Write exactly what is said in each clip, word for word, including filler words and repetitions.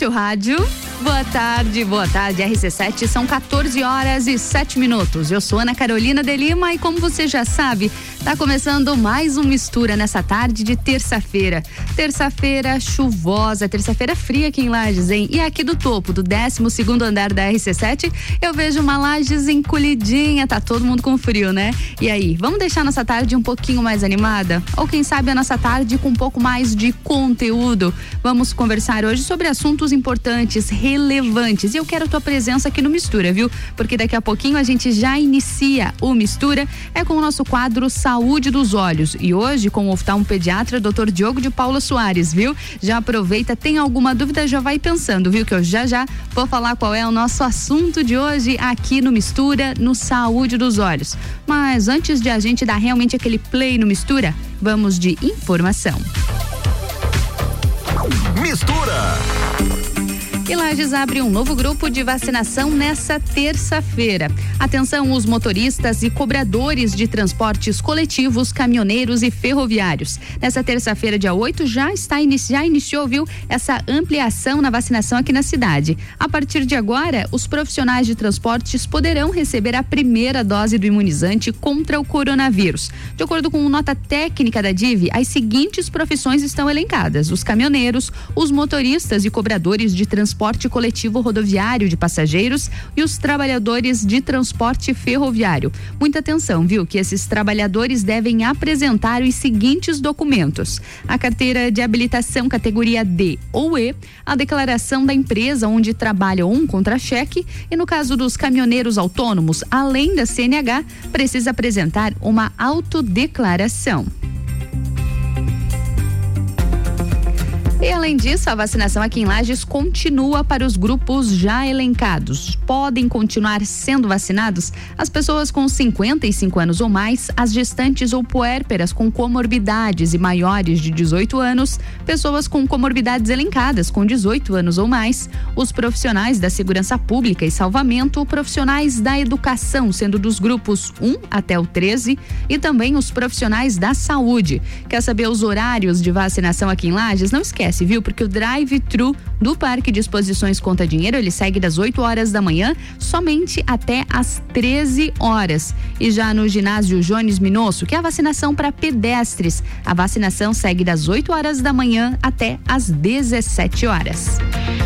seu rádio. Boa tarde, boa tarde, R C sete, são quatorze horas e sete minutos. Eu sou Ana Carolina de Lima e, como você já sabe, tá começando mais um Mistura nessa tarde de terça-feira. Terça-feira chuvosa, terça-feira fria aqui em Lages, hein? E aqui do topo, do décimo segundo andar da R C sete, eu vejo uma Lages encolhidinha, tá todo mundo com frio, né? E aí, vamos deixar nossa tarde um pouquinho mais animada? Ou quem sabe a nossa tarde com um pouco mais de conteúdo? Vamos conversar hoje sobre assuntos importantes, relevantes. E eu quero a tua presença aqui no Mistura, viu? Porque daqui a pouquinho a gente já inicia o Mistura, é com o nosso quadro Saúde dos Olhos. E hoje com o oftalmopediatra doutor Diogo de Paula Soares, viu? Já aproveita, tem alguma dúvida, já vai pensando, viu? Que eu já já vou falar qual é o nosso assunto de hoje aqui no Mistura, no Saúde dos Olhos. Mas antes de a gente dar realmente aquele play no Mistura, vamos de informação. Mistura! E Lages abre um novo grupo de vacinação nessa terça-feira. Atenção, os motoristas e cobradores de transportes coletivos, caminhoneiros e ferroviários. Nessa terça-feira, dia oito, já está inici- já iniciou, viu, essa ampliação na vacinação aqui na cidade. A partir de agora, os profissionais de transportes poderão receber a primeira dose do imunizante contra o coronavírus. De acordo com nota técnica da D I V, as seguintes profissões estão elencadas: os caminhoneiros, os motoristas e cobradores de transporte transporte coletivo rodoviário de passageiros e os trabalhadores de transporte ferroviário. Muita atenção, viu? Que esses trabalhadores devem apresentar os seguintes documentos: a carteira de habilitação categoria D ou E, a declaração da empresa onde trabalha ou um contra-cheque, e no caso dos caminhoneiros autônomos, além da C N H, precisa apresentar uma autodeclaração. E além disso, a vacinação aqui em Lages continua para os grupos já elencados. Podem continuar sendo vacinados as pessoas com cinquenta e cinco anos ou mais, as gestantes ou puérperas com comorbidades e maiores de dezoito anos, pessoas com comorbidades elencadas com dezoito anos ou mais, os profissionais da segurança pública e salvamento, profissionais da educação, sendo dos grupos um até o treze, e também os profissionais da saúde. Quer saber os horários de vacinação aqui em Lages? Não esquece, viu? Porque o drive-thru do Parque de Exposições Conta Dinheiro, ele segue das oito horas da manhã somente até às treze horas. E já no ginásio Jones Minosso, que é a vacinação para pedestres, a vacinação segue das oito horas da manhã até às dezessete horas.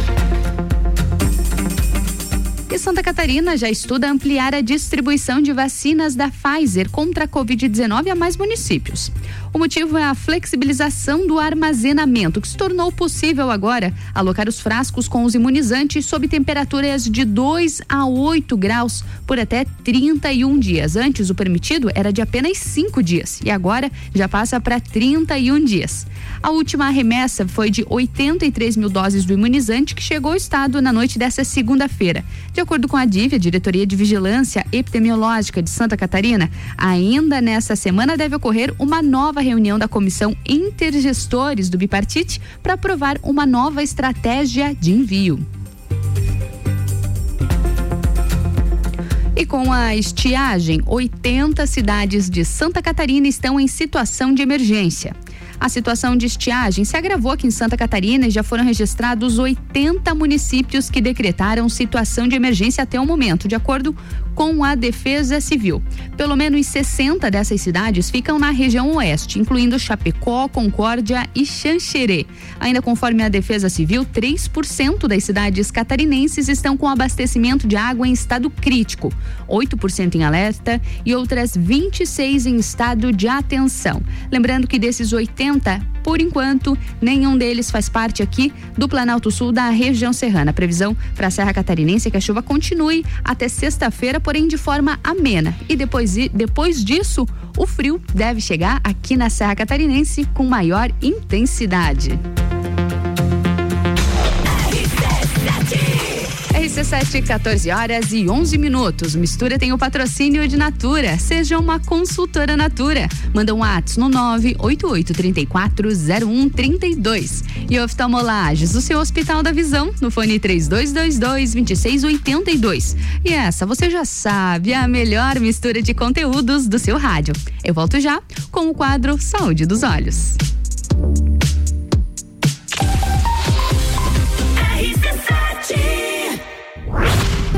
E Santa Catarina já estuda ampliar a distribuição de vacinas da Pfizer contra a covid dezenove a mais municípios. O motivo é a flexibilização do armazenamento, que se tornou possível agora alocar os frascos com os imunizantes sob temperaturas de dois a oito graus por até trinta e um dias. Antes, o permitido era de apenas cinco dias e agora já passa para trinta e um dias. A última remessa foi de oitenta e três mil doses do imunizante, que chegou ao estado na noite dessa segunda-feira. De acordo com a D I V, a Diretoria de Vigilância Epidemiológica de Santa Catarina, ainda nessa semana deve ocorrer uma nova reunião da Comissão Intergestores do Bipartite para aprovar uma nova estratégia de envio. E com a estiagem, oitenta cidades de Santa Catarina estão em situação de emergência. A situação de estiagem se agravou aqui em Santa Catarina e já foram registrados oitenta municípios que decretaram situação de emergência até o momento, de acordo com a Defesa Civil. Pelo menos sessenta dessas cidades ficam na região oeste, incluindo Chapecó, Concórdia e Xanxerê. Ainda conforme a Defesa Civil, três por cento das cidades catarinenses estão com abastecimento de água em estado crítico, oito por cento em alerta e outras vinte e seis em estado de atenção. Lembrando que desses oitenta, por enquanto, nenhum deles faz parte aqui do Planalto Sul da região serrana. A previsão para a Serra Catarinense é que a chuva continue até sexta-feira, porém de forma amena. E depois, depois disso, o frio deve chegar aqui na Serra Catarinense com maior intensidade. R C sete, quatorze horas e onze minutos. Mistura tem o patrocínio de Natura. Seja uma consultora Natura. Manda um WhatsApp no nove oito oito, três quatro, zero um três dois. E Oftalmolages, o seu Hospital da Visão, no fone três dois dois dois, dois seis oito dois. E essa, você já sabe, é a melhor mistura de conteúdos do seu rádio. Eu volto já com o quadro Saúde dos Olhos. R C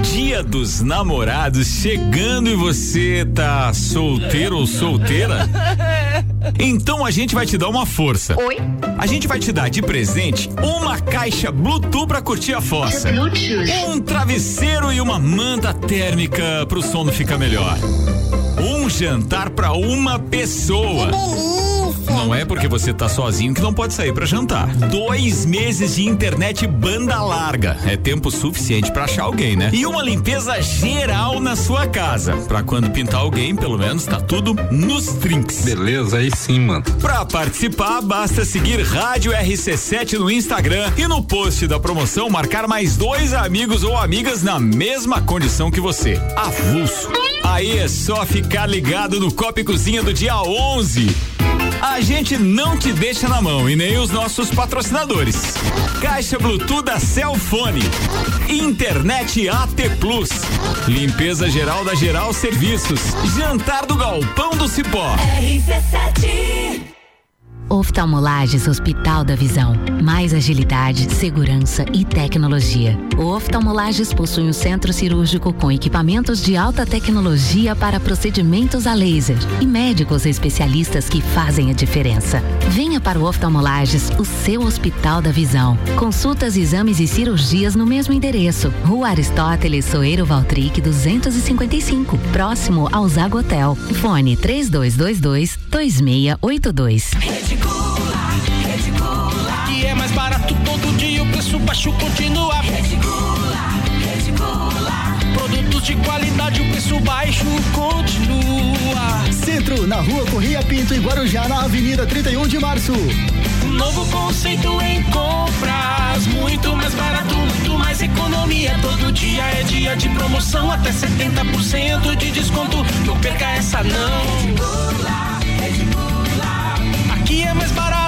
Dia dos Namorados chegando e você tá solteiro ou solteira? Então a gente vai te dar uma força. Oi? A gente vai te dar de presente uma caixa Bluetooth pra curtir a fossa. Um travesseiro e uma manta térmica pro sono ficar melhor. Um jantar pra uma pessoa. Não é porque você tá sozinho que não pode sair pra jantar. Dois meses de internet banda larga. É tempo suficiente pra achar alguém, né? E uma limpeza geral na sua casa. Pra quando pintar alguém, pelo menos tá tudo nos trinks. Beleza, aí sim, mano. Pra participar, basta seguir Rádio R C sete no Instagram e no post da promoção marcar mais dois amigos ou amigas na mesma condição que você. Avulso. Aí é só ficar ligado no Copa e Cozinha do dia onze. A gente não te deixa na mão e nem os nossos patrocinadores. Caixa Bluetooth da Cellfone. Internet A T Plus. Limpeza geral da Geral Serviços. Jantar do Galpão do Cipó. R C sete. Oftalmolages Hospital da Visão. Mais agilidade, segurança e tecnologia. O Oftalmolages possui um centro cirúrgico com equipamentos de alta tecnologia para procedimentos a laser e médicos especialistas que fazem a diferença. Venha para o Oftalmolages, o seu Hospital da Visão. Consultas, exames e cirurgias no mesmo endereço. Rua Aristóteles Soeiro Valtric duzentos e cinquenta e cinco, próximo ao Zago Hotel. Fone três dois dois dois, dois seis oito dois. E é mais barato todo dia, o preço baixo continua. Reticula, reticula. Produtos de qualidade, o preço baixo continua. Centro, na Rua Corrêa Pinto e Guarujá, na Avenida trinta e um de Março. Um novo conceito em compras, muito mais barato, muito mais economia. Todo dia é dia de promoção, até setenta por cento de desconto. Não perca essa não. Reticula, reticula. Aqui é mais barato.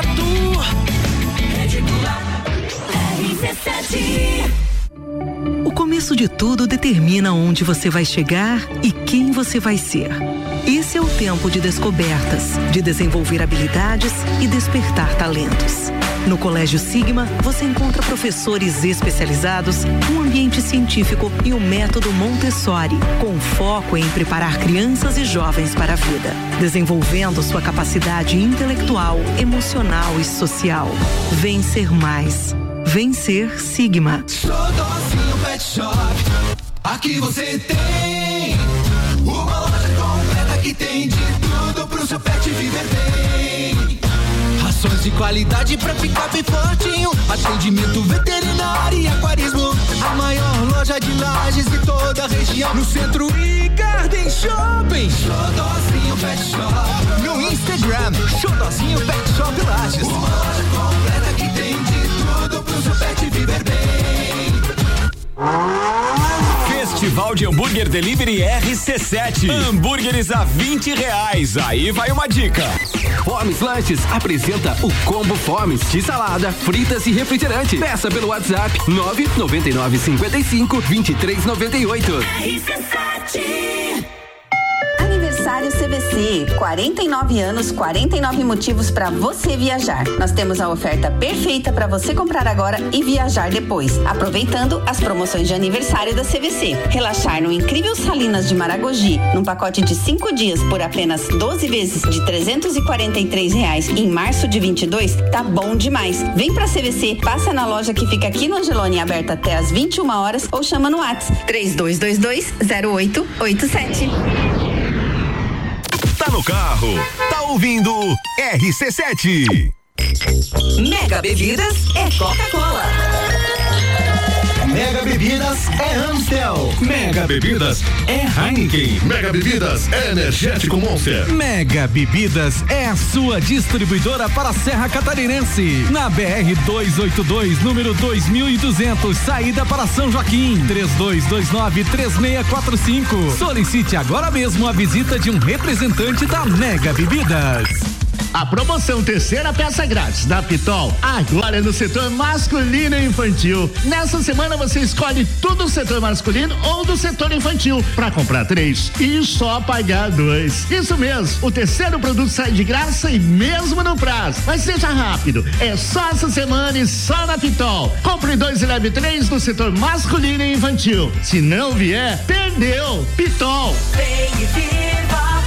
R C sete. O começo de tudo determina onde você vai chegar e quem você vai ser. Esse é o tempo de descobertas, de desenvolver habilidades e despertar talentos. No Colégio Sigma, você encontra professores especializados, um ambiente científico e o método Montessori, com foco em preparar crianças e jovens para a vida, desenvolvendo sua capacidade intelectual, emocional e social. Vencer mais. Vencer Sigma. Xodózinho Pet Shop. Aqui você tem uma loja completa que tem de tudo pro seu pet viver bem. Rações de qualidade pra ficar bem fortinho. Atendimento veterinário e aquarismo. A maior loja de lajes de toda a região. No Centro e Garden Shopping. Xodózinho Pet Shop. No Instagram, Xodózinho Pet Shop Lages. Uma loja completa que tem de tudo pro seu pet viver bem. Festival de Hambúrguer Delivery R C sete. Hambúrgueres a vinte reais. Aí vai uma dica. Fomes Lanches apresenta o Combo Fomes de salada, fritas e refrigerante. Peça pelo WhatsApp nove nove nove cinco cinco, dois três nove oito. R C sete. Aniversário C V C, quarenta e nove anos, quarenta e nove motivos para você viajar. Nós temos a oferta perfeita para você comprar agora e viajar depois, aproveitando as promoções de aniversário da C V C. Relaxar no incrível Salinas de Maragogi, num pacote de cinco dias por apenas doze vezes de trezentos e quarenta e três reais em março de vinte e dois, tá bom demais. Vem pra C V C, passa na loja que fica aqui no Angelone, aberta até às vinte e uma horas, ou chama no WhatsApp três dois dois dois, zero oito oito sete. Tá no carro, tá ouvindo R C sete. Mega Bebidas é Coca-Cola. Mega Bebidas é Amstel. Mega Bebidas é Heineken. Mega Bebidas é Energético Monster. Mega Bebidas é a sua distribuidora para a Serra Catarinense. Na B R duzentos e oitenta e dois, número dois mil e duzentos, saída para São Joaquim. três dois dois nove, três seis quatro cinco. Solicite agora mesmo a visita de um representante da Mega Bebidas. A promoção terceira peça grátis da Pitol agora é no setor masculino e infantil. Nessa semana você escolhe tudo do setor masculino ou do setor infantil para comprar três e só pagar dois. Isso mesmo, o terceiro produto sai de graça e mesmo no prazo. Mas seja rápido, é só essa semana e só na Pitol. Compre dois e leve três no setor masculino e infantil. Se não vier, perdeu. Pitol. Vem e viva,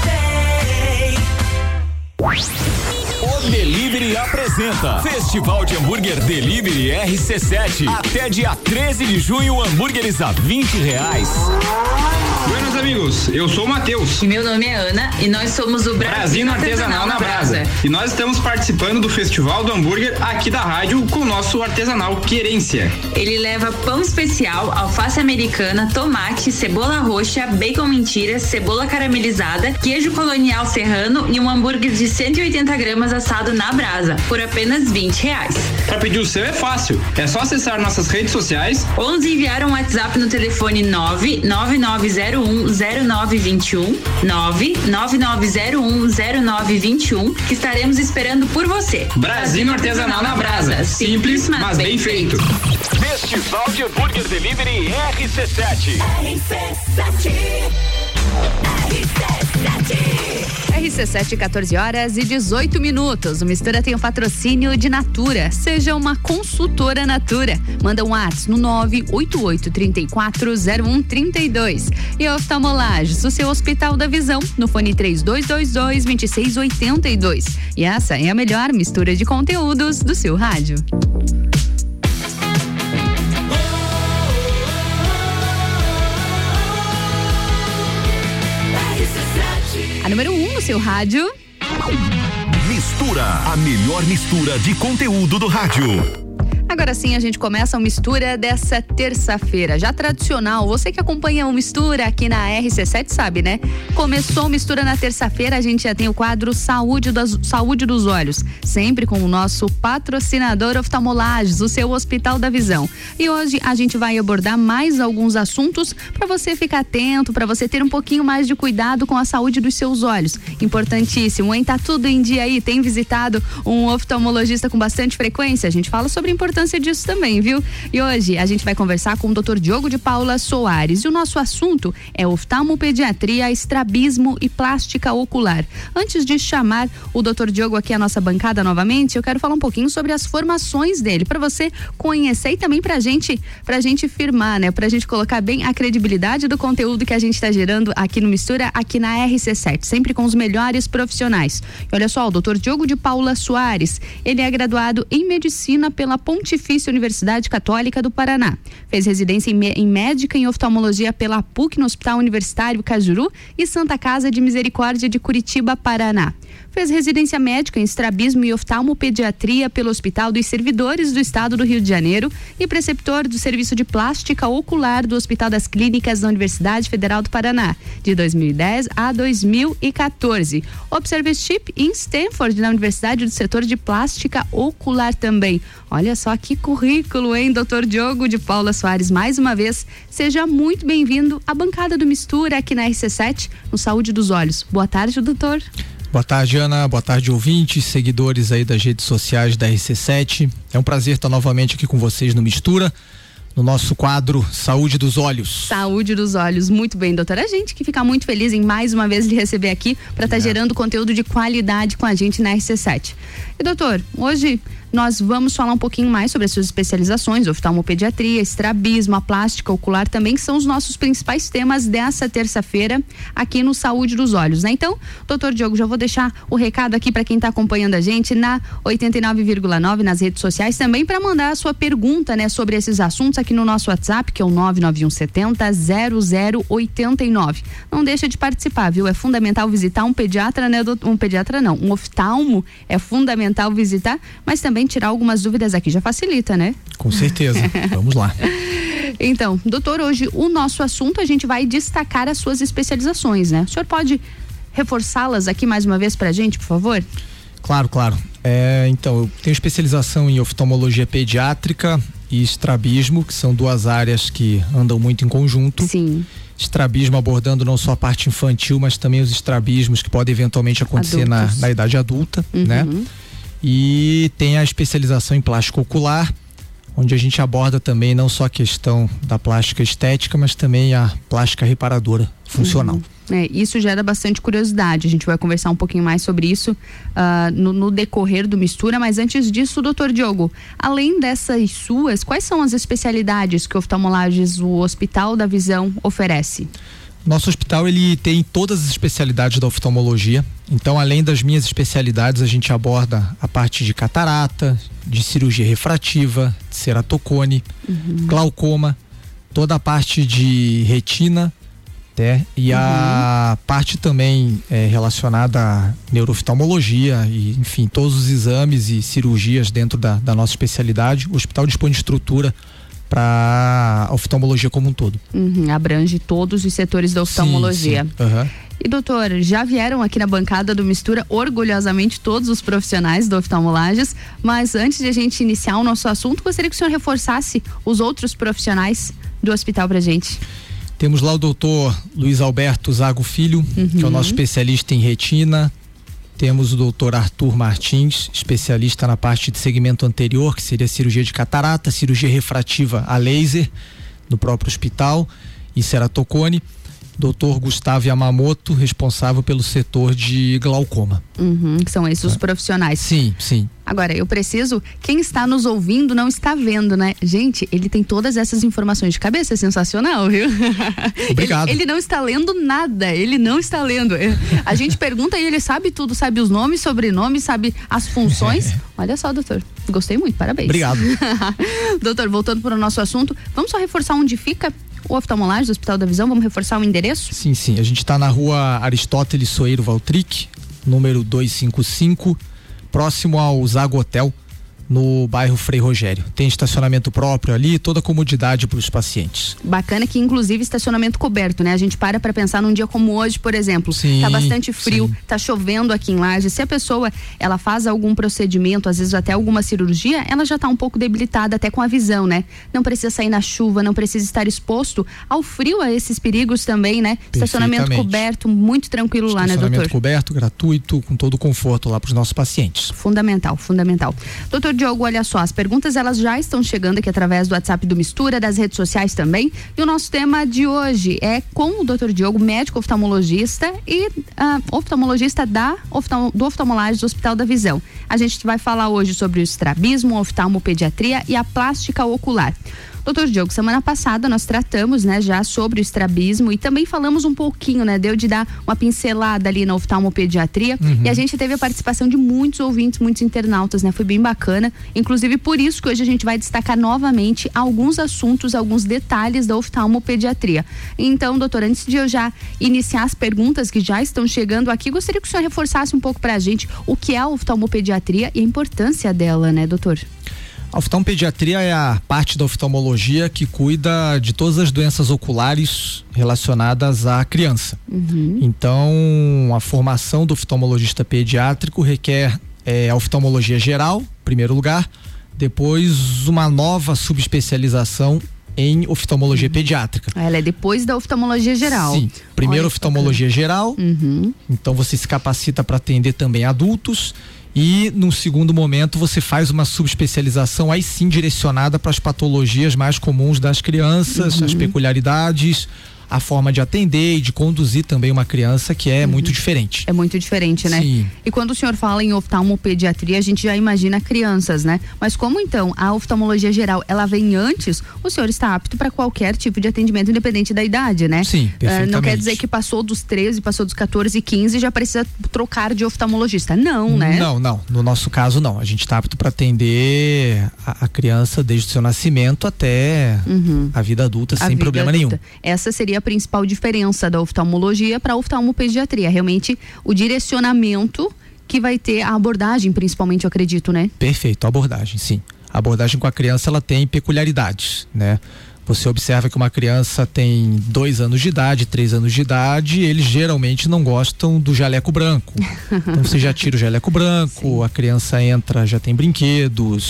vem. O Delivery apresenta Festival de Hambúrguer Delivery R C sete. Até dia treze de junho, hambúrgueres a vinte reais. Buenas amigos, eu sou o Matheus. E meu nome é Ana e nós somos o Brasino Artesanal na Brasa. E nós estamos participando do Festival do Hambúrguer aqui da rádio com o nosso artesanal Querência. Ele leva pão especial, alface americana, tomate, cebola roxa, bacon mentira, cebola caramelizada, queijo colonial serrano e um hambúrguer de cento e oitenta gramas assado na brasa, por apenas vinte reais. Para pedir o seu é fácil, é só acessar nossas redes sociais ou nos enviar um WhatsApp no telefone nove nove nove zero um zero nove dois um, nove nove nove zero um zero nove dois um, que estaremos esperando por você. Brasino Artesanal na Brasa, simples, mas bem feito. Festival de Hambúrguer Delivery R C sete. R C sete. R C sete. R C sete, quatorze horas e dezoito minutos. O Mistura tem o patrocínio de Natura. Seja uma consultora Natura. Manda um WhatsApp no nove oito oito, três quatro zero um, três dois. E Oftalmolages, o seu Hospital da Visão, no fone três dois dois dois, dois seis oito dois. E essa é a melhor mistura de conteúdos do seu rádio. A número um no seu rádio. Mistura, a melhor mistura de conteúdo do rádio. Agora sim, a gente começa a Mistura dessa terça-feira, já tradicional. Você que acompanha o Mistura aqui na R C sete sabe, né? Começou o Mistura na terça-feira, a gente já tem o quadro Saúde, das, Saúde dos Olhos, sempre com o nosso patrocinador Oftalmolages, o seu Hospital da Visão. E hoje a gente vai abordar mais alguns assuntos para você ficar atento, para você ter um pouquinho mais de cuidado com a saúde dos seus olhos. Importantíssimo, hein? Tá tudo em dia aí, tem visitado um oftalmologista com bastante frequência? A gente fala sobre a importância disso também, viu? E hoje a gente vai conversar com o doutor Diogo de Paula Soares e o nosso assunto é oftalmopediatria, estrabismo e plástica ocular. Antes de chamar o doutor Diogo aqui à nossa bancada novamente, eu quero falar um pouquinho sobre as formações dele, para você conhecer e também pra gente, pra gente firmar, né? Pra gente colocar bem a credibilidade do conteúdo que a gente tá gerando aqui no Mistura, aqui na R C sete, sempre com os melhores profissionais. E olha só, o doutor Diogo de Paula Soares, ele é graduado em medicina pela Pontifícia Universidade Católica do Paraná. Fez residência em, em médica e oftalmologia pela P U C no Hospital Universitário Cajuru e Santa Casa de Misericórdia de Curitiba, Paraná. Fez residência médica em estrabismo e oftalmopediatria pelo Hospital dos Servidores do Estado do Rio de Janeiro e preceptor do Serviço de Plástica Ocular do Hospital das Clínicas da Universidade Federal do Paraná, de dois mil e dez a dois mil e quatorze. Observership em Stanford, na Universidade do Setor de Plástica Ocular também. Olha só que currículo, hein, doutor Diogo de Paula Soares, mais uma vez, seja muito bem-vindo à bancada do Mistura aqui na R C sete, no Saúde dos Olhos. Boa tarde, doutor. Boa tarde, Ana. Boa tarde, ouvintes, seguidores aí das redes sociais da R C sete. É um prazer estar novamente aqui com vocês no Mistura, no nosso quadro Saúde dos Olhos. Saúde dos Olhos, muito bem, doutora. A gente que fica muito feliz em mais uma vez lhe receber aqui para estar tá gerando conteúdo de qualidade com a gente na R C sete. E doutor, hoje nós vamos falar um pouquinho mais sobre as suas especializações, oftalmopediatria, estrabismo, a plástica ocular também, que são os nossos principais temas dessa terça-feira aqui no Saúde dos Olhos, né? Então, doutor Diogo, já vou deixar o recado aqui para quem está acompanhando a gente na oitenta e nove vírgula nove nas redes sociais também, para mandar a sua pergunta, né, sobre esses assuntos aqui no nosso WhatsApp, que é o nove nove um sete zero zero zero oito nove. Não deixa de participar, viu? É fundamental visitar um pediatra, né? Um pediatra não, um oftalmo é fundamental visitar, mas também tirar algumas dúvidas aqui já facilita, né? Com certeza. Vamos lá. Então, doutor, hoje o nosso assunto, a gente vai destacar as suas especializações, né? O senhor pode reforçá-las aqui mais uma vez pra gente, por favor? Claro, claro. É, então, eu tenho especialização em oftalmologia pediátrica e estrabismo, que são duas áreas que andam muito em conjunto. Sim. Estrabismo abordando não só a parte infantil, mas também os estrabismos que podem eventualmente acontecer na, na idade adulta, uhum. né? E tem a especialização em plástico ocular, onde a gente aborda também não só a questão da plástica estética, mas também a plástica reparadora funcional. Uhum. É, isso gera bastante curiosidade. A gente vai conversar um pouquinho mais sobre isso uh, no, no decorrer do Mistura, mas antes disso, doutor Diogo, além dessas suas, quais são as especialidades que o Oftalmolages, o Hospital da Visão, oferece? Nosso hospital, ele tem todas as especialidades da oftalmologia. Então, além das minhas especialidades, a gente aborda a parte de catarata, de cirurgia refrativa, de ceratocone, uhum. glaucoma, toda a parte de retina, né? E uhum. a parte também é, relacionada à neurooftalmologia e, enfim, todos os exames e cirurgias dentro da, da nossa especialidade. O hospital dispõe de estrutura para a oftalmologia como um todo. Uhum, abrange todos os setores da oftalmologia. Sim, sim. Uhum. E doutor, já vieram aqui na bancada do Mistura orgulhosamente todos os profissionais do Oftalmolages, mas antes de a gente iniciar o nosso assunto, gostaria que o senhor reforçasse os outros profissionais do hospital pra gente. Temos lá o doutor Luiz Alberto Zago Filho, uhum. que é o nosso especialista em retina. Temos o doutor Arthur Martins, especialista na parte de segmento anterior, que seria cirurgia de catarata, cirurgia refrativa a laser, no próprio hospital, e ceratocone. doutor Gustavo Yamamoto, responsável pelo setor de glaucoma. Uhum, que são esses os profissionais. Sim, sim. Agora, eu preciso, quem está nos ouvindo não está vendo, né? Gente, ele tem todas essas informações de cabeça, é sensacional, viu? Obrigado. Ele, ele não está lendo nada, ele não está lendo. A gente pergunta e ele sabe tudo, sabe os nomes, sobrenomes, sabe as funções. Olha só, doutor, gostei muito, parabéns. Obrigado. Doutor, voltando para o nosso assunto, vamos só reforçar onde fica o Oftalmolages, o Hospital da Visão, vamos reforçar o endereço? Sim, sim, a gente está na rua Aristóteles Soeiro Valtric, número duzentos e cinquenta e cinco, próximo ao Zago Hotel, no bairro Frei Rogério. Tem estacionamento próprio ali, toda a comodidade para os pacientes. Bacana que inclusive estacionamento coberto, né? A gente para para pensar num dia como hoje, por exemplo. Sim, tá bastante frio, sim. Tá chovendo aqui em Lages. Se a pessoa, ela faz algum procedimento, às vezes até alguma cirurgia, ela já tá um pouco debilitada até com a visão, né? Não precisa sair na chuva, não precisa estar exposto ao frio, a esses perigos também, né? Estacionamento coberto, muito tranquilo lá, né, doutor? Estacionamento coberto, gratuito, com todo o conforto lá para os nossos pacientes. Fundamental, fundamental. Doutor Diogo, olha só, as perguntas elas já estão chegando aqui através do WhatsApp do Mistura, das redes sociais também, e o nosso tema de hoje é com o doutor Diogo, médico oftalmologista e uh, oftalmologista da oftal, do Oftalmolages do Hospital da Visão. A gente vai falar hoje sobre o estrabismo, oftalmopediatria e a plástica ocular. Doutor Diogo, semana passada nós tratamos, né, já sobre o estrabismo e também falamos um pouquinho, né, deu de dar uma pincelada ali na oftalmopediatria, uhum. E a gente teve a participação de muitos ouvintes, muitos internautas, né, foi bem bacana, inclusive por isso que hoje a gente vai destacar novamente alguns assuntos, alguns detalhes da oftalmopediatria. Então, doutor, antes de eu já iniciar as perguntas que já estão chegando aqui, gostaria que o senhor reforçasse um pouco pra gente o que é a oftalmopediatria e a importância dela, né, doutor? A oftalmopediatria é a parte da oftalmologia que cuida de todas as doenças oculares relacionadas à criança. Uhum. Então, a formação do oftalmologista pediátrico requer é, a oftalmologia geral, em primeiro lugar, depois uma nova subespecialização em oftalmologia uhum. pediátrica. Ela é depois da oftalmologia geral. Sim, primeiro Olha, oftalmologia bacana. geral, uhum. então você se capacita para atender também adultos. E num segundo momento você faz uma subespecialização aí sim direcionada para as patologias mais comuns das crianças, uhum. as peculiaridades, a forma de atender e de conduzir também uma criança, que é uhum. muito diferente. É muito diferente, né? Sim. E quando o senhor fala em oftalmopediatria, a gente já imagina crianças, né? Mas como então a oftalmologia geral, ela vem antes, o senhor está apto para qualquer tipo de atendimento, independente da idade, né? Sim, perfeitamente. Uh, não quer dizer que passou dos treze, passou dos catorze, quinze, já precisa trocar de oftalmologista. Não, né? Não, não. No nosso caso, não. A gente está apto para atender a, a criança desde o seu nascimento até uhum. a vida adulta, a sem vida problema adulta. nenhum. Essa seria a principal diferença da oftalmologia para a oftalmopediatria, realmente o direcionamento que vai ter a abordagem, principalmente, eu acredito, né? Perfeito, a abordagem, sim. A abordagem com a criança, ela tem peculiaridades, né? Você observa que uma criança tem dois anos de idade, três anos de idade, eles geralmente não gostam do jaleco branco. Então você já tira o jaleco branco, sim. A criança entra, já tem brinquedos,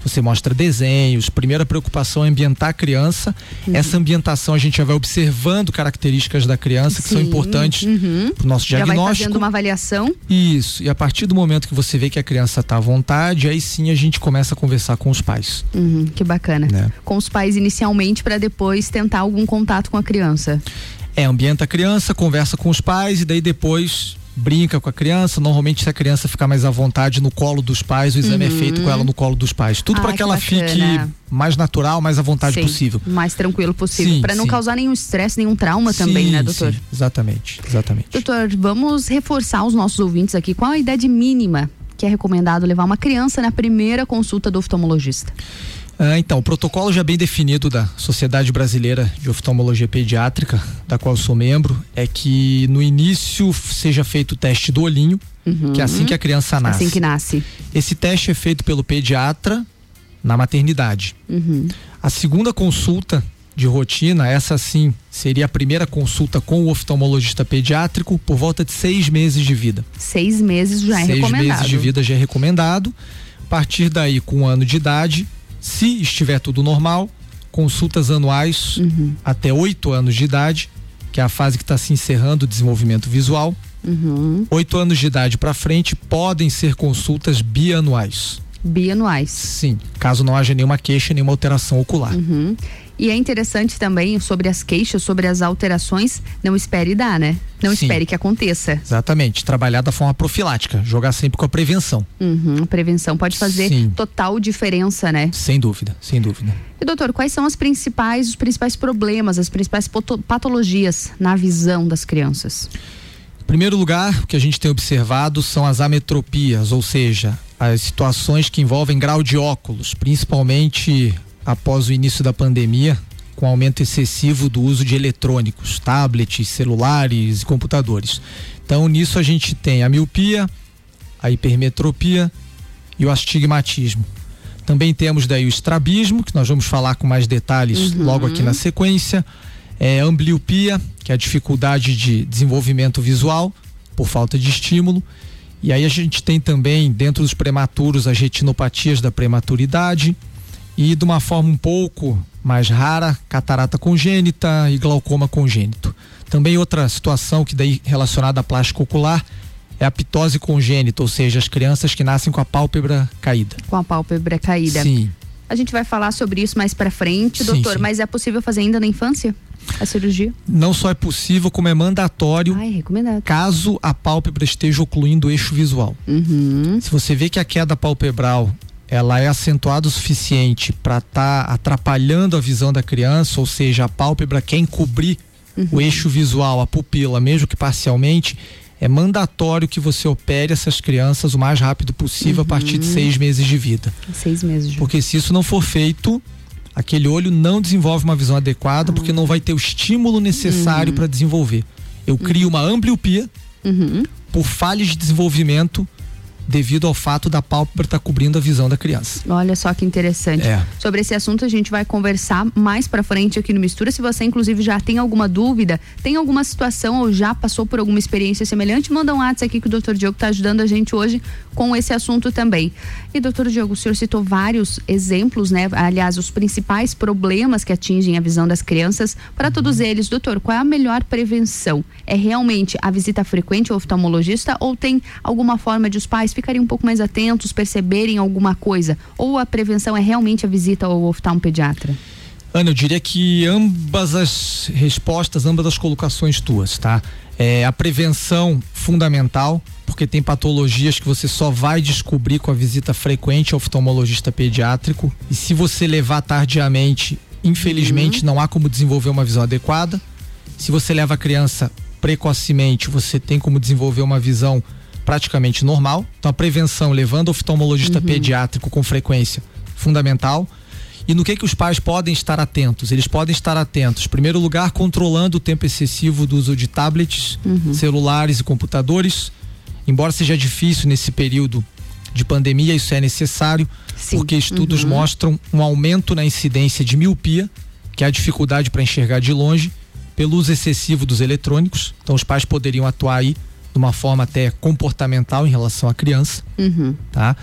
Você mostra desenhos, primeira preocupação é ambientar a criança. Uhum. Essa ambientação a gente já vai observando características da criança que Sim. são importantes uhum. para o nosso diagnóstico. Já vai fazendo uma avaliação. Isso, e a partir do momento que você vê que a criança está à vontade, aí sim a gente começa a conversar com os pais. Uhum, que bacana. Né? Com os pais inicialmente para depois tentar algum contato com a criança. É, ambienta a criança, conversa com os pais e daí depois brinca com a criança. Normalmente, se a criança ficar mais à vontade no colo dos pais, o exame uhum. é feito com ela no colo dos pais. Tudo ah, para que, que ela bacana. fique mais natural, mais à vontade sim, possível. Mais tranquilo possível. Para não sim. causar nenhum estresse, nenhum trauma sim, também, né, doutor? Sim, exatamente, exatamente. Doutor, vamos reforçar os nossos ouvintes aqui. Qual a idade mínima que é recomendado levar uma criança na primeira consulta do oftalmologista? Ah, então, o protocolo já bem definido da Sociedade Brasileira de Oftalmologia Pediátrica, da qual eu sou membro, é que no início seja feito o teste do olhinho, uhum. que é assim que a criança nasce. Assim que nasce. Esse teste é feito pelo pediatra na maternidade. Uhum. A segunda consulta de rotina, essa sim, seria a primeira consulta com o oftalmologista pediátrico por volta de seis meses de vida. Seis meses já é seis recomendado. Seis meses de vida já é recomendado. A partir daí, com um ano de idade, se estiver tudo normal, consultas anuais uhum. até oito anos de idade, que é a fase que está se encerrando o desenvolvimento visual. Uhum. Oito anos de idade para frente podem ser consultas bianuais. Bianuais. Sim, caso não haja nenhuma queixa, nenhuma alteração ocular. Uhum. E é interessante também sobre as queixas, sobre as alterações, não espere dar, né? Não Sim. espere que aconteça. Exatamente, trabalhar da forma profilática, jogar sempre com a prevenção. Uhum, a prevenção pode fazer Sim. total diferença, né? Sem dúvida, sem dúvida. E doutor, quais são as principais, os principais problemas, as principais patologias na visão das crianças? Em primeiro lugar, o que a gente tem observado são as ametropias, ou seja, as situações que envolvem grau de óculos, principalmente após o início da pandemia, com aumento excessivo do uso de eletrônicos, tablets, celulares e computadores. Então, nisso a gente tem a miopia, a hipermetropia e o astigmatismo. Também temos daí o estrabismo, que nós vamos falar com mais detalhes uhum. logo aqui na sequência. É, ambliopia, que é a dificuldade de desenvolvimento visual por falta de estímulo. E aí a gente tem também, dentro dos prematuros, as retinopatias da prematuridade e, de uma forma um pouco mais rara, catarata congênita e glaucoma congênito. Também outra situação que daí relacionada à plástica ocular é a ptose congênita, ou seja, as crianças que nascem com a pálpebra caída. Com a pálpebra caída. Sim. A gente vai falar sobre isso mais pra frente, doutor, sim, sim. mas é possível fazer ainda na infância a cirurgia? Não só é possível, como é mandatório. Ah, é recomendado. Caso a pálpebra esteja ocluindo o eixo visual. Uhum. Se você vê que a queda palpebral ela é acentuada o suficiente para estar tá atrapalhando a visão da criança, ou seja, a pálpebra quer encobrir uhum. o eixo visual, a pupila, mesmo que parcialmente, é mandatório que você opere essas crianças o mais rápido possível uhum. a partir de seis meses de vida. Seis meses. Porque se isso não for feito, aquele olho não desenvolve uma visão adequada, ah. porque não vai ter o estímulo necessário uhum. para desenvolver. Eu crio uma ambliopia uhum. por falhas de desenvolvimento devido ao fato da pálpebra estar tá cobrindo a visão da criança. Olha só que interessante. É. Sobre esse assunto a gente vai conversar mais pra frente aqui no Mistura. Se você inclusive já tem alguma dúvida, tem alguma situação ou já passou por alguma experiência semelhante, manda um WhatsApp aqui que o doutor Diogo tá ajudando a gente hoje com esse assunto também. E doutor Diogo, o senhor citou vários exemplos, né? Aliás, os principais problemas que atingem a visão das crianças. Para uhum. todos eles, doutor, qual é a melhor prevenção? É realmente a visita frequente ao oftalmologista ou tem alguma forma de os pais ficarem um pouco mais atentos, perceberem alguma coisa? Ou a prevenção é realmente a visita ao oftalmopediatra? Ana, eu diria que ambas as respostas, ambas as colocações tuas, tá? É a prevenção fundamental, porque tem patologias que você só vai descobrir com a visita frequente ao oftalmologista pediátrico, e se você levar tardiamente, infelizmente uhum. não há como desenvolver uma visão adequada. Se você leva a criança precocemente, você tem como desenvolver uma visão praticamente normal. Então a prevenção levando o oftalmologista uhum. pediátrico com frequência fundamental. E no que que os pais podem estar atentos? Eles podem estar atentos, em primeiro lugar, controlando o tempo excessivo do uso de tablets, uhum. celulares e computadores. Embora seja difícil nesse período de pandemia, isso é necessário, Sim. porque estudos uhum. mostram um aumento na incidência de miopia, que é a dificuldade para enxergar de longe, pelo uso excessivo dos eletrônicos. Então os pais poderiam atuar aí de uma forma até comportamental em relação à criança, uhum. tá?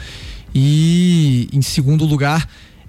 E em segundo lugar,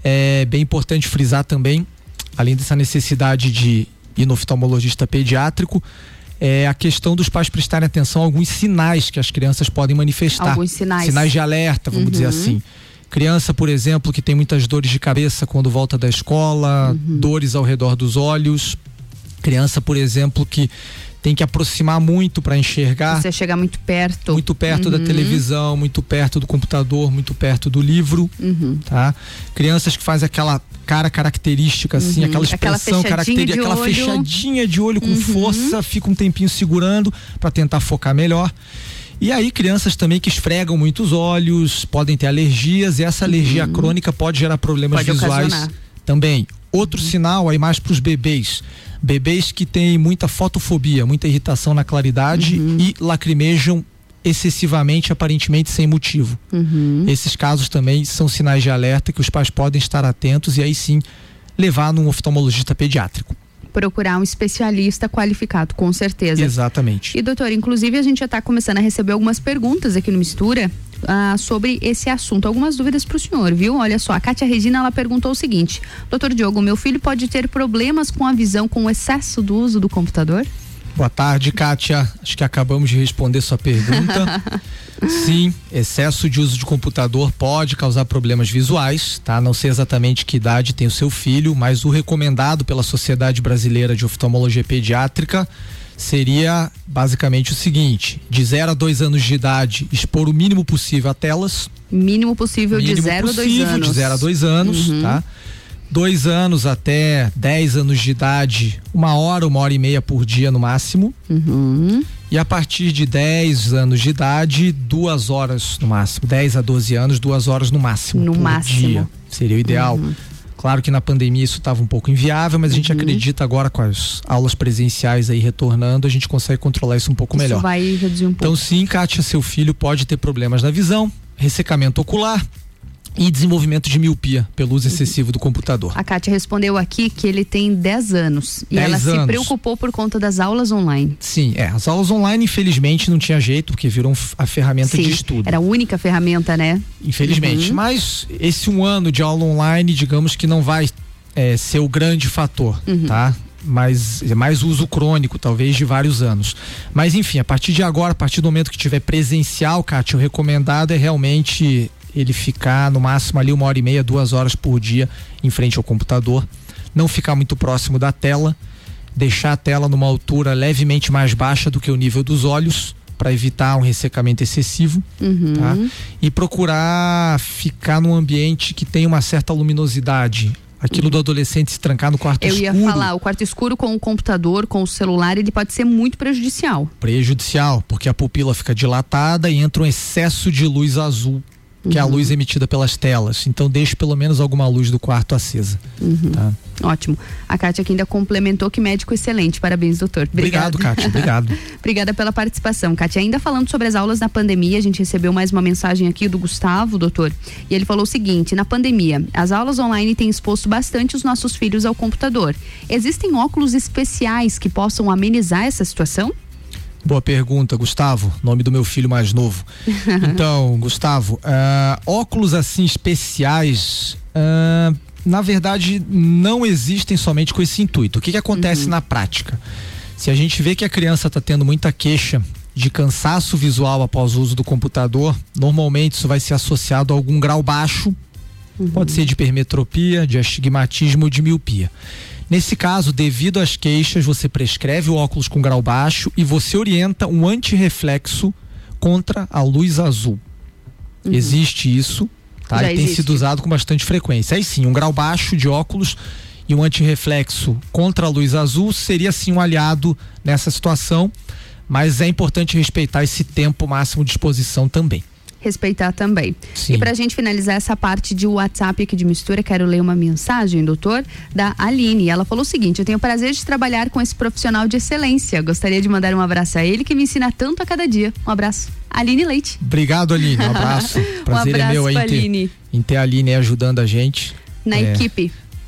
é bem importante frisar também, além dessa necessidade de ir no oftalmologista pediátrico, é a questão dos pais prestarem atenção a alguns sinais que as crianças podem manifestar. Alguns sinais. Sinais de alerta, vamos Uhum. dizer assim. Criança, por exemplo, que tem muitas dores de cabeça quando volta da escola, Uhum. dores ao redor dos olhos. Criança, por exemplo, que tem que aproximar muito para enxergar. Você chegar muito perto. Muito perto da Uhum. televisão, muito perto do computador, muito perto do livro, Uhum. tá? Crianças que fazem aquela cara característica, assim, Uhum. aquela Aquela expressão fechadinha característica, de aquela olho. fechadinha de olho com Uhum. força, fica um tempinho segurando para tentar focar melhor. E aí crianças também que esfregam muito os olhos, podem ter alergias, e essa alergia Uhum. crônica pode gerar problemas Pode visuais ocasionar. também. Outro sinal aí mais para os bebês. Bebês que têm muita fotofobia, muita irritação na claridade Uhum. e lacrimejam excessivamente, aparentemente sem motivo. Uhum. Esses casos também são sinais de alerta que os pais podem estar atentos e aí sim levar num oftalmologista pediátrico. Procurar um especialista qualificado, com certeza. Exatamente. E doutor, inclusive a gente já está começando a receber algumas perguntas aqui no Mistura ah, sobre esse assunto, algumas dúvidas para o senhor, viu? Olha só, a Kátia Regina, ela perguntou o seguinte: doutor Diogo, meu filho pode ter problemas com a visão com o excesso do uso do computador? Boa tarde, Kátia. Acho que acabamos de responder sua pergunta. Sim, excesso de uso de computador pode causar problemas visuais, tá? Não sei exatamente que idade tem o seu filho, mas o recomendado pela Sociedade Brasileira de Oftalmologia Pediátrica seria basicamente o seguinte: de zero a dois anos de idade, expor o mínimo possível a telas. Mínimo possível Mínimo de zero a dois possível, anos. De zero a dois anos, Uhum. tá? Dois anos até dez anos de idade, uma hora, uma hora e meia por dia no máximo. Uhum. E a partir de dez anos de idade, duas horas no máximo. dez a doze anos, duas horas no máximo. No por máximo. dia. Seria o ideal. Uhum. Claro que na pandemia isso estava um pouco inviável, mas a gente Uhum. acredita agora com as aulas presenciais aí retornando, a gente consegue controlar isso um pouco Isso melhor. vai reduzir um pouco. Então sim, Kátia, seu filho pode ter problemas na visão, ressecamento ocular e desenvolvimento de miopia pelo uso excessivo do computador. A Kátia respondeu aqui que ele tem dez anos e dez ela se anos. preocupou por conta das aulas online. Sim, é, as aulas online infelizmente não tinha jeito, porque viram a ferramenta Sim, de estudo. era a única ferramenta, né? Infelizmente, Uhum. mas esse um ano de aula online, digamos que não vai é, ser o grande fator, Uhum. tá? Mas é mais uso crônico, talvez de vários anos. Mas enfim, a partir de agora, a partir do momento que tiver presencial, Kátia, o recomendado é realmente ele ficar no máximo ali uma hora e meia, duas horas por dia em frente ao computador, não ficar muito próximo da tela, deixar a tela numa altura levemente mais baixa do que o nível dos olhos, para evitar um ressecamento excessivo, Uhum. tá? E procurar ficar num ambiente que tem uma certa luminosidade. Aquilo do adolescente se trancar no quarto Eu escuro. ia falar, o quarto escuro com o computador, com o celular, ele pode ser muito prejudicial. Prejudicial, porque a pupila fica dilatada e entra um excesso de luz azul, que é a Uhum. luz emitida pelas telas. Então deixe pelo menos alguma luz do quarto acesa. Uhum. Tá? Ótimo. A Kátia aqui ainda complementou que médico excelente. Parabéns, doutor. Obrigado, Kátia. Obrigado. Obrigada pela participação. Kátia, ainda falando sobre as aulas na pandemia, a gente recebeu mais uma mensagem aqui do Gustavo, doutor, e ele falou o seguinte: na pandemia, as aulas online têm exposto bastante os nossos filhos ao computador. Existem óculos especiais que possam amenizar essa situação? Boa pergunta, Gustavo, nome do meu filho mais novo. Então, Gustavo, ah, óculos assim especiais, ah, na verdade, não existem somente com esse intuito. O que que acontece na prática? Se a gente vê que a criança está tendo muita queixa de cansaço visual após o uso do computador, normalmente isso vai ser associado a algum grau baixo, pode ser de hipermetropia, de astigmatismo ou de miopia. Nesse caso, devido às queixas, você prescreve o óculos com grau baixo e você orienta um antirreflexo contra a luz azul. Uhum. Existe isso, tá? Já E tem existe. sido usado com bastante frequência. Aí sim, um grau baixo de óculos e um antirreflexo contra a luz azul seria sim um aliado nessa situação, mas é importante respeitar esse tempo máximo de exposição também. Respeitar também. Sim. E pra gente finalizar essa parte de WhatsApp aqui de mistura, quero ler uma mensagem, doutor, da Aline. Ela falou o seguinte: eu tenho o prazer de trabalhar com esse profissional de excelência. Gostaria de mandar um abraço a ele, que me ensina tanto a cada dia. Um abraço. Aline Leite. Obrigado, Aline. Um abraço. Prazer um abraço é meu aí pra em ter, Aline. em ter a Aline aí ajudando a gente. Na É, equipe.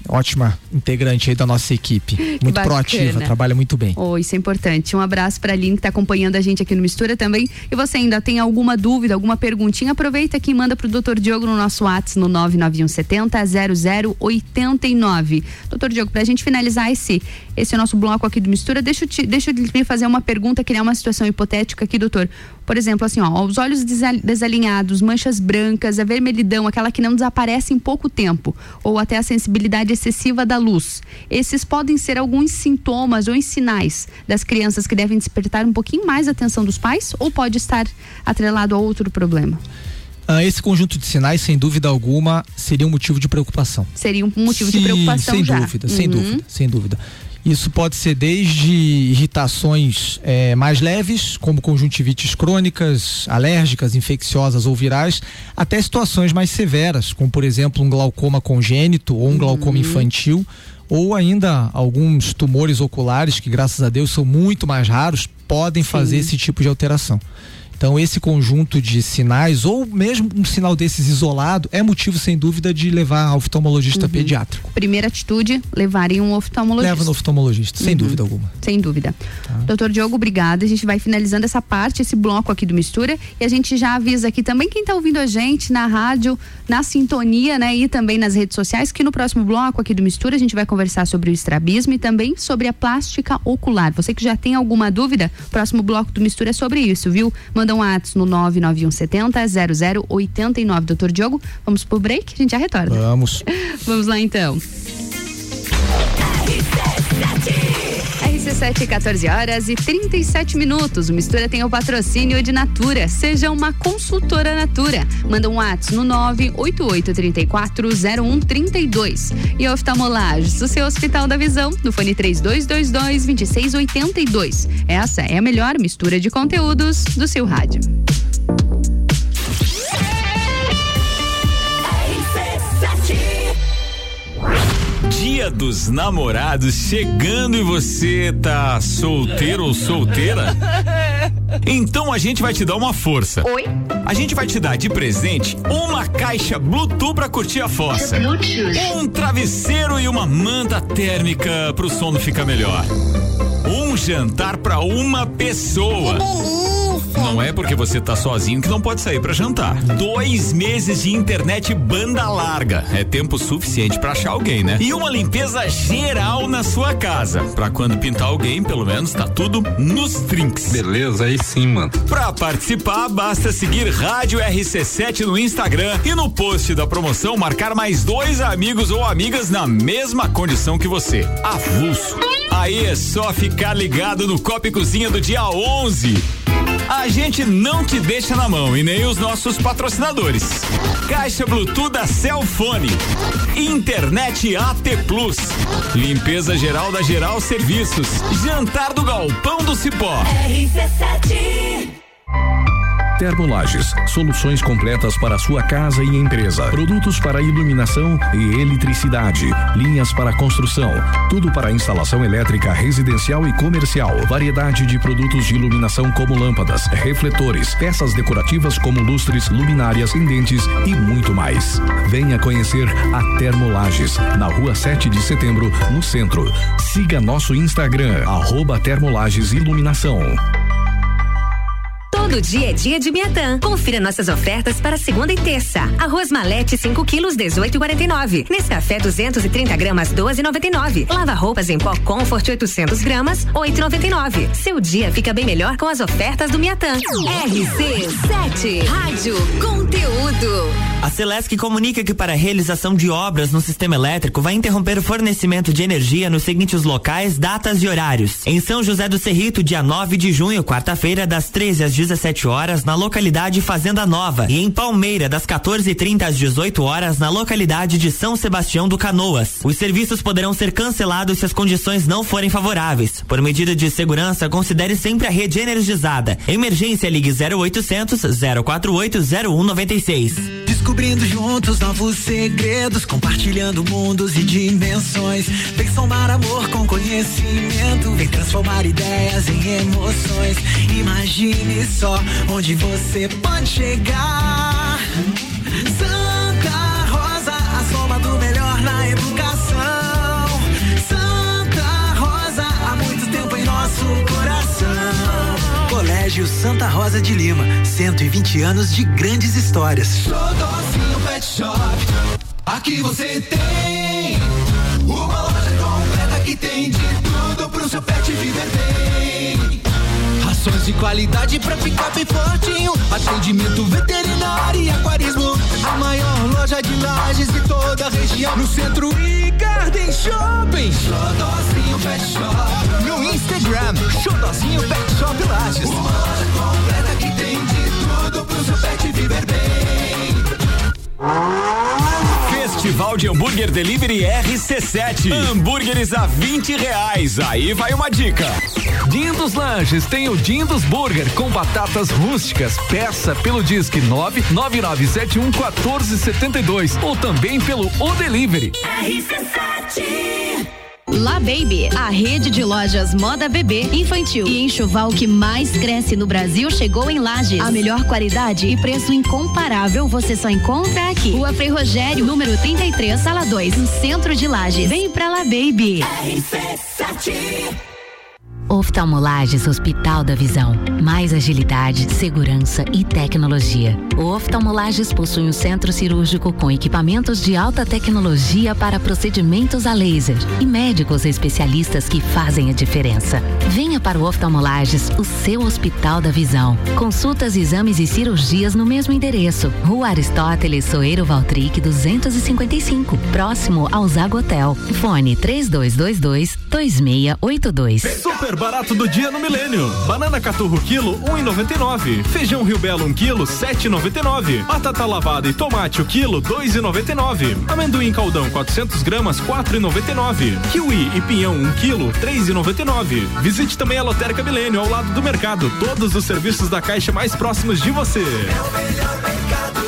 ótima integrante aí da nossa equipe. Muito bacana. Proativa, trabalha muito bem. Oh, isso é importante. Um abraço pra Aline que tá acompanhando a gente aqui no Mistura também. E você ainda tem alguma dúvida, alguma perguntinha, aproveita aqui e manda pro doutor Diogo no nosso WhatsApp no nove nove um sete zero zero zero oito nove. doutor Diogo, pra gente finalizar esse esse nosso bloco aqui do Mistura, deixa eu, te, deixa eu me fazer uma pergunta, criar uma situação hipotética aqui, doutor. Por exemplo, assim, ó, os olhos desalinhados, manchas brancas, a vermelhidão, aquela que não desaparece em pouco tempo, ou até a sensibilidade excessiva da luz. Esses podem ser alguns sintomas ou sinais das crianças que devem despertar um pouquinho mais a atenção dos pais, ou pode estar atrelado a outro problema? Ah, esse conjunto de sinais, sem dúvida alguma, seria um motivo de preocupação. Seria um motivo Sim, de preocupação sem já? Dúvida, uhum. Sem dúvida, sem dúvida. Isso pode ser desde irritações eh, mais leves, como conjuntivites crônicas, alérgicas, infecciosas ou virais, até situações mais severas, como por exemplo um glaucoma congênito ou um uhum. glaucoma infantil, ou ainda alguns tumores oculares que, graças a Deus, são muito mais raros, podem Sim. fazer esse tipo de alteração. Então, esse conjunto de sinais, ou mesmo um sinal desses isolado, é motivo, sem dúvida, de levar ao oftalmologista uhum. pediátrico. Primeira atitude, levarem um oftalmologista. Leva no oftalmologista, sem uhum. dúvida alguma. Sem dúvida. Tá. Doutor Diogo, obrigada. A gente vai finalizando essa parte, esse bloco aqui do Mistura, e a gente já avisa aqui também quem está ouvindo a gente na rádio, na sintonia, né, e também nas redes sociais, que no próximo bloco aqui do Mistura a gente vai conversar sobre o estrabismo e também sobre a plástica ocular. Você que já tem alguma dúvida, próximo bloco do Mistura é sobre isso, viu? Manda um WhatsApp no nove nove um sete zero zero zero oito nove. Doutor Diogo, vamos pro break? A gente já retorna. Vamos. Vamos lá então. R C sete, quatorze horas e trinta e sete minutos. O Mistura tem o patrocínio de Natura. Seja uma consultora Natura. Manda um WhatsApp no nove oito oito três quatro zero um três dois. E Oftalmolages, o seu Hospital da Visão, no fone três dois dois dois, dois seis oito dois. Essa é a melhor mistura de conteúdos do seu rádio. Dia dos Namorados chegando e você tá solteiro ou solteira? Então a gente vai te dar uma força. Oi? A gente vai te dar de presente uma caixa Bluetooth pra curtir a fossa. Um travesseiro e uma manta térmica pro sono ficar melhor. Um jantar pra uma pessoa. Não é porque você tá sozinho que não pode sair pra jantar. Dois meses de internet banda larga. É tempo suficiente pra achar alguém, né? E uma limpeza geral na sua casa. Pra quando pintar alguém, pelo menos tá tudo nos trinks. Beleza, aí sim, mano. Pra participar, basta seguir Rádio R C sete no Instagram e no post da promoção marcar mais dois amigos ou amigas na mesma condição que você. Avulso. Aí é só ficar ligado no Copa e Cozinha do dia onze. A gente não te deixa na mão e nem os nossos patrocinadores. Caixa Bluetooth da Cellfone. Internet A T Plus. Limpeza geral da Geral Serviços. Jantar do Galpão do Cipó. R C sete. Termolages, soluções completas para sua casa e empresa. Produtos para iluminação e eletricidade. Linhas para construção. Tudo para instalação elétrica residencial e comercial. Variedade de produtos de iluminação como lâmpadas, refletores, peças decorativas como lustres, luminárias, pendentes e muito mais. Venha conhecer a Termolages, na rua sete de setembro, no centro. Siga nosso Instagram, arroba Termolages Iluminação. Todo dia é dia de Miatã. Confira nossas ofertas para segunda e terça. Arroz Malete cinco quilos, dezoito e quarenta e nove. Nescafé duzentos e trinta gramas, doze e noventa e nove. Lava roupas em pó Comfort oitocentos gramas, oito e noventa e nove. Seu dia fica bem melhor com as ofertas do Miatã. R C sete Rádio Conteúdo. A Celesc comunica que para a realização de obras no sistema elétrico vai interromper o fornecimento de energia nos seguintes locais, datas e horários. Em São José do Cerrito, dia nove de junho, quarta-feira, das treze às dezessete horas, na localidade Fazenda Nova. E em Palmeira, das quatorze e trinta às dezoito horas, na localidade de São Sebastião do Canoas. Os serviços poderão ser cancelados se as condições não forem favoráveis. Por medida de segurança, considere sempre a rede energizada. Emergência, ligue zero oitocentos, zero quatro oito, zero um nove seis. Descobrindo juntos novos segredos, compartilhando mundos e dimensões. Vem somar amor com conhecimento, vem transformar ideias em emoções. Imagine só onde você pode chegar. Santa Rosa, a soma do melhor na educação. Colégio Santa Rosa de Lima, cento e vinte anos de grandes histórias. Xodózinho Pet Shop, aqui você tem uma loja completa que tem de tudo pro seu pet viver bem. Rações de qualidade pra ficar bem fortinho, atendimento veterinário e aquarismo. A maior loja de lajes de toda a região, no Centro e Garden Shopping. Xodózinho Pet Shop, no Instagram, Xodózinho Pet Shop Lages. Uma loja completa que tem de tudo pro seu pet viver bem. Festival de Hambúrguer Delivery R C sete. Hambúrgueres a vinte reais. Aí vai uma dica. Dindos Lanches tem o Dindos Burger com batatas rústicas. Peça pelo Disque nove nove nove sete um um quatro sete dois ou também pelo O Delivery. R C sete. La Baby, a rede de lojas moda bebê, infantil e enxoval que mais cresce no Brasil chegou em Lages. A melhor qualidade e preço incomparável você só encontra aqui. Rua Frei Rogério, número trinta e três, sala dois, no centro de Lages. Vem pra La Baby. R C sete. Oftalmolages Hospital da Visão. Mais agilidade, segurança e tecnologia. O Oftalmolages possui um centro cirúrgico com equipamentos de alta tecnologia para procedimentos a laser e médicos especialistas que fazem a diferença. Venha para o Oftalmolages, o seu Hospital da Visão. Consultas, exames e cirurgias no mesmo endereço. Rua Aristóteles Soeiro Valtric duzentos e cinquenta e cinco, próximo ao Zagotel. Fone três dois dois dois, dois seis oito dois. Super barato do dia no Milênio. Banana caturro quilo um e noventa e nove. Feijão Rio Belo um quilo sete e noventa e nove. Batata lavada e tomate o quilo dois e noventa e nove. Amendoim caldão quatrocentos gramas quatro e noventa e nove. Kiwi e pinhão um quilo três e noventa e nove. Visite também a Lotérica Milênio ao lado do mercado. Todos os serviços da Caixa mais próximos de você. É o melhor mercado.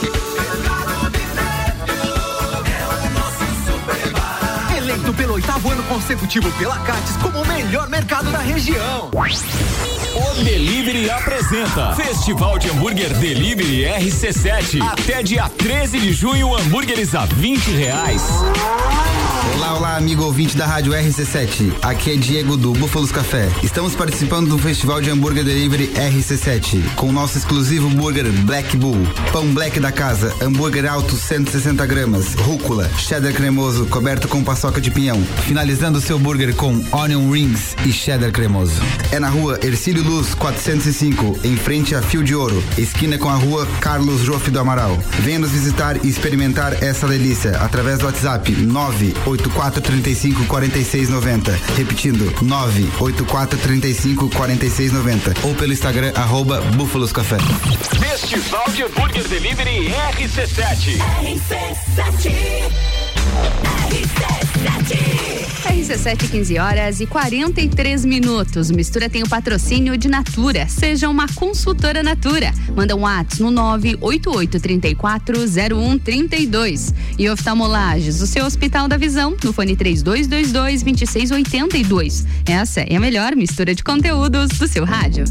Eleito pelo oitavo ano consecutivo pela Cates como o melhor mercado da região. O Delivery apresenta Festival de Hambúrguer Delivery R C sete. Até dia treze de junho, hambúrgueres a vinte reais. Olá, olá, amigo ouvinte da Rádio R C sete. Aqui é Diego do Búfalos Café. Estamos participando do Festival de Hambúrguer Delivery R C sete com o nosso exclusivo hambúrguer Black Bull, pão black da casa, hambúrguer alto cento e sessenta gramas, rúcula, cheddar cremoso coberto com paçoca de pinhão, finalizando o seu burger com onion rings e cheddar cremoso. É na rua Ercílio Luz quatrocentos e cinco, em frente a Fio de Ouro, esquina com a rua Carlos Jofe do Amaral. Venha nos visitar e experimentar essa delícia através do WhatsApp nove oito quatro três cinco quatro seis nove zero, repetindo nove oito quatro três cinco quatro seis nove zero, ou pelo Instagram arroba Búfalos Café. Festival de Hambúrguer Delivery R C sete. R C sete. R C sete. R C sete, quinze horas e quarenta e três minutos. Mistura tem o patrocínio de Natura. Seja uma consultora Natura. Manda um WhatsApp no nove oito oito três quatro zero um três dois. E Oftalmolages, o seu Hospital da Visão, no fone três dois dois dois, dois seis oito dois. Essa é a melhor mistura de conteúdos do seu rádio.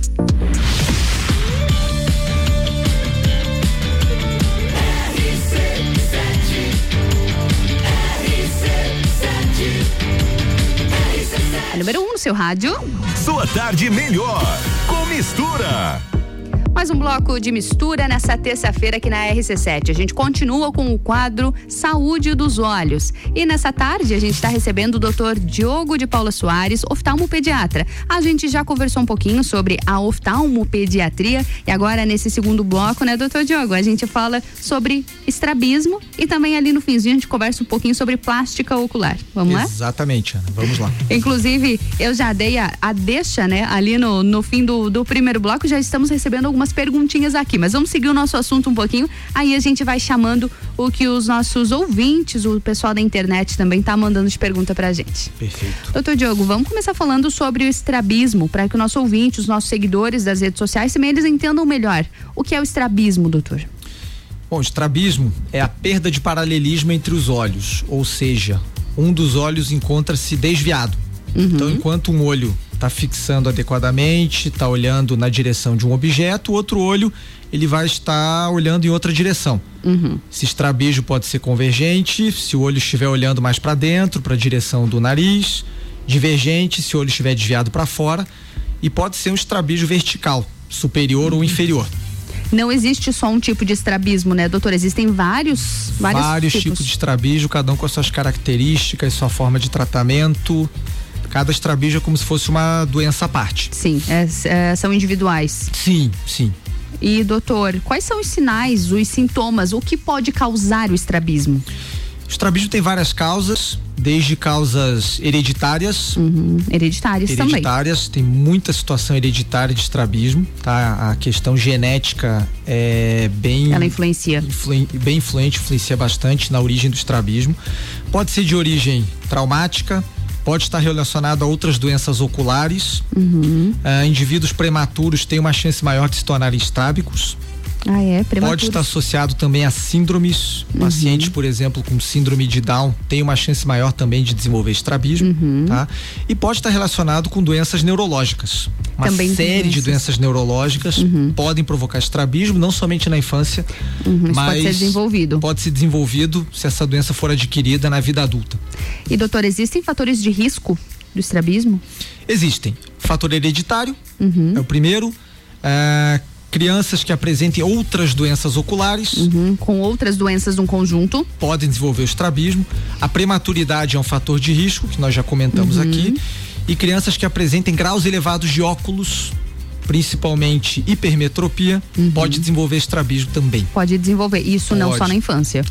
A número um no seu rádio. Sua tarde melhor com Mistura. Mais um bloco de mistura nessa terça-feira aqui na R C sete. A gente continua com o quadro Saúde dos Olhos. E nessa tarde a gente está recebendo o doutor Diogo de Paula Soares, oftalmopediatra. A gente já conversou um pouquinho sobre a oftalmopediatria e agora nesse segundo bloco, né, doutor Diogo, a gente fala sobre estrabismo e também ali no finzinho a gente conversa um pouquinho sobre plástica ocular. Vamos lá? Exatamente, Ana. Vamos lá. Inclusive, eu já dei a, a deixa, né, ali no, no fim do, do primeiro bloco, já estamos recebendo algumas perguntinhas aqui, mas vamos seguir o nosso assunto um pouquinho, aí a gente vai chamando o que os nossos ouvintes, o pessoal da internet também tá mandando de pergunta pra gente. Perfeito. Doutor Diogo, vamos começar falando sobre o estrabismo, para que o nosso ouvinte, os nossos seguidores das redes sociais, também eles entendam melhor. O que é o estrabismo, doutor? Bom, o estrabismo é a perda de paralelismo entre os olhos, ou seja, um dos olhos encontra-se desviado. Uhum. Então, enquanto um olho está fixando adequadamente, está olhando na direção de um objeto, o outro olho ele vai estar olhando em outra direção. Uhum. Esse estrabismo pode ser convergente, se o olho estiver olhando mais para dentro, para a direção do nariz, divergente, se o olho estiver desviado para fora, e pode ser um estrabismo vertical, superior ou inferior. Não existe só um tipo de estrabismo, né, doutor? Existem vários, vários, vários tipos. tipos de estrabismo, cada um com as suas características, sua forma de tratamento. Cada estrabismo é como se fosse uma doença à parte. Sim, é, é, são individuais. Sim, sim. E, doutor, quais são os sinais, os sintomas, o que pode causar o estrabismo? O estrabismo tem várias causas, desde causas hereditárias. Uhum. Hereditárias, hereditárias também. Tem muita situação hereditária de estrabismo, tá? A questão genética é bem... Ela influencia. Influen, bem influente, influencia bastante na origem do estrabismo. Pode ser de origem traumática, pode estar relacionado a outras doenças oculares. Uhum. Uh, indivíduos prematuros têm uma chance maior de se tornarem estrábicos. Ah, é? Prematuros. Pode estar associado também a síndromes. Uhum. Pacientes, por exemplo, com síndrome de Down têm uma chance maior também de desenvolver estrabismo, uhum. tá? E pode estar relacionado com doenças neurológicas. Uma também série doenças. de doenças neurológicas uhum. podem provocar estrabismo, não somente na infância, uhum. mas pode ser desenvolvido. Pode ser desenvolvido se essa doença for adquirida na vida adulta. E, doutor, existem fatores de risco do estrabismo? Existem. Fator hereditário uhum. é o primeiro. É, crianças que apresentem outras doenças oculares. Uhum, com outras doenças no conjunto. Podem desenvolver o estrabismo. A prematuridade é um fator de risco, que nós já comentamos uhum. aqui. E crianças que apresentem graus elevados de óculos, principalmente hipermetropia, uhum. pode desenvolver estrabismo também. Pode desenvolver, isso pode. Não só na infância.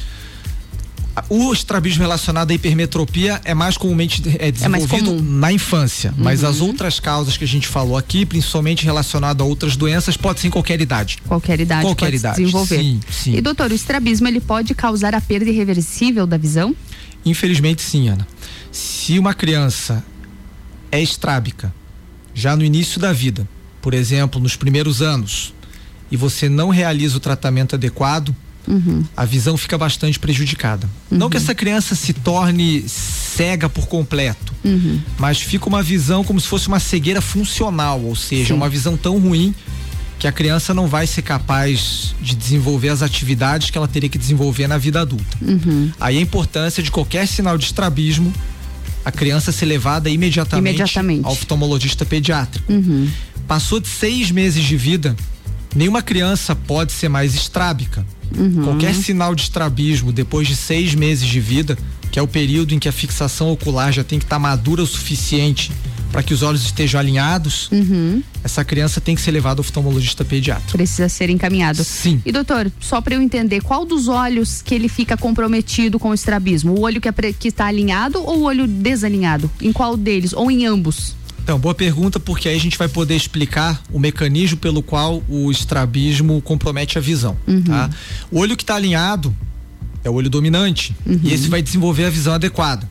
O estrabismo relacionado à hipermetropia é mais comumente é desenvolvido é na infância, uhum. mas as outras causas que a gente falou aqui, principalmente relacionado a outras doenças, pode ser em qualquer idade. Qualquer idade qualquer pode idade. desenvolver. Sim, sim. E, doutor, o estrabismo ele pode causar a perda irreversível da visão? Infelizmente sim, Ana. Se uma criança é estrábica já no início da vida, por exemplo, nos primeiros anos, e você não realiza o tratamento adequado, uhum. a visão fica bastante prejudicada. Uhum. Não que essa criança se torne cega por completo, uhum. mas fica uma visão como se fosse uma cegueira funcional, ou seja, Sim. uma visão tão ruim que a criança não vai ser capaz de desenvolver as atividades que ela teria que desenvolver na vida adulta. Uhum. Aí a importância de qualquer sinal de estrabismo, a criança ser levada imediatamente, imediatamente. ao oftalmologista pediátrico. Uhum. Passou de seis meses de vida, nenhuma criança pode ser mais estrábica. Uhum. Qualquer sinal de estrabismo depois de seis meses de vida, que é o período em que a fixação ocular já tem que estar tá madura o suficiente para que os olhos estejam alinhados, uhum. essa criança tem que ser levada ao oftalmologista pediátrico. Precisa ser encaminhado. Sim. E, doutor, só para eu entender, qual dos olhos que ele fica comprometido com o estrabismo? O olho que, é, que está alinhado ou o olho desalinhado? Em qual deles? Ou em ambos? Então, boa pergunta, porque aí a gente vai poder explicar o mecanismo pelo qual o estrabismo compromete a visão, uhum. tá? O olho que está alinhado é o olho dominante, uhum. e esse vai desenvolver a visão adequada.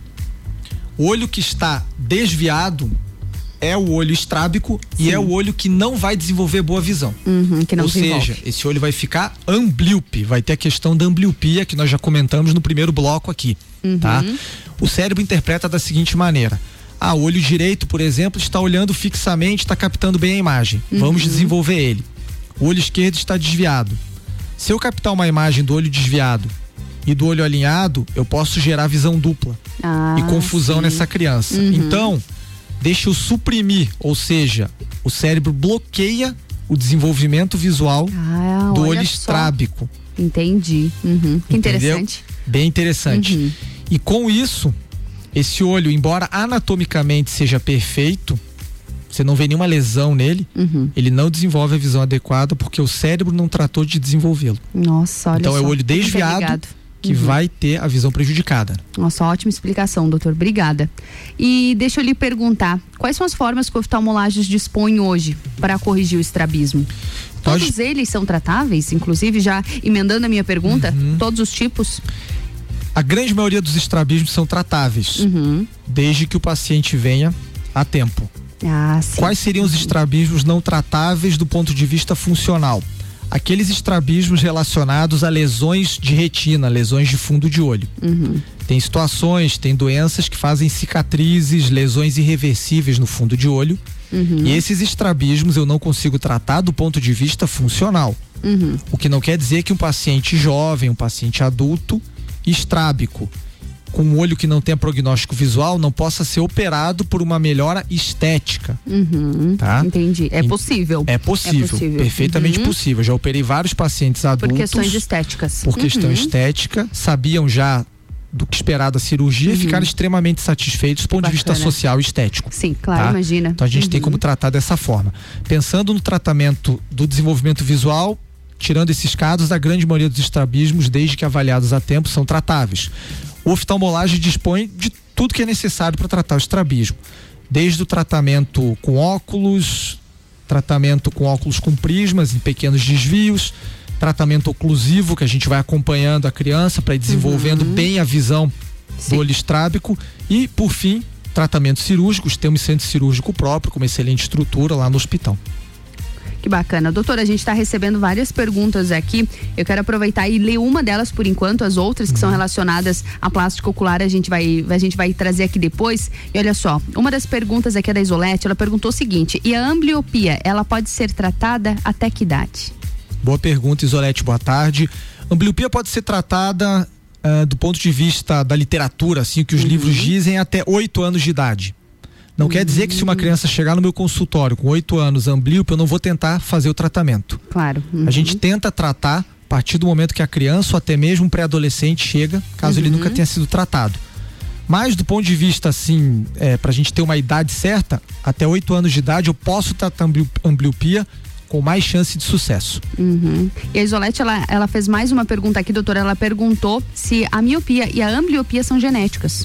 O olho que está desviado é o olho estrábico Sim. e é o olho que não vai desenvolver boa visão. Uhum, que não Ou desenvolve. seja, esse olho vai ficar amblíope, vai ter a questão da ambliopia que nós já comentamos no primeiro bloco aqui, uhum. tá? O cérebro interpreta da seguinte maneira: ah, o olho direito, por exemplo, está olhando fixamente, está captando bem a imagem. Uhum. Vamos desenvolver ele. O olho esquerdo está desviado. Se eu captar uma imagem do olho desviado e do olho alinhado, eu posso gerar visão dupla ah, e confusão sim. nessa criança. Uhum. Então, deixa eu suprimir, ou seja, o cérebro bloqueia o desenvolvimento visual ah, do olho estrábico. Entendi. Uhum. Que interessante. Bem interessante. Uhum. E com isso, esse olho, embora anatomicamente seja perfeito, você não vê nenhuma lesão nele, uhum. ele não desenvolve a visão adequada porque o cérebro não tratou de desenvolvê-lo. Nossa, olha Então só. é o olho desviado que uhum. vai ter a visão prejudicada. Nossa, ótima explicação, doutor. Obrigada. E deixa eu lhe perguntar, quais são as formas que o oftalmologista dispõe hoje para corrigir o estrabismo? Todos Nós... eles são tratáveis? Inclusive, já emendando a minha pergunta, uhum. todos os tipos? A grande maioria dos estrabismos são tratáveis, uhum. desde que o paciente venha a tempo. Ah, sim. Quais seriam os estrabismos não tratáveis do ponto de vista funcional? Aqueles estrabismos relacionados a lesões de retina, lesões de fundo de olho. Uhum. Tem situações, tem doenças que fazem cicatrizes, lesões irreversíveis no fundo de olho. Uhum. E esses estrabismos eu não consigo tratar do ponto de vista funcional. Uhum. O que não quer dizer que um paciente jovem, um paciente adulto, estrábico, com um olho que não tem prognóstico visual não possa ser operado por uma melhora estética. Uhum, tá? Entendi. É possível. É possível, é possível. Perfeitamente uhum. possível. Já operei vários pacientes adultos. Por questões estéticas. Por questão uhum. estética, sabiam já do que esperar da cirurgia, uhum. e ficaram extremamente satisfeitos do ponto Bacana. de vista social e estético. Sim, claro, tá? imagina. Então a gente uhum. tem como tratar dessa forma. Pensando no tratamento do desenvolvimento visual, tirando esses casos, a grande maioria dos estrabismos, desde que avaliados a tempo, são tratáveis. O oftalmologista dispõe de tudo que é necessário para tratar o estrabismo, desde o tratamento com óculos, tratamento com óculos com prismas em pequenos desvios, tratamento oclusivo, que a gente vai acompanhando a criança para ir desenvolvendo uhum. bem a visão Sim. do olho estrábico, e por fim, tratamento cirúrgico. Temos centro cirúrgico próprio, com uma excelente estrutura lá no hospital. Que bacana. Doutora, a gente está recebendo várias perguntas aqui. Eu quero aproveitar e ler uma delas por enquanto, as outras que uhum. são relacionadas à plástica ocular a gente vai, a gente vai trazer aqui depois. E olha só, uma das perguntas aqui é da Isolete, ela perguntou o seguinte: e a ambliopia, ela pode ser tratada até que idade? Boa pergunta, Isolete, boa tarde. Ambliopia pode ser tratada uh, do ponto de vista da literatura, assim, que os uhum. livros dizem, até oito anos de idade. Não uhum. quer dizer que se uma criança chegar no meu consultório com oito anos amblíope, eu não vou tentar fazer o tratamento. Claro. Uhum. A gente tenta tratar a partir do momento que a criança ou até mesmo um pré-adolescente chega, caso uhum. ele nunca tenha sido tratado. Mas do ponto de vista, assim, é, pra gente ter uma idade certa, até oito anos de idade eu posso tratar ambliopia com mais chance de sucesso. Uhum. E a Isolete, ela, ela fez mais uma pergunta aqui, doutora. Ela perguntou se a miopia e a ambliopia são genéticas.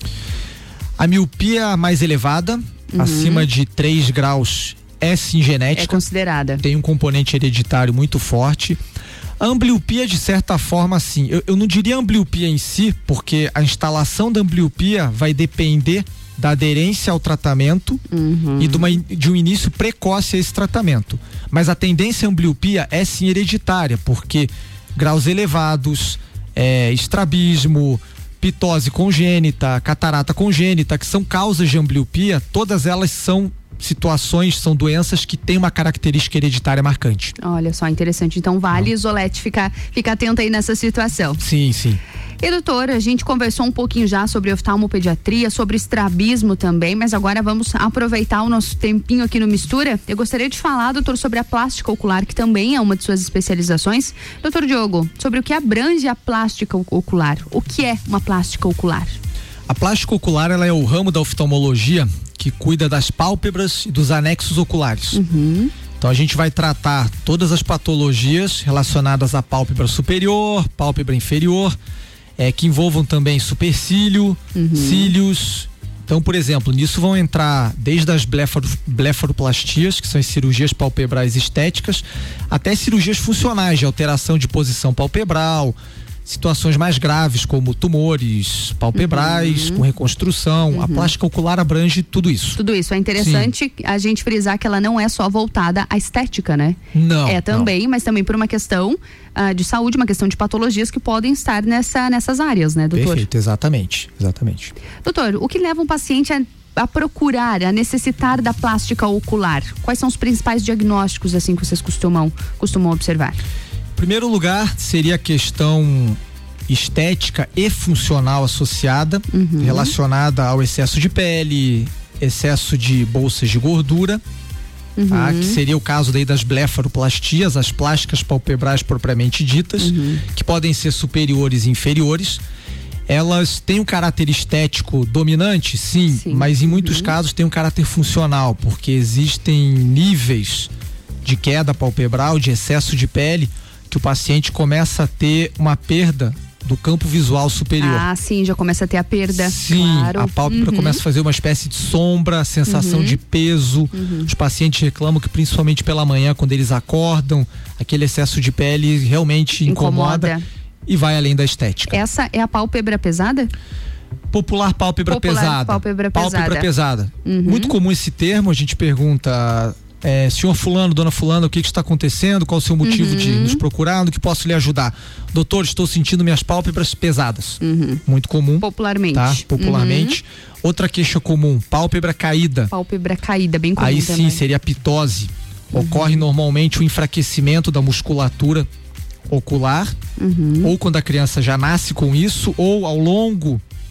A miopia mais elevada, uhum. acima de três graus, é sim genética. É considerada. Tem um componente hereditário muito forte. A ambliopia, de certa forma, sim. Eu, eu não diria ambliopia em si, porque a instalação da ambliopia vai depender da aderência ao tratamento uhum. e de, uma, de um início precoce a esse tratamento. Mas a tendência à ambliopia é sim hereditária, porque graus elevados, é, estrabismo, pitose congênita, catarata congênita, que são causas de ambliopia, todas elas são situações, são doenças que têm uma característica hereditária marcante. Olha só, interessante. Então vale, Isolete, ficar, ficar atenta aí nessa situação. Sim, sim. E doutora, a gente conversou um pouquinho já sobre oftalmopediatria, sobre estrabismo também, mas agora vamos aproveitar o nosso tempinho aqui no Mistura. Eu gostaria de falar, doutor, sobre a plástica ocular, que também é uma de suas especializações. Doutor Diogo, sobre o que abrange a plástica ocular. O que é uma plástica ocular? A plástica ocular, ela é o ramo da oftalmologia que cuida das pálpebras e dos anexos oculares. Uhum. Então a gente vai tratar todas as patologias relacionadas à pálpebra superior, pálpebra inferior, é, que envolvam também supercílio, uhum. cílios. Então, por exemplo, nisso vão entrar desde as blefaro, blefaroplastias, que são as cirurgias palpebrais estéticas, até cirurgias funcionais de alteração de posição palpebral, situações mais graves como tumores palpebrais, uhum. com reconstrução. Uhum. A plástica ocular abrange tudo isso. Tudo isso. É interessante Sim. a gente frisar que ela não é só voltada à estética, né? Não. É também, não. mas também por uma questão uh, de saúde, uma questão de patologias que podem estar nessa, nessas áreas, né, doutor? Perfeito, exatamente, exatamente. Doutor, o que leva um paciente a a procurar, a necessitar da plástica ocular? Quais são os principais diagnósticos, assim, que vocês costumam, costumam observar? Em primeiro lugar, seria a questão estética e funcional associada, uhum. relacionada ao excesso de pele, excesso de bolsas de gordura, uhum. tá? Que seria o caso daí das blefaroplastias, as plásticas palpebrais propriamente ditas, uhum. que podem ser superiores e inferiores. Elas têm um caráter estético dominante, sim, sim. mas em muitos uhum. casos têm um caráter funcional, porque existem níveis de queda palpebral, de excesso de pele, que o paciente começa a ter uma perda do campo visual superior. Ah, sim, já começa a ter a perda. Sim, claro. A pálpebra uhum. começa a fazer uma espécie de sombra, sensação uhum. de peso. Uhum. Os pacientes reclamam que principalmente pela manhã, quando eles acordam, aquele excesso de pele realmente incomoda, incomoda. E vai além da estética. Essa é a pálpebra pesada? Popular pálpebra Popular pesada. Pálpebra pesada. Pálpebra pesada. Uhum. Muito comum esse termo, a gente pergunta... É, senhor fulano, dona fulana, o que, que está acontecendo? Qual o seu motivo uhum. de nos procurar? No que posso lhe ajudar? Doutor, estou sentindo minhas pálpebras pesadas. Uhum. Muito comum. Popularmente. Tá? Popularmente. Uhum. Outra queixa comum, pálpebra caída. Pálpebra caída, bem comum. Aí também. sim, seria a pitose. Uhum. Ocorre normalmente o enfraquecimento da musculatura ocular, uhum. ou quando a criança já nasce com isso, ou ao longo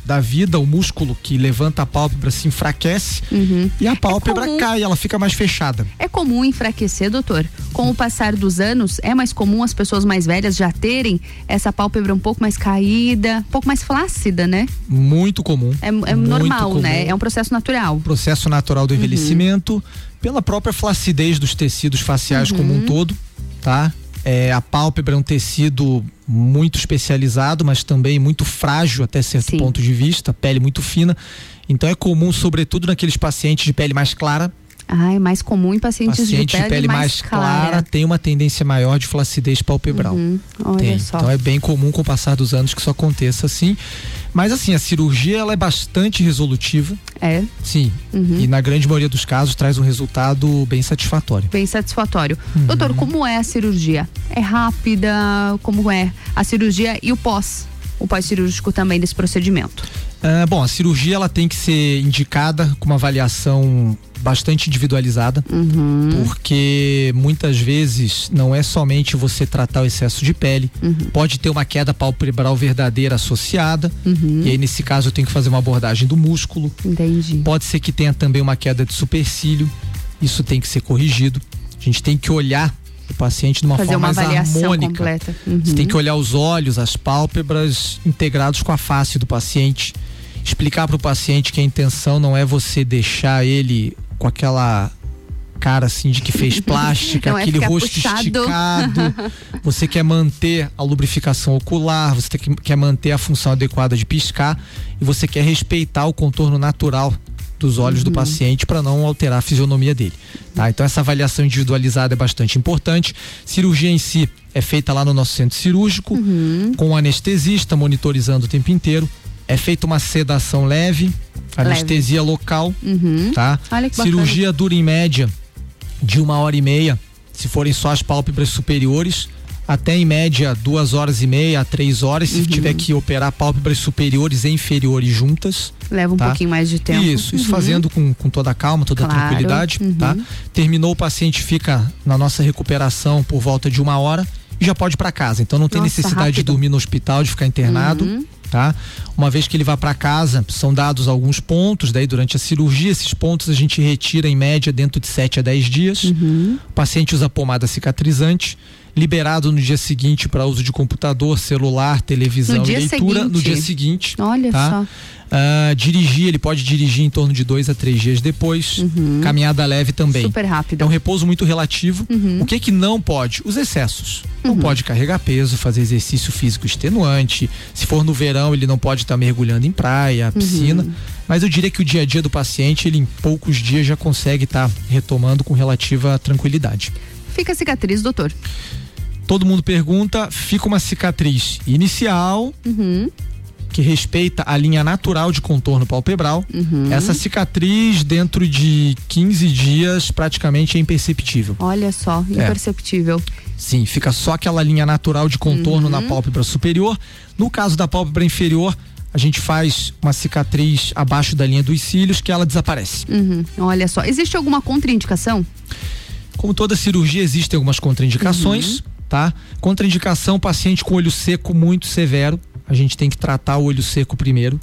da vida, o músculo que levanta a pálpebra se enfraquece Uhum. e a pálpebra É comum. cai, ela fica mais fechada. É comum enfraquecer, doutor? Com o passar dos anos, é mais comum as pessoas mais velhas já terem essa pálpebra um pouco mais caída, um pouco mais flácida, né? Muito comum. É, é muito normal, comum. né? É um processo natural. Processo natural do envelhecimento, uhum. pela própria flacidez dos tecidos faciais Uhum. como um todo, tá? É, a pálpebra é um tecido muito especializado, mas também muito frágil até certo Sim. ponto de vista, pele muito fina. Então é comum, sobretudo naqueles pacientes de pele mais clara. Ah, é mais comum em pacientes Paciente de pele, de pele mais, mais clara, clara tem uma tendência maior de flacidez palpebral. Uhum. Olha tem. só. Então é bem comum com o passar dos anos que isso aconteça assim. Mas assim, a cirurgia ela é bastante resolutiva. É? Sim. Uhum. E na grande maioria dos casos traz um resultado bem satisfatório. Bem satisfatório. Uhum. Doutor, como é a cirurgia? É rápida? Como é a cirurgia e o pós? O pós-cirúrgico também desse procedimento? Ah, bom, a cirurgia ela tem que ser indicada com uma avaliação bastante individualizada, uhum. porque muitas vezes não é somente você tratar o excesso de pele, uhum. pode ter uma queda palpebral verdadeira associada, uhum. e aí nesse caso eu tenho que fazer uma abordagem do músculo. Entendi. Pode ser que tenha também uma queda de supercílio, isso tem que ser corrigido. A gente tem que olhar o paciente de uma Fazer forma uma mais avaliação harmônica. completa. Uhum. Você tem que olhar os olhos, as pálpebras integrados com a face do paciente, explicar para o paciente que a intenção não é você deixar ele com aquela cara assim de que fez plástica, não é aquele rosto puxado. esticado. Você quer manter a lubrificação ocular, você tem que, quer manter a função adequada de piscar e você quer respeitar o contorno natural dos olhos uhum. do paciente para não alterar a fisionomia dele, tá? Então essa avaliação individualizada é bastante importante. Cirurgia em si é feita lá no nosso centro cirúrgico, uhum. com o anestesista monitorizando o tempo inteiro. É feita uma sedação leve, anestesia leve. local, uhum. tá? Olha que cirurgia bacana. dura em média de uma hora e meia, se forem só as pálpebras superiores, até em média duas horas e meia a três horas, se uhum. tiver que operar pálpebras superiores e inferiores juntas. Leva um tá? pouquinho mais de tempo. Isso, isso uhum. fazendo com, com toda a calma, toda claro. a tranquilidade, uhum. tá? Terminou, o paciente fica na nossa recuperação por volta de uma hora e já pode ir para casa. Então não tem Nossa, necessidade rápido. de dormir no hospital, de ficar internado. Uhum. Tá? Uma vez que ele vá para casa, são dados alguns pontos, daí durante a cirurgia, esses pontos a gente retira em média dentro de sete a dez dias. Uhum. O paciente usa pomada cicatrizante, liberado no dia seguinte para uso de computador, celular, televisão e leitura seguinte. no dia seguinte. Olha tá? só. Uh, dirigir, ele pode dirigir em torno de dois a três dias depois. Uhum. Caminhada leve também. Super rápido. É um repouso muito relativo. Uhum. O que que não pode? Os excessos. Uhum. Não pode carregar peso, fazer exercício físico extenuante. Se for no verão, ele não pode estar tá mergulhando em praia, piscina. Uhum. Mas eu diria que o dia a dia do paciente, ele em poucos dias já consegue estar tá retomando com relativa tranquilidade. Fica a cicatriz, doutor? Todo mundo pergunta, fica uma cicatriz inicial, uhum. que respeita a linha natural de contorno palpebral. Uhum. Essa cicatriz, dentro de quinze dias, praticamente é imperceptível. Olha só, imperceptível. É. Sim, fica só aquela linha natural de contorno uhum. na pálpebra superior. No caso da pálpebra inferior, a gente faz uma cicatriz abaixo da linha dos cílios que ela desaparece. Uhum. Olha só, existe alguma contraindicação? Como toda cirurgia, existem algumas contraindicações, uhum. tá? Contraindicação, paciente com olho seco muito severo. A gente tem que tratar o olho seco primeiro,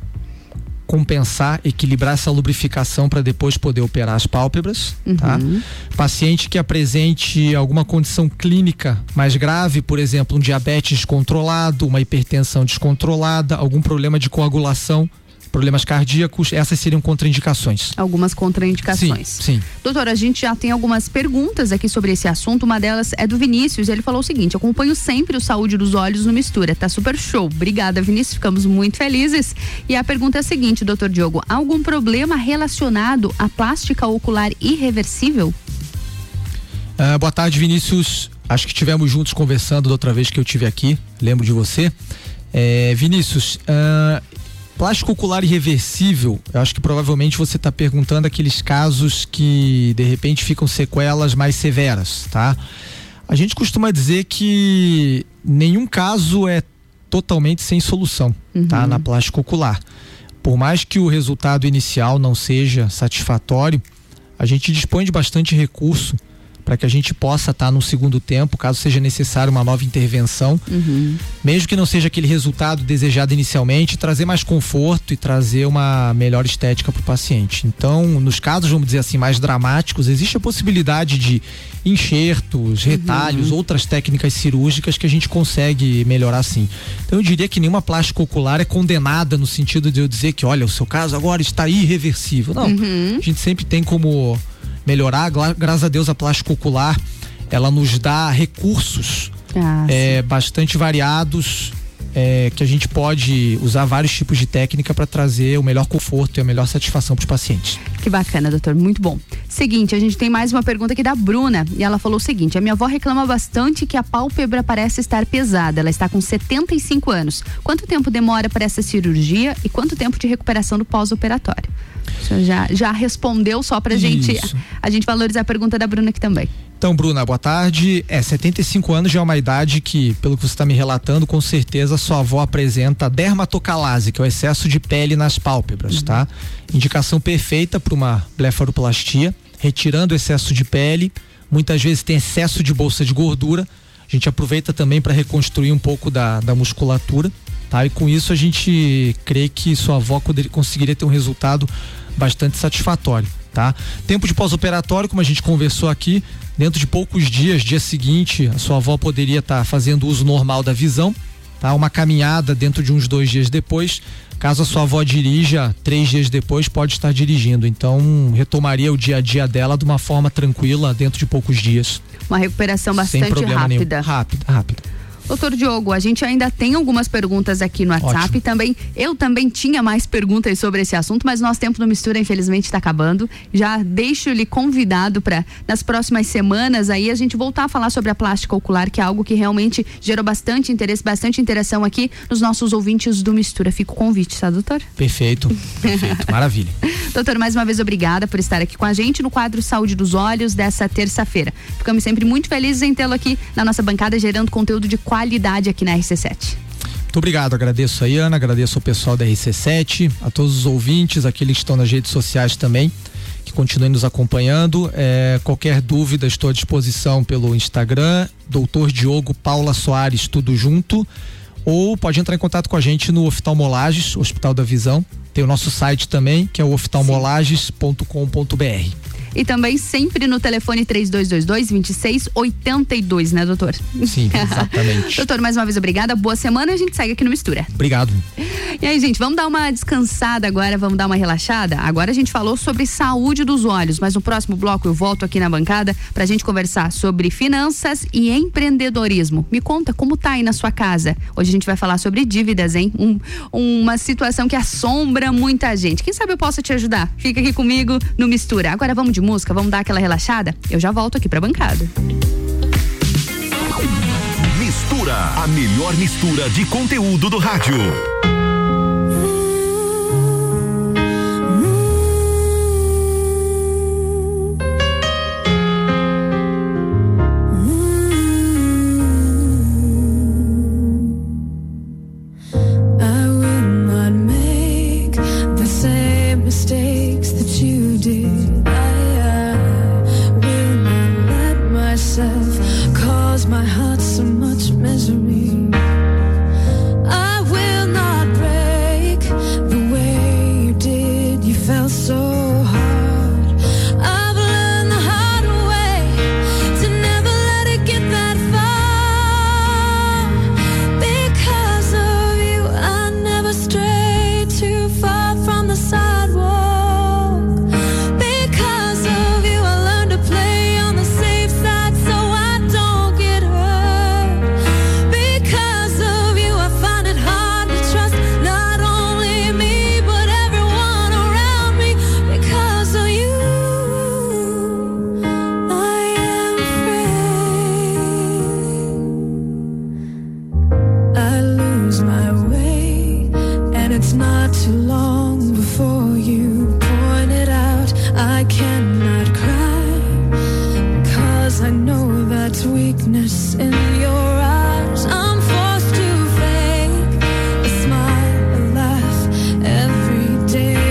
compensar, equilibrar essa lubrificação para depois poder operar as pálpebras, uhum. tá? Paciente que apresente alguma condição clínica mais grave, por exemplo, um diabetes descontrolado, uma hipertensão descontrolada, algum problema de coagulação, problemas cardíacos, essas seriam contraindicações. Algumas contraindicações. Sim, sim. Doutora, a gente já tem algumas perguntas aqui sobre esse assunto. Uma delas é do Vinícius. Ele falou o seguinte: acompanho sempre o Saúde dos Olhos no Mistura. Tá super show. Obrigada, Vinícius. Ficamos muito felizes. E a pergunta é a seguinte, doutor Diogo: há algum problema relacionado à plástica ocular irreversível? Uh, boa tarde, Vinícius. Acho que estivemos juntos conversando da outra vez que eu tive aqui. Lembro de você. É, Vinícius, uh, plástico ocular irreversível, eu acho que provavelmente você está perguntando aqueles casos que de repente ficam sequelas mais severas, tá? A gente costuma dizer que nenhum caso é totalmente sem solução, uhum. tá? Na plástica ocular. Por mais que o resultado inicial não seja satisfatório, a gente dispõe de bastante recurso para que a gente possa estar tá no segundo tempo, caso seja necessário uma nova intervenção, uhum. mesmo que não seja aquele resultado desejado inicialmente, trazer mais conforto e trazer uma melhor estética para o paciente. Então, nos casos, vamos dizer assim, mais dramáticos, existe a possibilidade de enxertos, retalhos, uhum. outras técnicas cirúrgicas que a gente consegue melhorar sim. Então eu diria que nenhuma plástica ocular é condenada no sentido de eu dizer que, olha, o seu caso agora está irreversível. Não, uhum. a gente sempre tem como melhorar, graças a Deus a plástica ocular, ela nos dá recursos ah, é, bastante variados, é, que a gente pode usar vários tipos de técnica para trazer o melhor conforto e a melhor satisfação para os pacientes. Que bacana, doutor, muito bom. Seguinte, a gente tem mais uma pergunta aqui da Bruna e ela falou o seguinte: a minha avó reclama bastante que a pálpebra parece estar pesada, ela está com setenta e cinco anos. Quanto tempo demora para essa cirurgia e quanto tempo de recuperação do pós-operatório? O senhor já, já respondeu, só pra gente, a gente valorizar a pergunta da Bruna aqui também. Então, Bruna, boa tarde. É, setenta e cinco anos já é uma idade que, pelo que você está me relatando, com certeza sua avó apresenta dermatocalase, que é o excesso de pele nas pálpebras, uhum. tá? Indicação perfeita para uma blefaroplastia, retirando o excesso de pele. Muitas vezes tem excesso de bolsa de gordura. A gente aproveita também para reconstruir um pouco da, da musculatura, tá? E com isso a gente crê que sua avó poderia, conseguiria ter um resultado bastante satisfatório, tá? Tempo de pós-operatório, como a gente conversou aqui, dentro de poucos dias, dia seguinte, a sua avó poderia estar tá fazendo uso normal da visão, tá? Uma caminhada dentro de uns dois dias depois. Caso a sua avó dirija, três dias depois pode estar dirigindo. Então, retomaria o dia a dia dela de uma forma tranquila dentro de poucos dias. Uma recuperação bastante rápida. Nenhum. Rápida, rápida. Doutor Diogo, a gente ainda tem algumas perguntas aqui no WhatsApp. Ótimo. Também, eu também tinha mais perguntas sobre esse assunto, mas nosso tempo no Mistura infelizmente está acabando. Já deixo-lhe convidado para nas próximas semanas aí a gente voltar a falar sobre a plástica ocular, que é algo que realmente gerou bastante interesse, bastante interação aqui nos nossos ouvintes do Mistura. Fica o convite, tá, doutor? Perfeito, perfeito, maravilha. Doutor, mais uma vez obrigada por estar aqui com a gente no quadro Saúde dos Olhos dessa terça-feira. Ficamos sempre muito felizes em tê-lo aqui na nossa bancada, gerando conteúdo de qualidade aqui na R C sete. Muito obrigado, agradeço aí, Ana, agradeço ao pessoal da R C sete, a todos os ouvintes, aqueles que estão nas redes sociais também, que continuem nos acompanhando. É, qualquer dúvida, estou à disposição pelo Instagram, doutor Diogo Paula Soares, tudo junto, ou pode entrar em contato com a gente no Oftalmolages, Hospital da Visão. Tem o nosso site também, que é o oftalmolages ponto com ponto b r. E também sempre no telefone três dois dois dois, dois seis oito dois, né, doutor? Sim, exatamente. Doutor, mais uma vez obrigada, boa semana, a gente segue aqui no Mistura. Obrigado. E aí, gente, vamos dar uma descansada agora, vamos dar uma relaxada? Agora a gente falou sobre saúde dos olhos, mas no próximo bloco eu volto aqui na bancada pra gente conversar sobre finanças e empreendedorismo. Me conta como tá aí na sua casa. Hoje a gente vai falar sobre dívidas, hein? Um, uma situação que assombra muita gente. Quem sabe eu posso te ajudar? Fica aqui comigo no Mistura. Agora vamos de música, vamos dar aquela relaxada? Eu já volto aqui pra bancada. Mistura, a melhor mistura de conteúdo do rádio.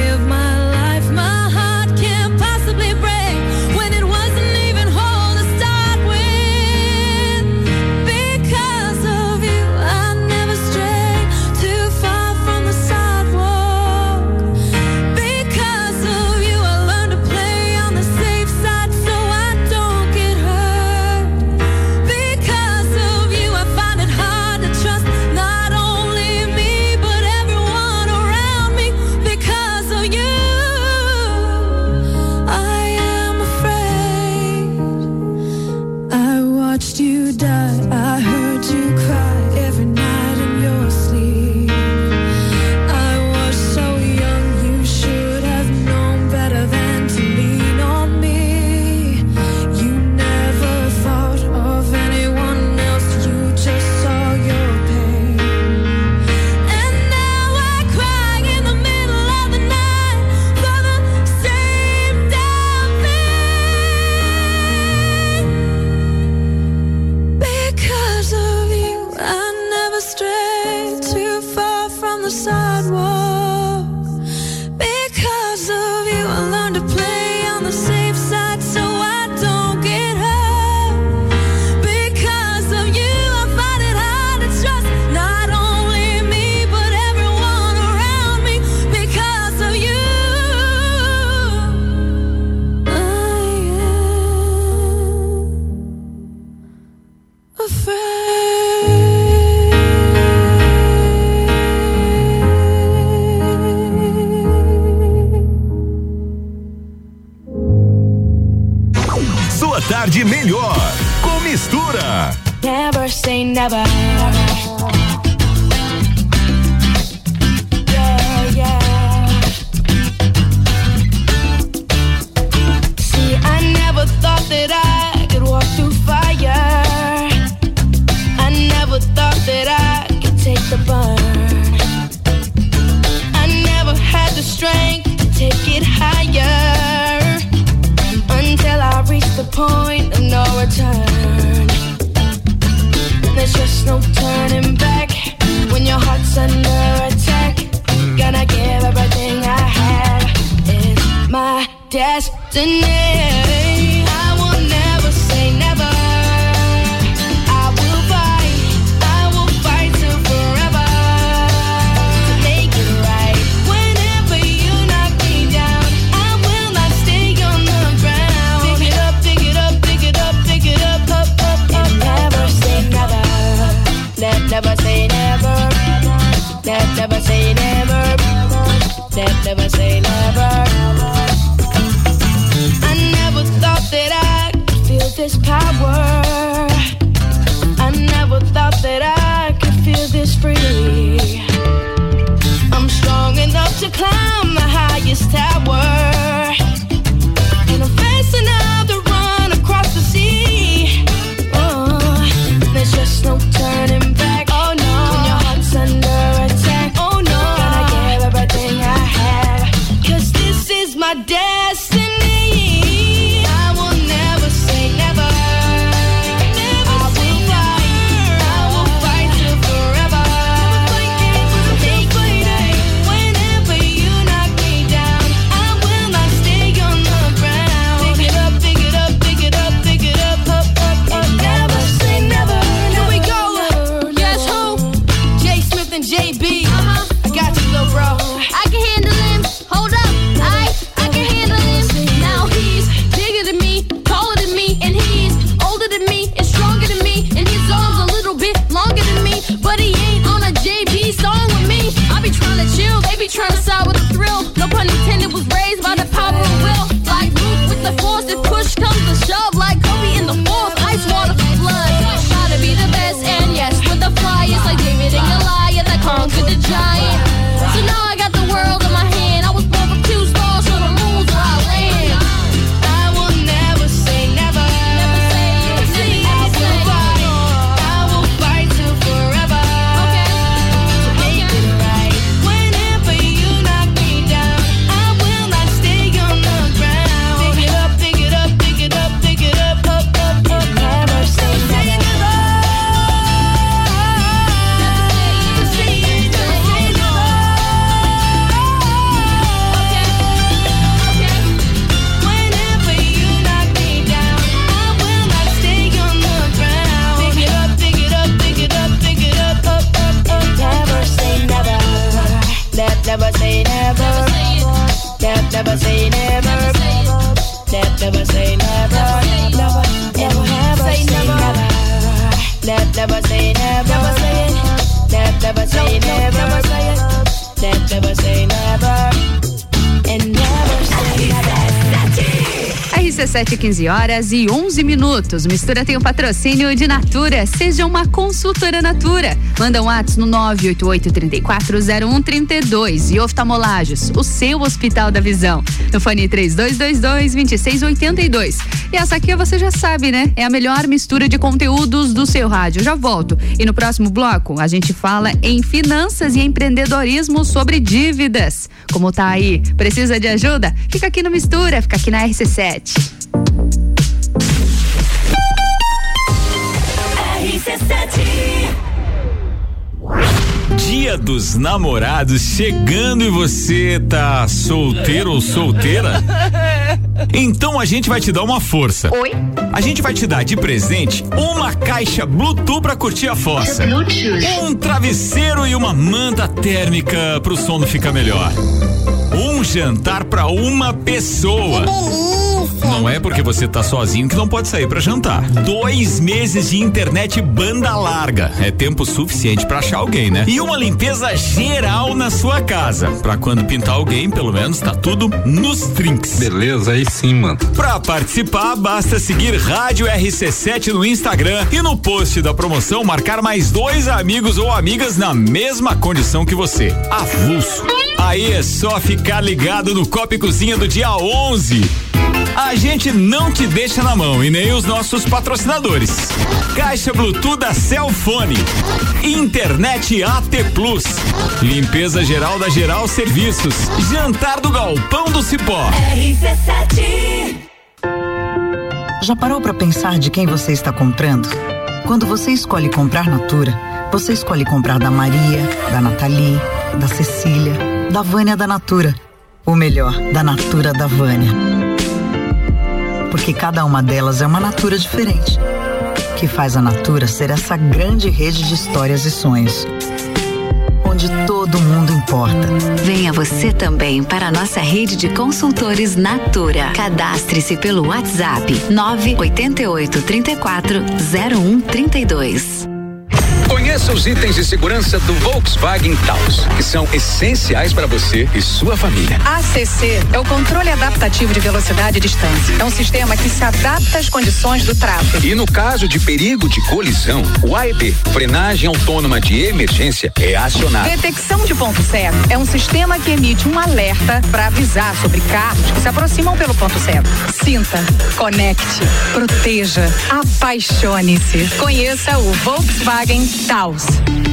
Stop I never strayed too far from the sidewalk. Because of you, I learned to play on the safe side so I don't get hurt. Because of you, I find it hard to trust not only me but everyone around me. Because of you, I am afraid. Tarde melhor com Mistura. Never say never. Yeah, yeah. See, I never thought that I could walk through fire. I never thought that I could take the burn. I never had the strength to take it higher. Until I reach the point of no return. There's just no turning back when your heart's under attack. Gonna give everything I have. It's my destiny. I will never say never. I will fight. I will fight till forever to make it right. Whenever you knock me down, I will not stay on the ground. Pick it up, pick it up, pick it up, pick it up, up, up, up. Never say never. Let never say never. Let never say never. Let never say never. I never thought that I could feel this power. I never thought that I could feel this free. I'm strong enough to climb the highest tower. And I'm fast enough to run across the sea. Oh, there's just no turning back. Oh no, when your heart's under attack. Oh no, gonna give everything I have. Cause this is my destiny. I will never say never. Never I will fight. I will fight till forever. Take it. Whenever you knock me down, I will not stay on the ground. Pick it up, pick it up, pick it up, pick it up, up, up, up. Never say never. Here we go. Yes, who? J Smith and J B. Uh-huh. I got you, little bro. I can handle him. Hold up. I I can handle him. Now he's bigger than me, taller than me, and he's older than me and stronger than me, and his arms a little bit longer than me. But he ain't on a J B song with me. I be trying to chill, they be trying to side with the thrill. No pun intended, was raised by the power of will. Like Luke with the force, if push comes to shove. Like Kobe in the fourth, ice water for blood. Try to be the best, and yes, with the flyers like David and Goliath, I conquered the giant. So now I got the world in my hand. I was born for two stars, so the moon's where I land. I will never say never. Never say, never say, never say. I will fight till forever. Okay. To make it right. Whenever you knock me down, I will not stay on the ground. Pick it up, pick it up, pick it up, pick it up, up, up, up. Never say never. Never say, never say, never say never. Okay, okay. Whenever you knock me down, I will not stay on the ground. Pick it up, pick it up, pick it up, pick it up, up, up, up. Never say never. Let never say never. Let never say never. Let never say never. Never, never, never say never. Let never say never. Let never say never. Let never say never. And never say never. R C sete, quinze horas e onze minutos. Mistura tem o patrocínio de Natura. Seja uma consultora Natura. Manda um WhatsApp no nove oito oito, três quatro zero um, três dois. E Oftalmolages, o seu Hospital da Visão. No fone três dois dois dois, dois seis oito dois. E essa aqui você já sabe, né? É a melhor mistura de conteúdos do seu rádio. Eu já volto. E no próximo bloco, a gente fala em finanças e empreendedorismo sobre dívidas. Como tá aí? Precisa de ajuda? Fica aqui no Mistura, fica aqui na R C sete. R C sete Dia dos Namorados chegando e você tá solteiro ou solteira? Então a gente vai te dar uma força. Oi? A gente vai te dar de presente uma caixa Bluetooth pra curtir a fossa. Um travesseiro e uma manta térmica pro sono ficar melhor. Um jantar pra uma pessoa. Não é porque você tá sozinho que não pode sair pra jantar. Dois meses de internet banda larga. É tempo suficiente pra achar alguém, né? E uma limpeza geral na sua casa. Pra quando pintar alguém, pelo menos tá tudo nos trinks. Beleza, aí sim, mano. Pra participar, basta seguir Rádio R C sete no Instagram e no post da promoção marcar mais dois amigos ou amigas na mesma condição que você. Avulso. Aí é só ficar ligado no Copa e Cozinha do dia onze. A gente não te deixa na mão e nem os nossos patrocinadores. Caixa Bluetooth da Cellfone. Internet A T Plus. Limpeza geral da Geral Serviços. Jantar do Galpão do Cipó. R C sete. Já parou pra pensar de quem você está comprando? Quando você escolhe comprar Natura, você escolhe comprar da Maria, da Nathalie, da Cecília, da Vânia da Natura. Ou melhor, da Natura da Vânia. Porque cada uma delas é uma Natura diferente, que faz a Natura ser essa grande rede de histórias e sonhos, onde todo mundo importa. Venha você também para a nossa rede de consultores Natura. Cadastre-se pelo WhatsApp nove oito oito, três quatro, zero um três dois. Conheça os itens de segurança do Volkswagen Taos, que são essenciais para você e sua família. A C C é o controle adaptativo de velocidade e distância. É um sistema que se adapta às condições do tráfego. E no caso de perigo de colisão, o A E B, frenagem autônoma de emergência, é acionado. Detecção de ponto cego é um sistema que emite um alerta para avisar sobre carros que se aproximam pelo ponto cego. Sinta, conecte, proteja, apaixone-se. Conheça o Volkswagen Taos.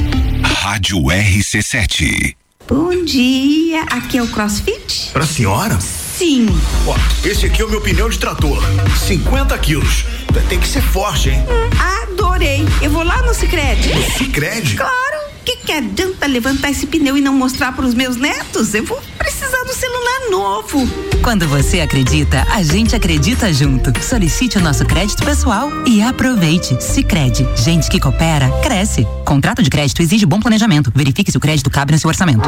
Rádio R C sete. Bom dia, aqui é o CrossFit? Pra senhora? Sim. Ó, esse aqui é o meu pneu de trator, cinquenta quilos. Tem que ser forte, hein? Hum, adorei. Eu vou lá no Sicredi. No Sicredi? Claro. Que que adianta levantar esse pneu e não mostrar para os meus netos? Eu vou precisar do celular novo. Quando você acredita, a gente acredita junto. Solicite o nosso crédito pessoal e aproveite. Sicredi, gente que coopera, cresce. Contrato de crédito exige bom planejamento. Verifique se o crédito cabe no seu orçamento.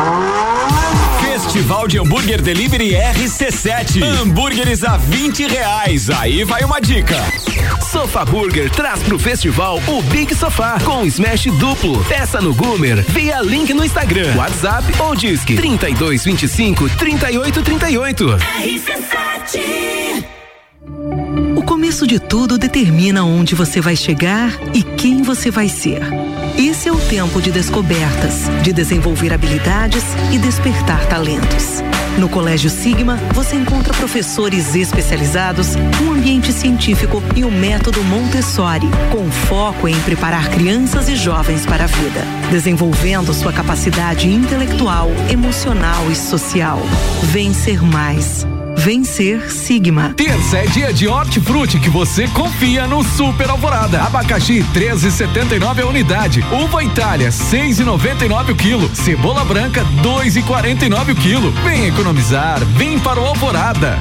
Festival de Hambúrguer Delivery R C sete. Hambúrgueres a vinte reais. Aí vai uma dica. Sofá Burger traz pro festival o Big Sofá com smash duplo. Peça no Gumer via link no Instagram, WhatsApp ou Disque trinta e dois, vinte e cinco, trinta e oito, trinta e oito. R C sete. O começo de tudo determina onde você vai chegar e quem você vai ser. Esse é o tempo de descobertas, de desenvolver habilidades e despertar talentos. No Colégio Sigma, você encontra professores especializados, um ambiente científico e o método Montessori, com foco em preparar crianças e jovens para a vida, desenvolvendo sua capacidade intelectual, emocional e social. Vencer mais. Vencer Sigma. Terça é dia de hortifruti que você confia no Super Alvorada. Abacaxi treze e setenta e nove a unidade. Uva Itália seis e noventa e nove o quilo. Cebola branca dois e quarenta e nove o quilo. Vem economizar, vem para o Alvorada.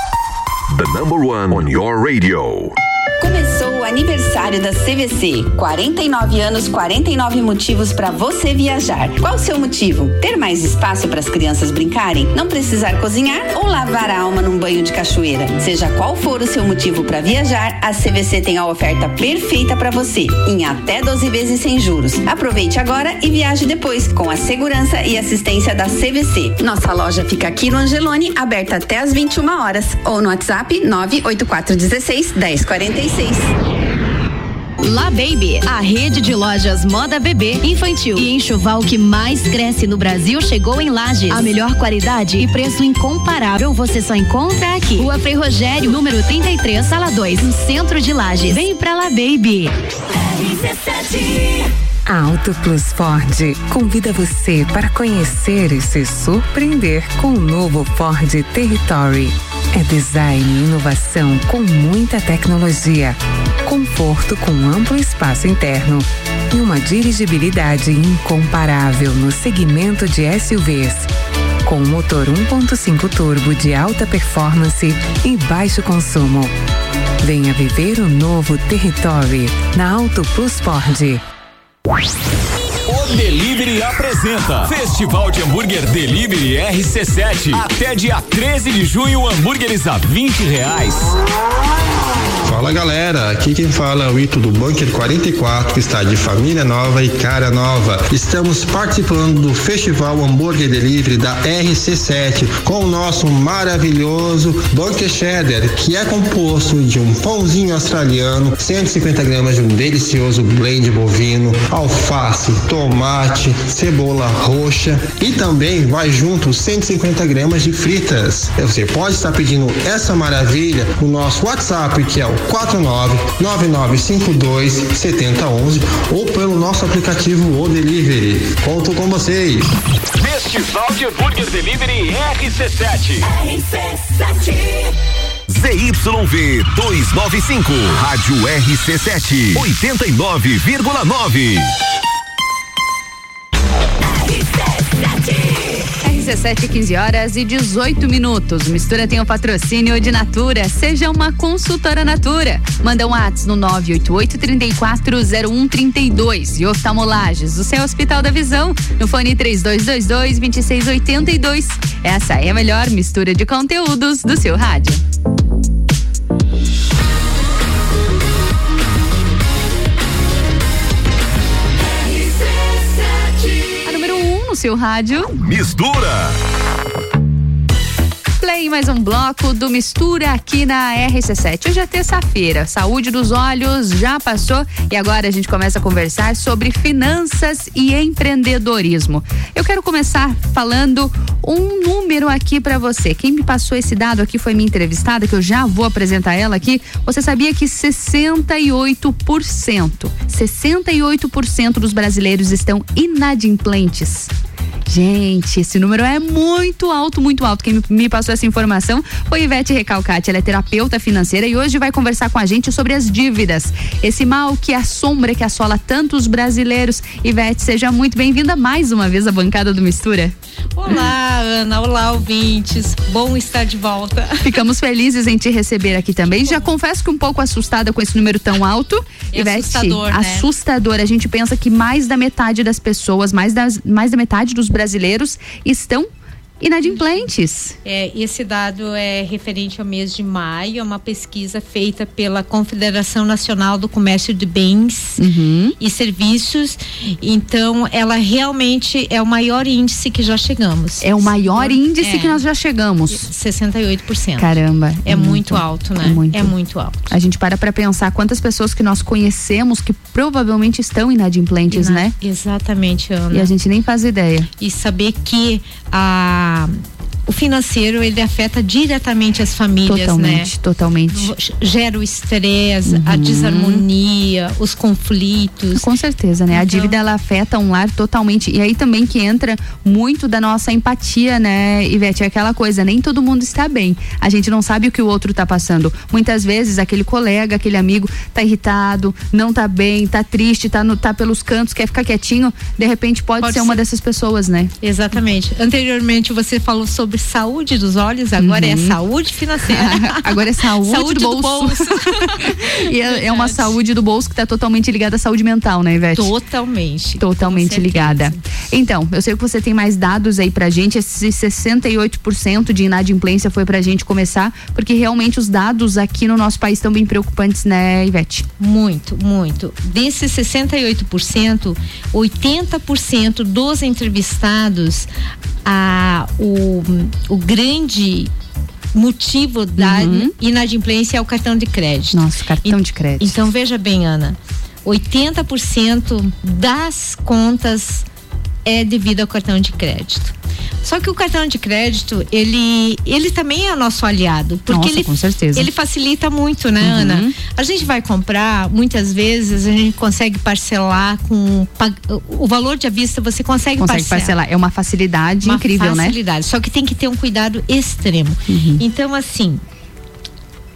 The number one on your radio. Começou o aniversário da C V C. quarenta e nove anos, quarenta e nove motivos para você viajar. Qual o seu motivo? Ter mais espaço para as crianças brincarem? Não precisar cozinhar ou lavar a alma num banho de cachoeira? Seja qual for o seu motivo para viajar, a C V C tem a oferta perfeita para você, em até doze vezes sem juros. Aproveite agora e viaje depois, com a segurança e assistência da C V C. Nossa loja fica aqui no Angeloni, aberta até às vinte e uma horas, ou no WhatsApp nove oito quatro um seis, um zero quatro seis. La Baby, a rede de lojas moda bebê, infantil e enxoval que mais cresce no Brasil chegou em Lages. A melhor qualidade e preço incomparável você só encontra aqui. Rua Frei Rogério, número trinta e três, sala dois, no centro de Lages. Vem pra La Baby. A Auto Plus Ford convida você para conhecer e se surpreender com o novo Ford Territory. É design e inovação com muita tecnologia conforto com amplo espaço interno e uma dirigibilidade incomparável no segmento de S U Vs. Com motor um ponto cinco turbo de alta performance e baixo consumo. Venha viver o novo Territory na Auto Plus Ford. O Delivery apresenta Festival de Hambúrguer Delivery R C sete. Até dia treze de junho, hambúrgueres a vinte reais. Fala galera, aqui quem fala é o Ito do Bunker quarenta e quatro, que está de família nova e cara nova. Estamos participando do Festival Hambúrguer Delivery da R C sete com o nosso maravilhoso Bunker Cheddar, que é composto de um pãozinho australiano, cento e cinquenta gramas de um delicioso blend bovino, alface, tomate, cebola roxa e também vai junto cento e cinquenta gramas de fritas. Você pode estar pedindo essa maravilha no nosso WhatsApp, que é o quatro nove nove nove cinco dois sete zero um um ou pelo nosso aplicativo O Delivery. Conto com vocês. Festival de Hambúrguer Delivery R C sete. R C sete. Z Y V duzentos e noventa e cinco, Rádio R C sete, oitenta e nove vírgula nove. R C sete, quinze horas e dezoito minutos. Mistura tem o patrocínio de Natura. Seja uma consultora Natura. Manda um WhatsApp no nove oito oito, três quatro zero um três dois. E Oftalmolages, o seu Hospital da Visão, no fone três dois dois dois, dois seis oito dois. Essa é a melhor mistura de conteúdos do seu rádio. No seu rádio. Mistura. Play mais um bloco do Mistura aqui na R C sete. Hoje é terça-feira, saúde dos olhos já passou e agora a gente começa a conversar sobre finanças e empreendedorismo. Eu quero começar falando um número aqui pra você. Quem me passou esse dado aqui foi minha entrevistada, que eu já vou apresentar ela aqui. Você sabia que sessenta e oito por cento, sessenta e oito por cento dos brasileiros estão inadimplentes? Gente, esse número é muito alto, muito alto. Quem me passou essa informação foi Ivete Recalcati. Ela é terapeuta financeira e hoje vai conversar com a gente sobre as dívidas. Esse mal que assombra, que assola tantos brasileiros. Ivete, seja muito bem-vinda mais uma vez à bancada do Mistura. Olá, Ana. Olá, ouvintes. Bom estar de volta. Ficamos felizes em te receber aqui também. Já confesso que um pouco assustada com esse número tão alto. É Ivete, assustador, né? Assustador. A gente pensa que mais da metade das pessoas, mais, das, mais da metade dos brasileiros estão inadimplentes. É, esse dado é referente ao mês de maio, é uma pesquisa feita pela Confederação Nacional do Comércio de Bens uhum. e Serviços. Então, ela realmente é o maior índice que já chegamos. É o maior índice é. que nós já chegamos. sessenta e oito por cento. Caramba. É, é muito, muito alto, né? É muito. é muito alto. A gente para pra pensar quantas pessoas que nós conhecemos que provavelmente estão inadimplentes, Ina- né? Exatamente, Ana. E a gente nem faz ideia. E saber que a o financeiro, ele afeta diretamente as famílias, totalmente, né? Totalmente, gera o estresse, uhum. a desarmonia, os conflitos. Com certeza, né? Então, a dívida, ela afeta um lar totalmente. E aí também que entra muito da nossa empatia, né, Ivete? É aquela coisa, nem todo mundo está bem. A gente não sabe o que o outro está passando. Muitas vezes aquele colega, aquele amigo tá irritado, não tá bem, tá triste, tá, no, tá pelos cantos, quer ficar quietinho. De repente pode, pode ser, ser uma dessas pessoas, né? Exatamente. Anteriormente você falou sobre saúde dos olhos, agora uhum. é saúde financeira. Agora é saúde, saúde do bolso. Do bolso. E é, é uma saúde do bolso que está totalmente ligada à saúde mental, né, Ivete? Totalmente. Totalmente ligada. Então, eu sei que você tem mais dados aí pra gente. Esse sessenta e oito por cento de inadimplência foi pra gente começar, porque realmente os dados aqui no nosso país estão bem preocupantes, né, Ivete? Muito, muito. Desses sessenta e oito por cento, oitenta por cento dos entrevistados, a, o, o grande motivo da uhum. inadimplência é o cartão de crédito. Nossa, cartão e, de crédito. Então, veja bem, Ana, oitenta por cento das contas é devido ao cartão de crédito. Só que o cartão de crédito, ele, ele também é nosso aliado. Porque Nossa, ele, com certeza. ele facilita muito, né, uhum. Ana? A gente vai comprar, muitas vezes a gente consegue parcelar com o valor de à vista, você consegue, consegue parcelar. parcelar. É uma facilidade uma incrível, facilidade. né? Só que tem que ter um cuidado extremo. Uhum. Então, assim,